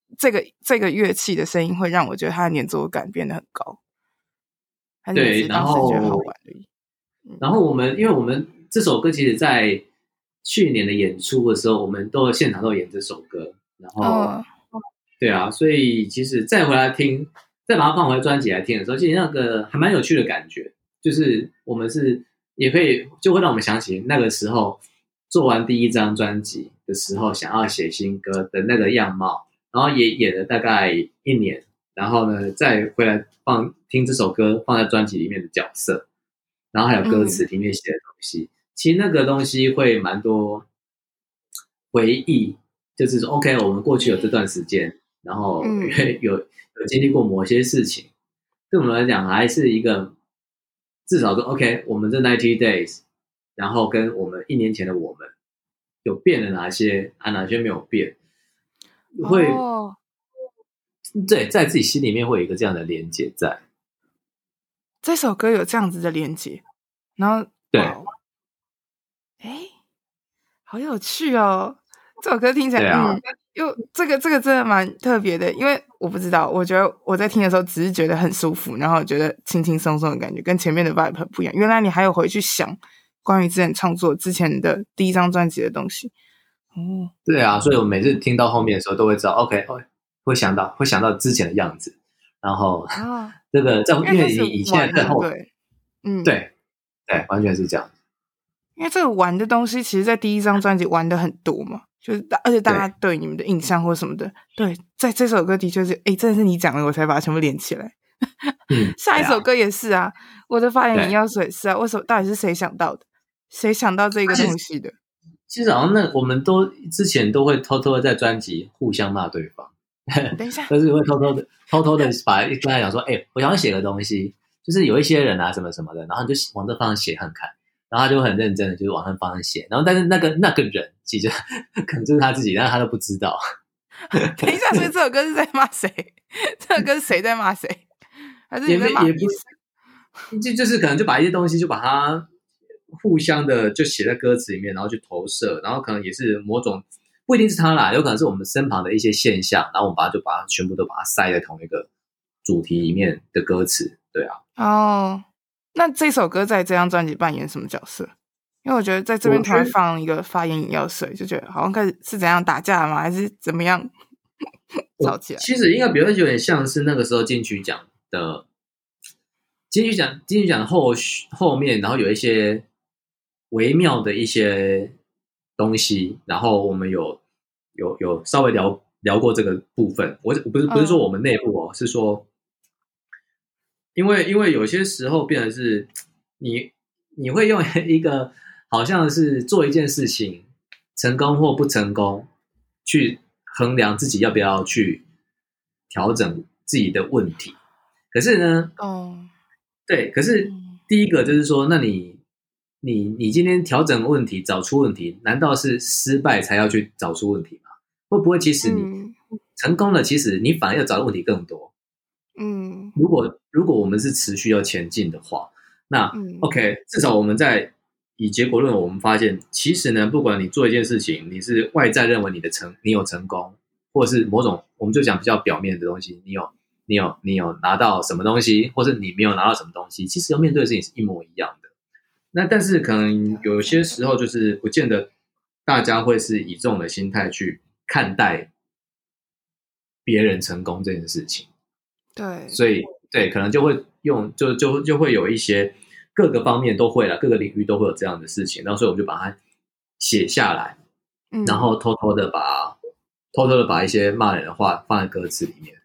这个这个乐器的声音会让我觉得它的黏着感变得很高。 对，然后觉得好玩而已。 然后我们因为我们这首歌其实在去年的演出的时候，我们都现场都演这首歌，然后、哦、对啊，所以其实再回来听，再把它放回专辑来听的时候，其实那个还蛮有趣的感觉，就是我们是也可以就会让我们想起那个时候做完第一张专辑的时候，想要写新歌的那个样貌，然后也演了大概一年，然后呢再回来放听这首歌放在专辑里面的角色，然后还有歌词里面写的东西、嗯、其实那个东西会蛮多回忆，就是说 OK 我们过去有这段时间，然后有、嗯、有, 有经历过某些事情，对我们来讲还是一个至少说 OK 我们这ninety days， 然后跟我们一年前的我们有变了哪些啊，哪些没有变，会、哦、对，在自己心里面会有一个这样的连结在。 这首歌有这样子的连结，然后对， 哎，好有趣哦！这首歌听起来， 啊、 嗯，又这个这个真的蛮特别的，因为我不知道，我觉得我在听的时候只是觉得很舒服，然后觉得轻轻松松的感觉，跟前面的 vibe 很不一样。原来你还有回去想关于之前创作之前的第一张专辑的东西。哦， 对啊，所以我每次听到后面的时候，都会知道 ，OK， 会想到会想到之前的样子，然后。啊这个在因为你你现在在后对，嗯， 对对，完全是这样。 因为这个玩的东西，其实在第一张专辑玩的很多嘛，就是而且大家对你们的印象或什么的，对，在这首歌的确是，哎，真的是你讲的，我才把它全部连起来。 嗯， 下一首歌也是啊，我的发言饮料水是啊，为什么？到底是谁想到的？谁想到这个东西的？ 其实好像那我们都之前都会偷偷的在专辑互相骂对方。 等一下， 但是会偷偷的、偷偷的把跟他讲说：“哎、欸，我想要写个东西，就是有一些人啊，什么什么的，然后你就往这方向写看看。”然后他就很认真的，就是往那方向写。然后，但是那个那个人其实可能就是他自己，但是他都不知道。 等一下，所以这首歌是在骂谁？这首歌是谁在骂谁？还是你在骂也不是？就就是可能就把一些东西就把它互相的就写在歌词里面，然后去投射，然后可能也是某种。不一定是他啦，有可能是我们身旁的一些现象，然后我们把它就把它全部都把它塞在同一个主题里面的歌词，对啊。 哦，那这首歌在这张专辑扮演什么角色？因为我觉得在这边突然放一个发言饮料水，就觉得好像开始是怎样打架吗？还是怎么样吵起来？ 其实应该比较有点像是那个时候金曲奖的金曲奖金曲奖后后面，然后有一些微妙的一些东西，然后我们有有有稍微聊聊过这个部分。我不是不是说我们内部哦，嗯、是说，因为因为有些时候变成是你你会用一个好像是做一件事情成功或不成功，去衡量自己要不要去调整自己的问题。可是呢，哦，对，可是第一个就是说，那你。你你今天调整问题找出问题，难道是失败才要去找出问题吗？会不会其实你成功了，其实你反而要找的问题更多。嗯，如果如果我们是持续要前进的话，那、嗯、OK， 至少我们在以结果论，我们发现其实呢，不管你做一件事情，你是外在认为你的成你有成功，或者是某种我们就讲比较表面的东西，你有你有你有拿到什么东西，或是你没有拿到什么东西，其实要面对的事情是一模一样的。那但是可能有些时候就是不见得大家会是以这种的心态去看待别人成功这件事情， 对， 所以对可能就会用就就就会有一些各个方面都会啦，各个领域都会有这样的事情，然后所以我们就把它写下来，嗯、然后偷偷的把偷偷的把一些骂人的话放在歌词里面，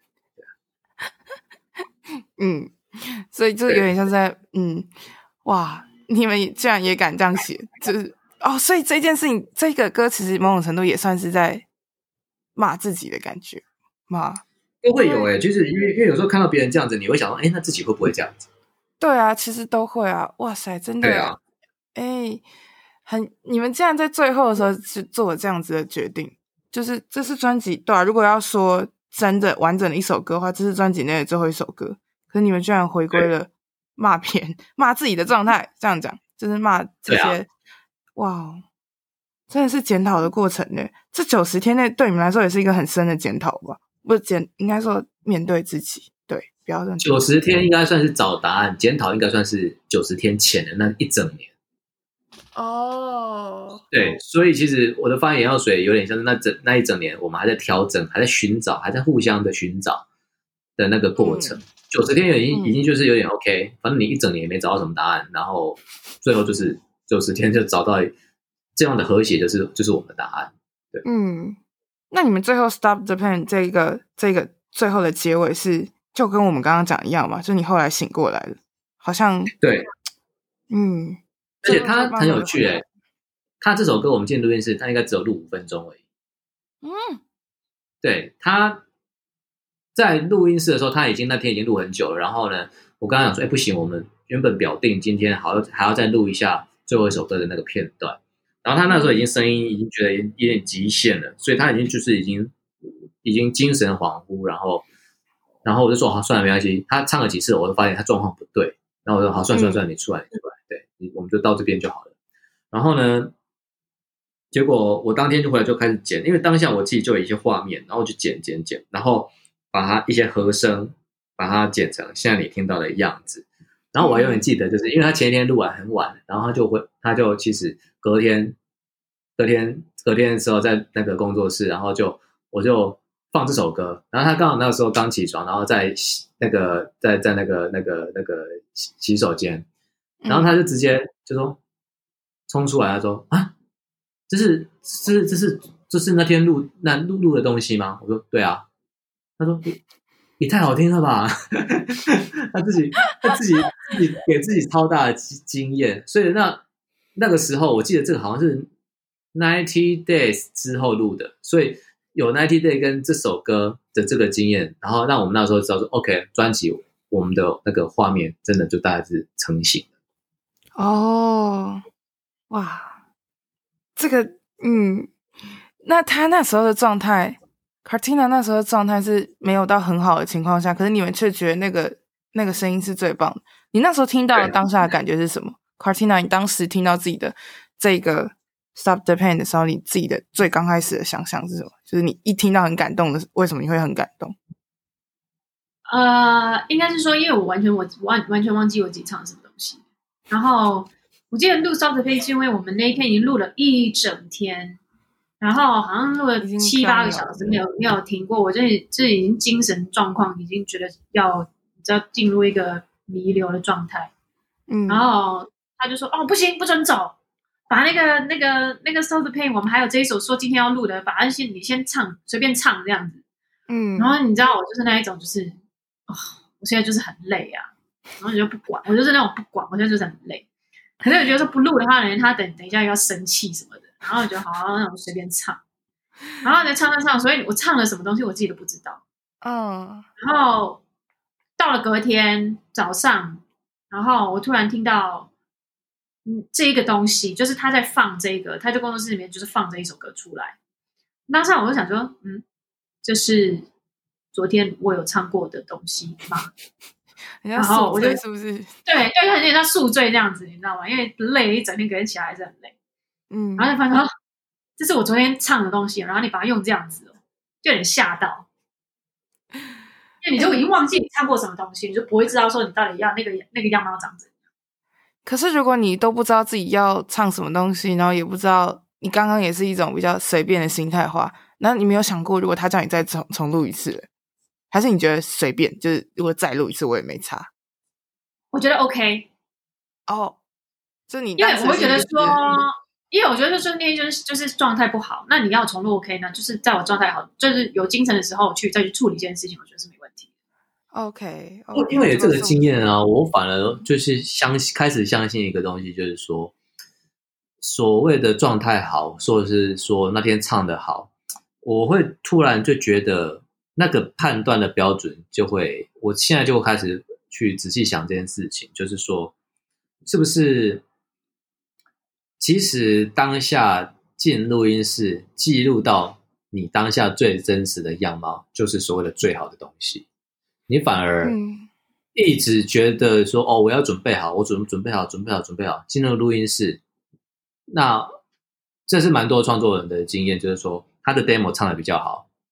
嗯，所以就有点像在嗯哇。你们居然也敢这样写，就是哦，所以这件事情，这个歌其实某种程度也算是在骂自己的感觉，骂都会有哎、欸，就是因为因为有时候看到别人这样子，你会想说，哎，那自己会不会这样子？ 对啊，其实都会啊，哇塞，真的， 对啊， 哎，很，你们竟然在最后的时候是做了这样子的决定，就是这是专辑对啊，如果要说真的完整的一首歌的话，这是专辑内的最后一首歌，可是你们居然回归了。骂别人骂自己的状态，这样讲就是骂这些、啊、哇，真的是检讨的过程呢。这九十天内对你们来说也是一个很深的检讨吧？ 不检，应该说面对自己，对，不要认九十天应该算是找答案，检讨应该算是九十天前的那一整年。 哦， 对，所以其实我的发眼药水有点像是那整那一整年，我们还在调整，还在寻找，还在互相的寻找的那个过程。九十、嗯、天已经、嗯、已经就是有点 OK， 反正你一整年也没找到什么答案，然后最后就是九十天就找到这样的和谐，就是就是我们的答案。对， 嗯，那你们最后 Stop the Pain 这一个这个最后的结尾是就跟我们刚刚讲一样嘛？就是你后来醒过来了，好像对， 嗯。 而且他很有趣诶、欸，他这首歌我们进录音室，他应该只有录五分钟而已。嗯，对，他在录音室的时候，他已经那天已经录很久了。然后呢，我刚刚讲说，哎，不行，我们原本表定今天好还要再录一下最后一首歌的那个片段。然后他那时候已经声音已经觉得有点极限了，所以他已经就是已经已经精神恍惚。然后，然后我就说好，算了，没关系。他唱了几次，我就发现他状况不对。然后我说好，算算算，你出来，你出来。对，我们就到这边就好了。然后呢，结果我当天就回来就开始剪，因为当下我自己就有一些画面，然后我就剪剪剪，然后把它一些和声把它剪成现在你听到的样子。然后我还永远记得，就是因为他前一天录完很晚，然后他就会他就其实隔天隔天隔天的时候在那个工作室，然后就我就放这首歌，然后他刚好那个时候刚起床，然后在那个在在那个那个那个洗手间。然后他就直接就说冲出来，他说啊，这是这是这是这是那天录那录录的东西吗？我说对啊。他说也太好听了吧，他自己他自己自己给自己超大的经验。所以那那个时候我记得这个好像是 ninety days 之后录的，所以有 ninety days 跟这首歌的这个经验，然后让我们那时候知道说 OK 专辑我们的那个画面真的就大概是成型了。 哦，哇，这个，嗯，那他那时候的状态 ，Katina 那时候的状态是没有到很好的情况下，可是你们却觉得那个那个声音是最棒的。你那时候听到的当下的感觉是什么 ？Katina， 你当时听到自己的这个 Stop the Pain 的时候，你自己的最刚开始的想象是什么？就是你一听到很感动的，为什么你会很感动？ 呃，应该是说，因为我完全我完完全忘记我自己唱什么东西。然后我记得录 Stop the Pain 是因为我们那一天已经录了一整天，然后好像录了七八个小时，没有没有停过。我这这已经精神状况已经觉得要要进入一个弥留的状态。嗯，然后他就说：“哦，不行，不准走，把那个那个那个 Stop the Pain， 我们还有这一首说今天要录的，把它先你先唱，随便唱这样子。”嗯，然后你知道我就是那一种，就是哦，我现在就是很累啊。然后你就不管，我就是那种不管，我现在就是很累。可是我觉得说不录的话呢，他等等一下又要生气什么的。然后我就好好那种随便唱，然后就唱唱唱，所以我唱了什么东西我自己都不知道。嗯，然后到了隔天早上，然后我突然听到，嗯，这一个东西就是他在放这个，他在工作室里面就是放这一首歌出来。当时我就想说，嗯，这是昨天我有唱过的东西吗？ 然后我就是不是对对，有点像宿醉这样子，你知道吗？因为累了一整天，隔天起来还是很累。嗯，然后就发现说，这是我昨天唱的东西，然后你把它用这样子，就有点吓到，因为你就已经忘记你唱过什么东西，你就不会知道说你到底要那个那个样貌长怎样。 可是如果你都不知道自己要唱什么东西，然后也不知道，你刚刚也是一种比较随便的心态话，那你没有想过，如果他叫你再重重录一次了？还是你觉得随便，就是如果再录一次我也没差？ 我觉得 OK 哦，就你因为我会觉得说，因为我觉得说那天就是就是状态不好，那你要重录 OK 呢？就是在我状态好，就是有精神的时候去再去处理这件事情，我觉得是没问题。 OK，, okay 因为有这个经验啊，我反而就是相开始相信一个东西，就是说所谓的状态好，或者是说那天唱得好，我会突然就觉得。那个判断的标准就会，我现在就开始去仔细想这件事情，就是说，是不是其实当下进录音室记录到你当下最真实的样貌，就是所谓的最好的东西。你反而一直觉得说，哦，我要准备好，我准准备好，准备好，准备好，进入录音室。那这是蛮多创作人的经验，就是说他的 demo 唱得比较好。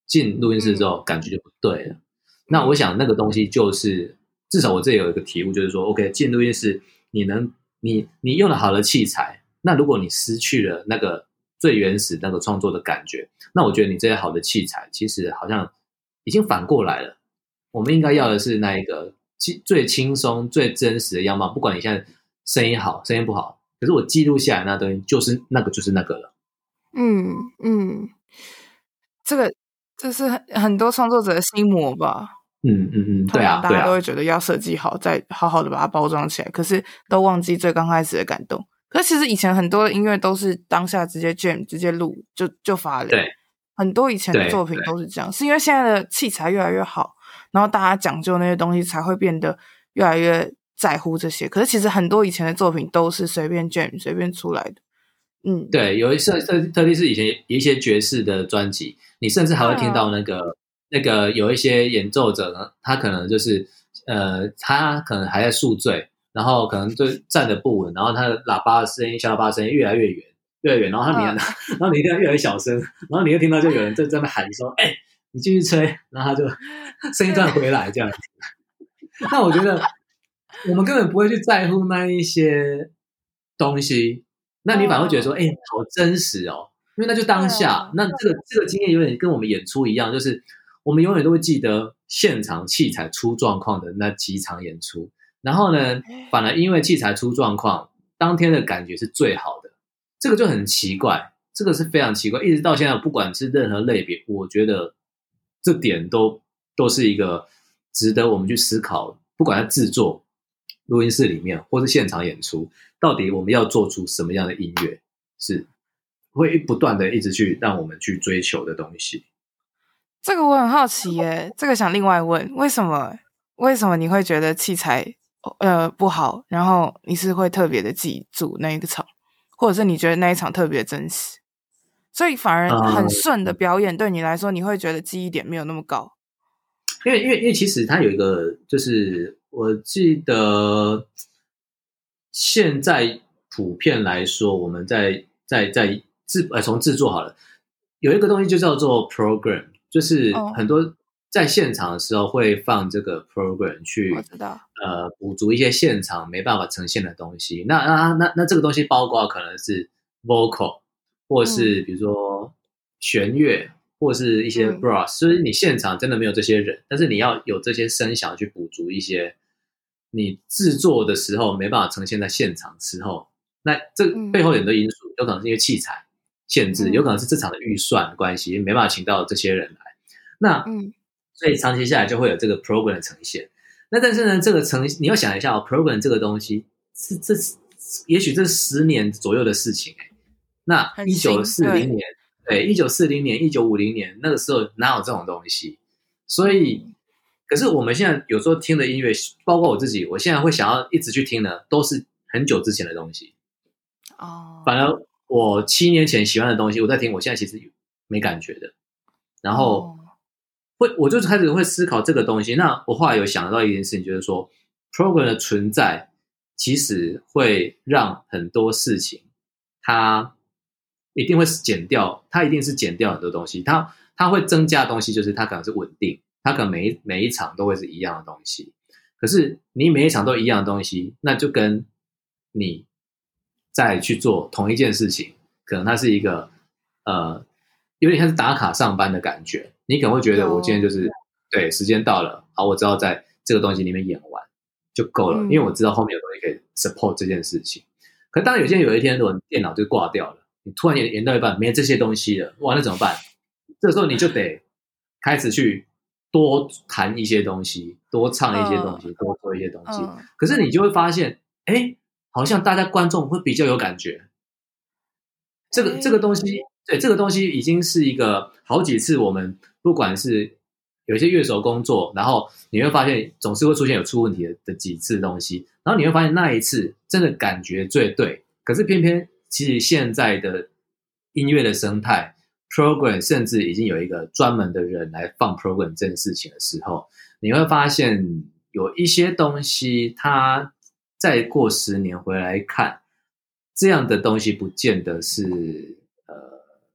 进录音室之后感觉就不对了。那我想那个东西就是至少我这里有一个体悟，就是说 OK 进录音室你能你你用了好的器材，那如果你失去了那个最原始那个创作的感觉，那我觉得你这些好的器材其实好像已经反过来了。我们应该要的是那一个最轻松最真实的样貌，不管你现在声音好声音不好，可是我记录下来那东西就是那个就是那个了。 嗯嗯，这个这是很很多创作者的心魔吧。 嗯嗯嗯，对啊， 大家都会觉得要设计好，再好好的把它包装起来，可是都忘记最刚开始的感动。可是其实以前很多的音乐都是当下直接 jam 直接录就就发了， 对， 很多以前的作品都是这样，是因为现在的器材越来越好，然后大家讲究那些东西才会变得越来越在乎这些。可是其实很多以前的作品都是随便 jam 随便出来的。嗯， 对，有一些特特别是以前一些爵士的专辑，你甚至还会听到那个、啊、那个有一些演奏者呢，他可能就是呃，他可能还在宿醉，然后可能就站得不稳，然后他的喇叭的声音、小喇叭的声音越来越远，越来越远，然后他你、啊、然后你听到越来越小声，然后你又听到就有人在在那喊说：“哎、欸，你继续吹。”然后他就声音突然回来这样子。那我觉得我们根本不会去在乎那一些东西。那你反而会觉得说，哎、欸，好真实哦，因为那就当下。那这个这个经验有点跟我们演出一样，就是我们永远都会记得现场器材出状况的那几场演出。然后呢，反而因为器材出状况，当天的感觉是最好的。这个就很奇怪，这个是非常奇怪。一直到现在，不管是任何类别，我觉得这点都都是一个值得我们去思考。不管在制作、录音室里面，或是现场演出。到底我们要做出什么样的音乐，是会不断的一直去让我们去追求的东西。 这个我很好奇耶，这个想另外问，为什么为什么你会觉得器材呃不好，然后你是会特别的记住那一个场，或者是你觉得那一场特别真实，所以反而很顺的表演对你来说，你会觉得记忆点没有那么高？ 因为因为因为其实它有一个，就是我记得。现在普遍来说，我们在在在制呃从制作好了，有一个东西就叫做 program， 就是很多在现场的时候会放这个 program 去， 我知道， 呃补足一些现场没办法呈现的东西。那那那那这个东西包括可能是 vocal， 或是比如说弦乐，或是一些 brass，、嗯、就是你现场真的没有这些人，但是你要有这些声响去补足一些。你制作的时候没办法呈现在现场的时候，那这背后有很多因素，有可能是因为器材限制，有可能是这场的预算的关系，没办法请到这些人来。那、嗯、所以长期下来就会有这个 program 的呈现。那但是呢，这个呈你要想一下哦 ，program 这个东西是这也许这是十年左右的事情哎、欸。那一九四零年，对，一九四零年、一九五零年那个时候哪有这种东西？所以。可是我们现在有时候听的音乐，包括我自己，我现在会想要一直去听的，都是很久之前的东西。哦，反而我七年前喜欢的东西，我在听，我现在其实没感觉的。然后会，我就开始会思考这个东西。那我后来有想到一件事情，就是说 ，program 的存在其实会让很多事情，它一定会减掉，它一定是减掉很多东西。它它会增加的东西，就是它可能是稳定。它可能每一每一场都会是一样的东西，可是你每一场都一样的东西，那就跟你再去做同一件事情，可能它是一个呃，有点像是打卡上班的感觉。你可能会觉得我今天就是对时间到了，好，我知道在这个东西里面演完就够了，嗯、因为我知道后面有东西可以 support 这件事情。可当然有些人有一天如果电脑就挂掉了，你突然演演到一半没这些东西了，哇，那怎么办？这时候你就得开始去。多弹一些东西，多唱一些东西， uh, 多做一些东西。Uh, 可是你就会发现，哎，好像大家观众会比较有感觉。这个这个东西，对这个东西已经是一个好几次我们不管是有些乐手工作，然后你会发现总是会出现有出问题 的, 的几次东西，然后你会发现那一次真的感觉最对。可是偏偏其实现在的音乐的生态。program 甚至已经有一个专门的人来放 program 这件事情的时候，你会发现有一些东西，它再过十年回来看，这样的东西不见得是呃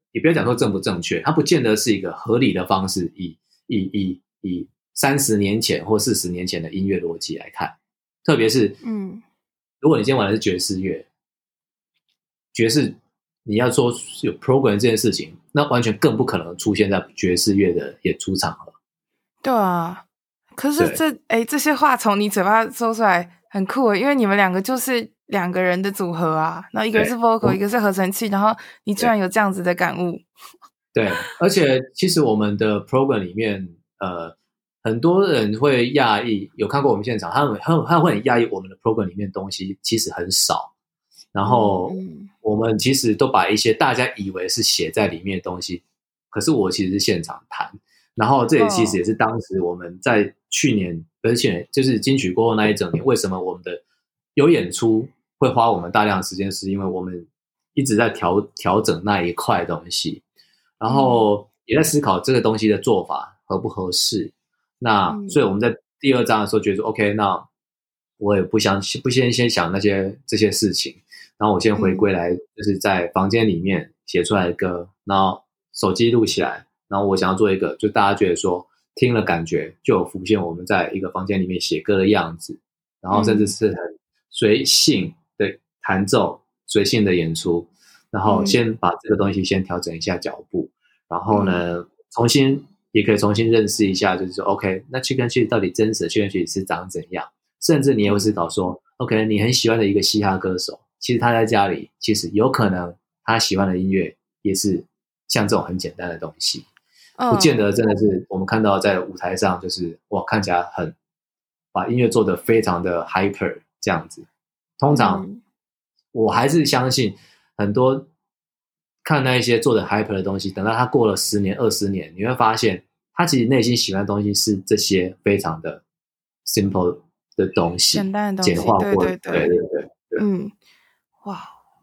也不要讲说正不正确，它不见得是一个合理的方式，以以以以三十年前或四十年前的音乐逻辑来看，特别是嗯，如果你今天玩的是爵士乐，爵士你要说有 program 这件事情，那完全更不可能出现在爵士乐的演出场合。 对啊，可是这哎这些话从你嘴巴说出来很酷，因为你们两个就是两个人的组合啊，然后一个是 vocal， 一个是合成器，然后你居然有这样子的感悟。 对，而且其实我们的 program 里面，呃，很多人会讶异，有看过我们现场，他们他们他们会很讶异我们的 program 里面东西其实很少，然后我们其实都把一些大家以为是写在里面的东西，可是我其实是现场弹，然后这也其实也是当时我们在去年不是去年，就是金曲过后那一整年，为什么我们的有演出会花我们大量的时间，是因为我们一直在调调整那一块东西。然后也在思考这个东西的做法合不合适，那所以我们在第二章的时候觉得说 OK， 那我也不想不先先想那些这些事情，然后我先回归来，就是在房间里面写出来的歌，然后手机录起来，然后我想要做一个就大家觉得说听了感觉就有浮现我们在一个房间里面写歌的样子，然后甚至是很随性的弹奏，随性的演出，然后先把这个东西先调整一下脚步，然后呢，嗯、重新也可以重新认识一下，就是说 ，OK， 那Chicken Cheese到底真实的 Chicken Cheese是长怎样？甚至你也会思考说 ，OK， 你很喜欢的一个嘻哈歌手，其实他在家里，其实有可能他喜欢的音乐也是像这种很简单的东西，不见得真的是我们看到在舞台上就是哇，看起来很把音乐做得非常的 hyper 这样子。通常、嗯、我还是相信。很多看那一些做的 hyper 的东西，等到他过了十年、二十年，你会发现他其实内心喜欢的东西是这些非常的 simple 的东西， 简单的东西， 简化过， 对对 对, 对, 对, 对, 对，嗯， 哇，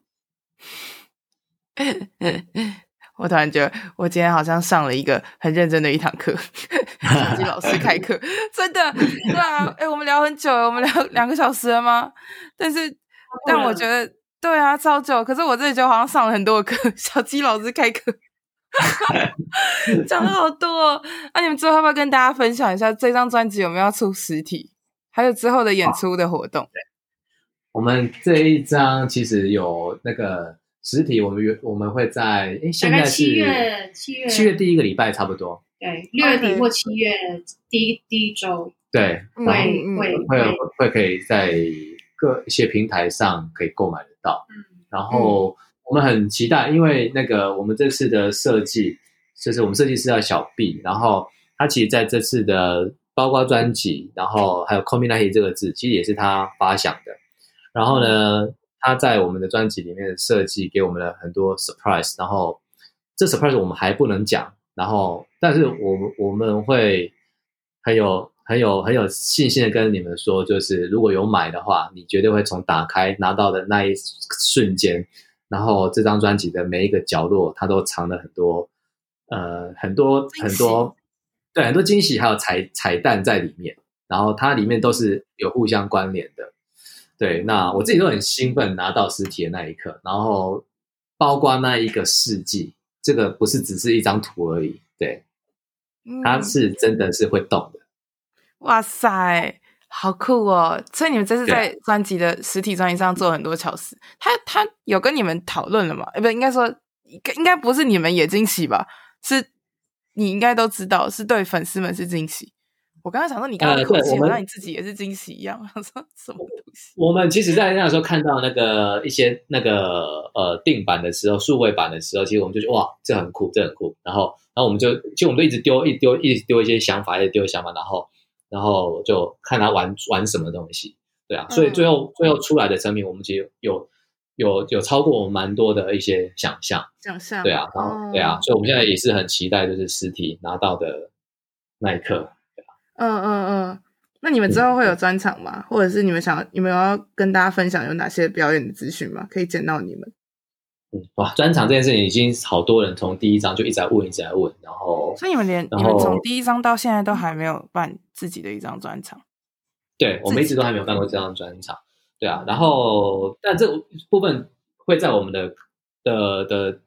我突然觉得我今天好像上了一个很认真的一堂课，手机老师开课，真的，对啊，哎，我们聊很久了，我们聊两个小时了吗？但是，但我觉得。对啊，超久。可是我这里就好像上了很多课，小鸡老师开课，讲了好多哦。那、啊、你们之后要不要跟大家分享一下这张专辑有没有要出实体，还有之后的演出的活动？ 对，我们这一张其实有那个实体，我们我们会在诶现在是七月七月七月第一个礼拜差不多， 对，六月底或七月第一第一周， 对， 会会会会可以在各一些平台上可以购买得到，嗯，然后我们很期待，因为那个我们这次的设计，就是我们设计师叫小 B， 然后他其实在这次的包括专辑，然后还有 Community 这个字，其实也是他发想的。然后呢，他在我们的专辑里面的设计给我们了很多 surprise， 然后这 surprise 我们还不能讲，然后但是我们我们会很有。很有很有信心的跟你们说，就是如果有买的话，你绝对会从打开拿到的那一瞬间，然后这张专辑的每一个角落，它都藏了很多呃很多很多对很多惊喜，还有彩彩蛋在里面，然后它里面都是有互相关联的。对，那我自己都很兴奋拿到实体的那一刻，然后包括那一个世纪，这个不是只是一张图而已，对，它是真的是会动的。 哇塞，好酷哦！所以你们这次在专辑的实体专辑上做很多巧思，他他有跟你们讨论了吗？不，应该说应该不是你们也惊喜吧？是你应该都知道，是对粉丝们是惊喜。我刚刚想说，你刚刚口气好像你自己也是惊喜一样，我说什么东西？ 我们其实，在那个时候看到那个一些那个呃定版的时候，数位版的时候，其实我们就觉得哇，这很酷，这很酷。然后，然后我们就其实我们都一直丢，一直丢，一直丢一些想法，一直丢想法，然后。然后就看他玩玩什么东西，对啊，所以最后、嗯、最后出来的成品，我们其实有有有超过我们蛮多的一些想象， 想象， 对啊，然后、哦、对啊，所以我们现在也是很期待，就是实体拿到的那一刻，对啊， 嗯嗯嗯。那你们之后会有专场吗？嗯、或者是你们想你们要跟大家分享有哪些表演的资讯吗？可以见到你们？ 嗯，哇，专场这件事情已经好多人从第一章就一直在问，一直在问，然后， 所以你们连你们从第一章到现在都还没有办自己的一张专场？ 对，我们一直都还没有办过这张专场，对啊，然后但这部分会在我们的的的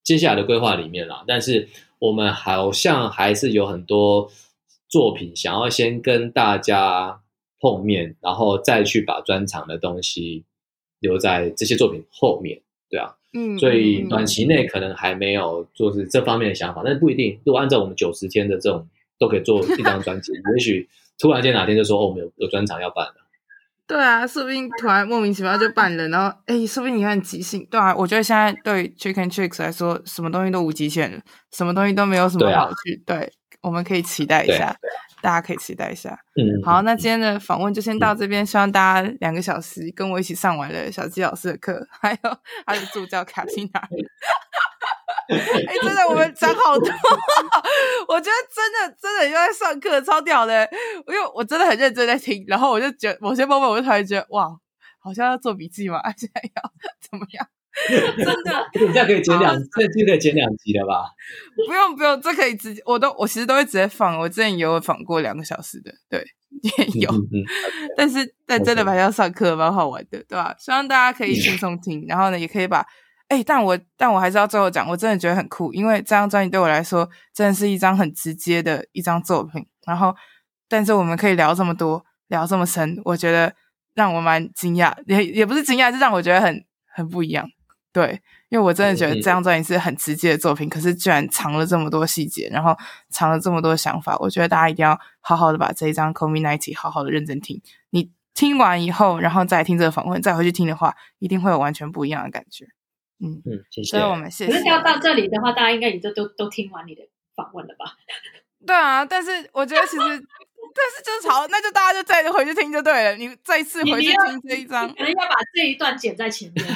接下来的规划里面啦，但是我们好像还是有很多作品想要先跟大家碰面，然后再去把专场的东西留在这些作品后面，对啊， 嗯， 所以短期内可能还没有就是这方面的想法，但是不一定，如果按照我们九十天的这种都可以做一张专辑，也许突然间哪天就说哦，我们有有专场要办了。 对啊，说不定突然莫名其妙就办了，然后哎，说不定你很即兴。对啊，我觉得现在对 Chicken Chicks 来说，什么东西都无极限了，什么东西都没有什么好去。对,、啊、对，我们可以期待一下，大家可以期待一下。 嗯， 好，那今天的访问就先到这边，嗯、希望大家两个小时跟我一起上完了小鸡老师的课，还有他的助教卡蒂娜。哎、欸，真的，我们讲好多，我觉得真的真的又在上课，超屌的。因为我真的很认真在听，然后我就觉得某些 moment 我就突然觉得，哇，好像要做笔记嘛，现在要怎么样？真的， 你这样可以剪两，这就可以剪两集了吧？ 不用不用，这可以直接，我都我其实都会直接放。我之前也有放过两个小时的，对，也有， 嗯嗯嗯、 但是但真的还要上课，蛮好玩的，对吧？希望大家可以轻松听，然后呢，也可以把。哎、欸，但我但我还是要最后讲，我真的觉得很酷，因为这张专辑对我来说真的是一张很直接的一张作品。然后，但是我们可以聊这么多，聊这么深，我觉得让我蛮惊讶，也也不是惊讶，是让我觉得很很不一样。对，因为我真的觉得这张专辑是很直接的作品，可是居然藏了这么多细节，然后藏了这么多想法。我觉得大家一定要好好的把这一张 Call Me Nighty 好好的认真听。你听完以后，然后再听这个访问，再回去听的话，一定会有完全不一样的感觉。嗯嗯，谢谢。 所以我们谢谢。 可是要到这里的话，大家应该也就都都听完你的访问了吧？ 对啊，但是我觉得其实，但是就是好，那就大家就再回去听就对了。你再次回去听这一章， 可能要把这一段剪在前面。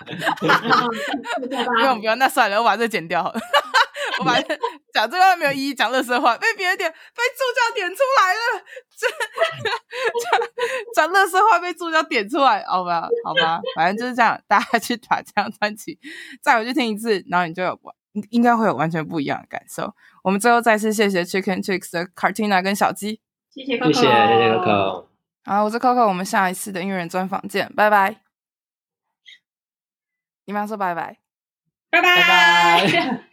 不用不用，那算了，我把这剪掉好了。我把讲这个没有意义，讲垃圾话，被别人点，被助教点出来了。讲垃圾话被助教点出来，好吧，好吧，反正就是这样。大家去把这张专辑再回去听一次，然后你就有应该会有完全不一样的感受。我们最后再次谢谢 Chicken Chicks 的 Cartina 跟小鸡， 谢谢 Coco， 谢谢谢谢 Coco。 好，我是 Coco， 我们下一次的音乐人专访见，拜拜。你们要说拜拜， 拜拜。 拜拜。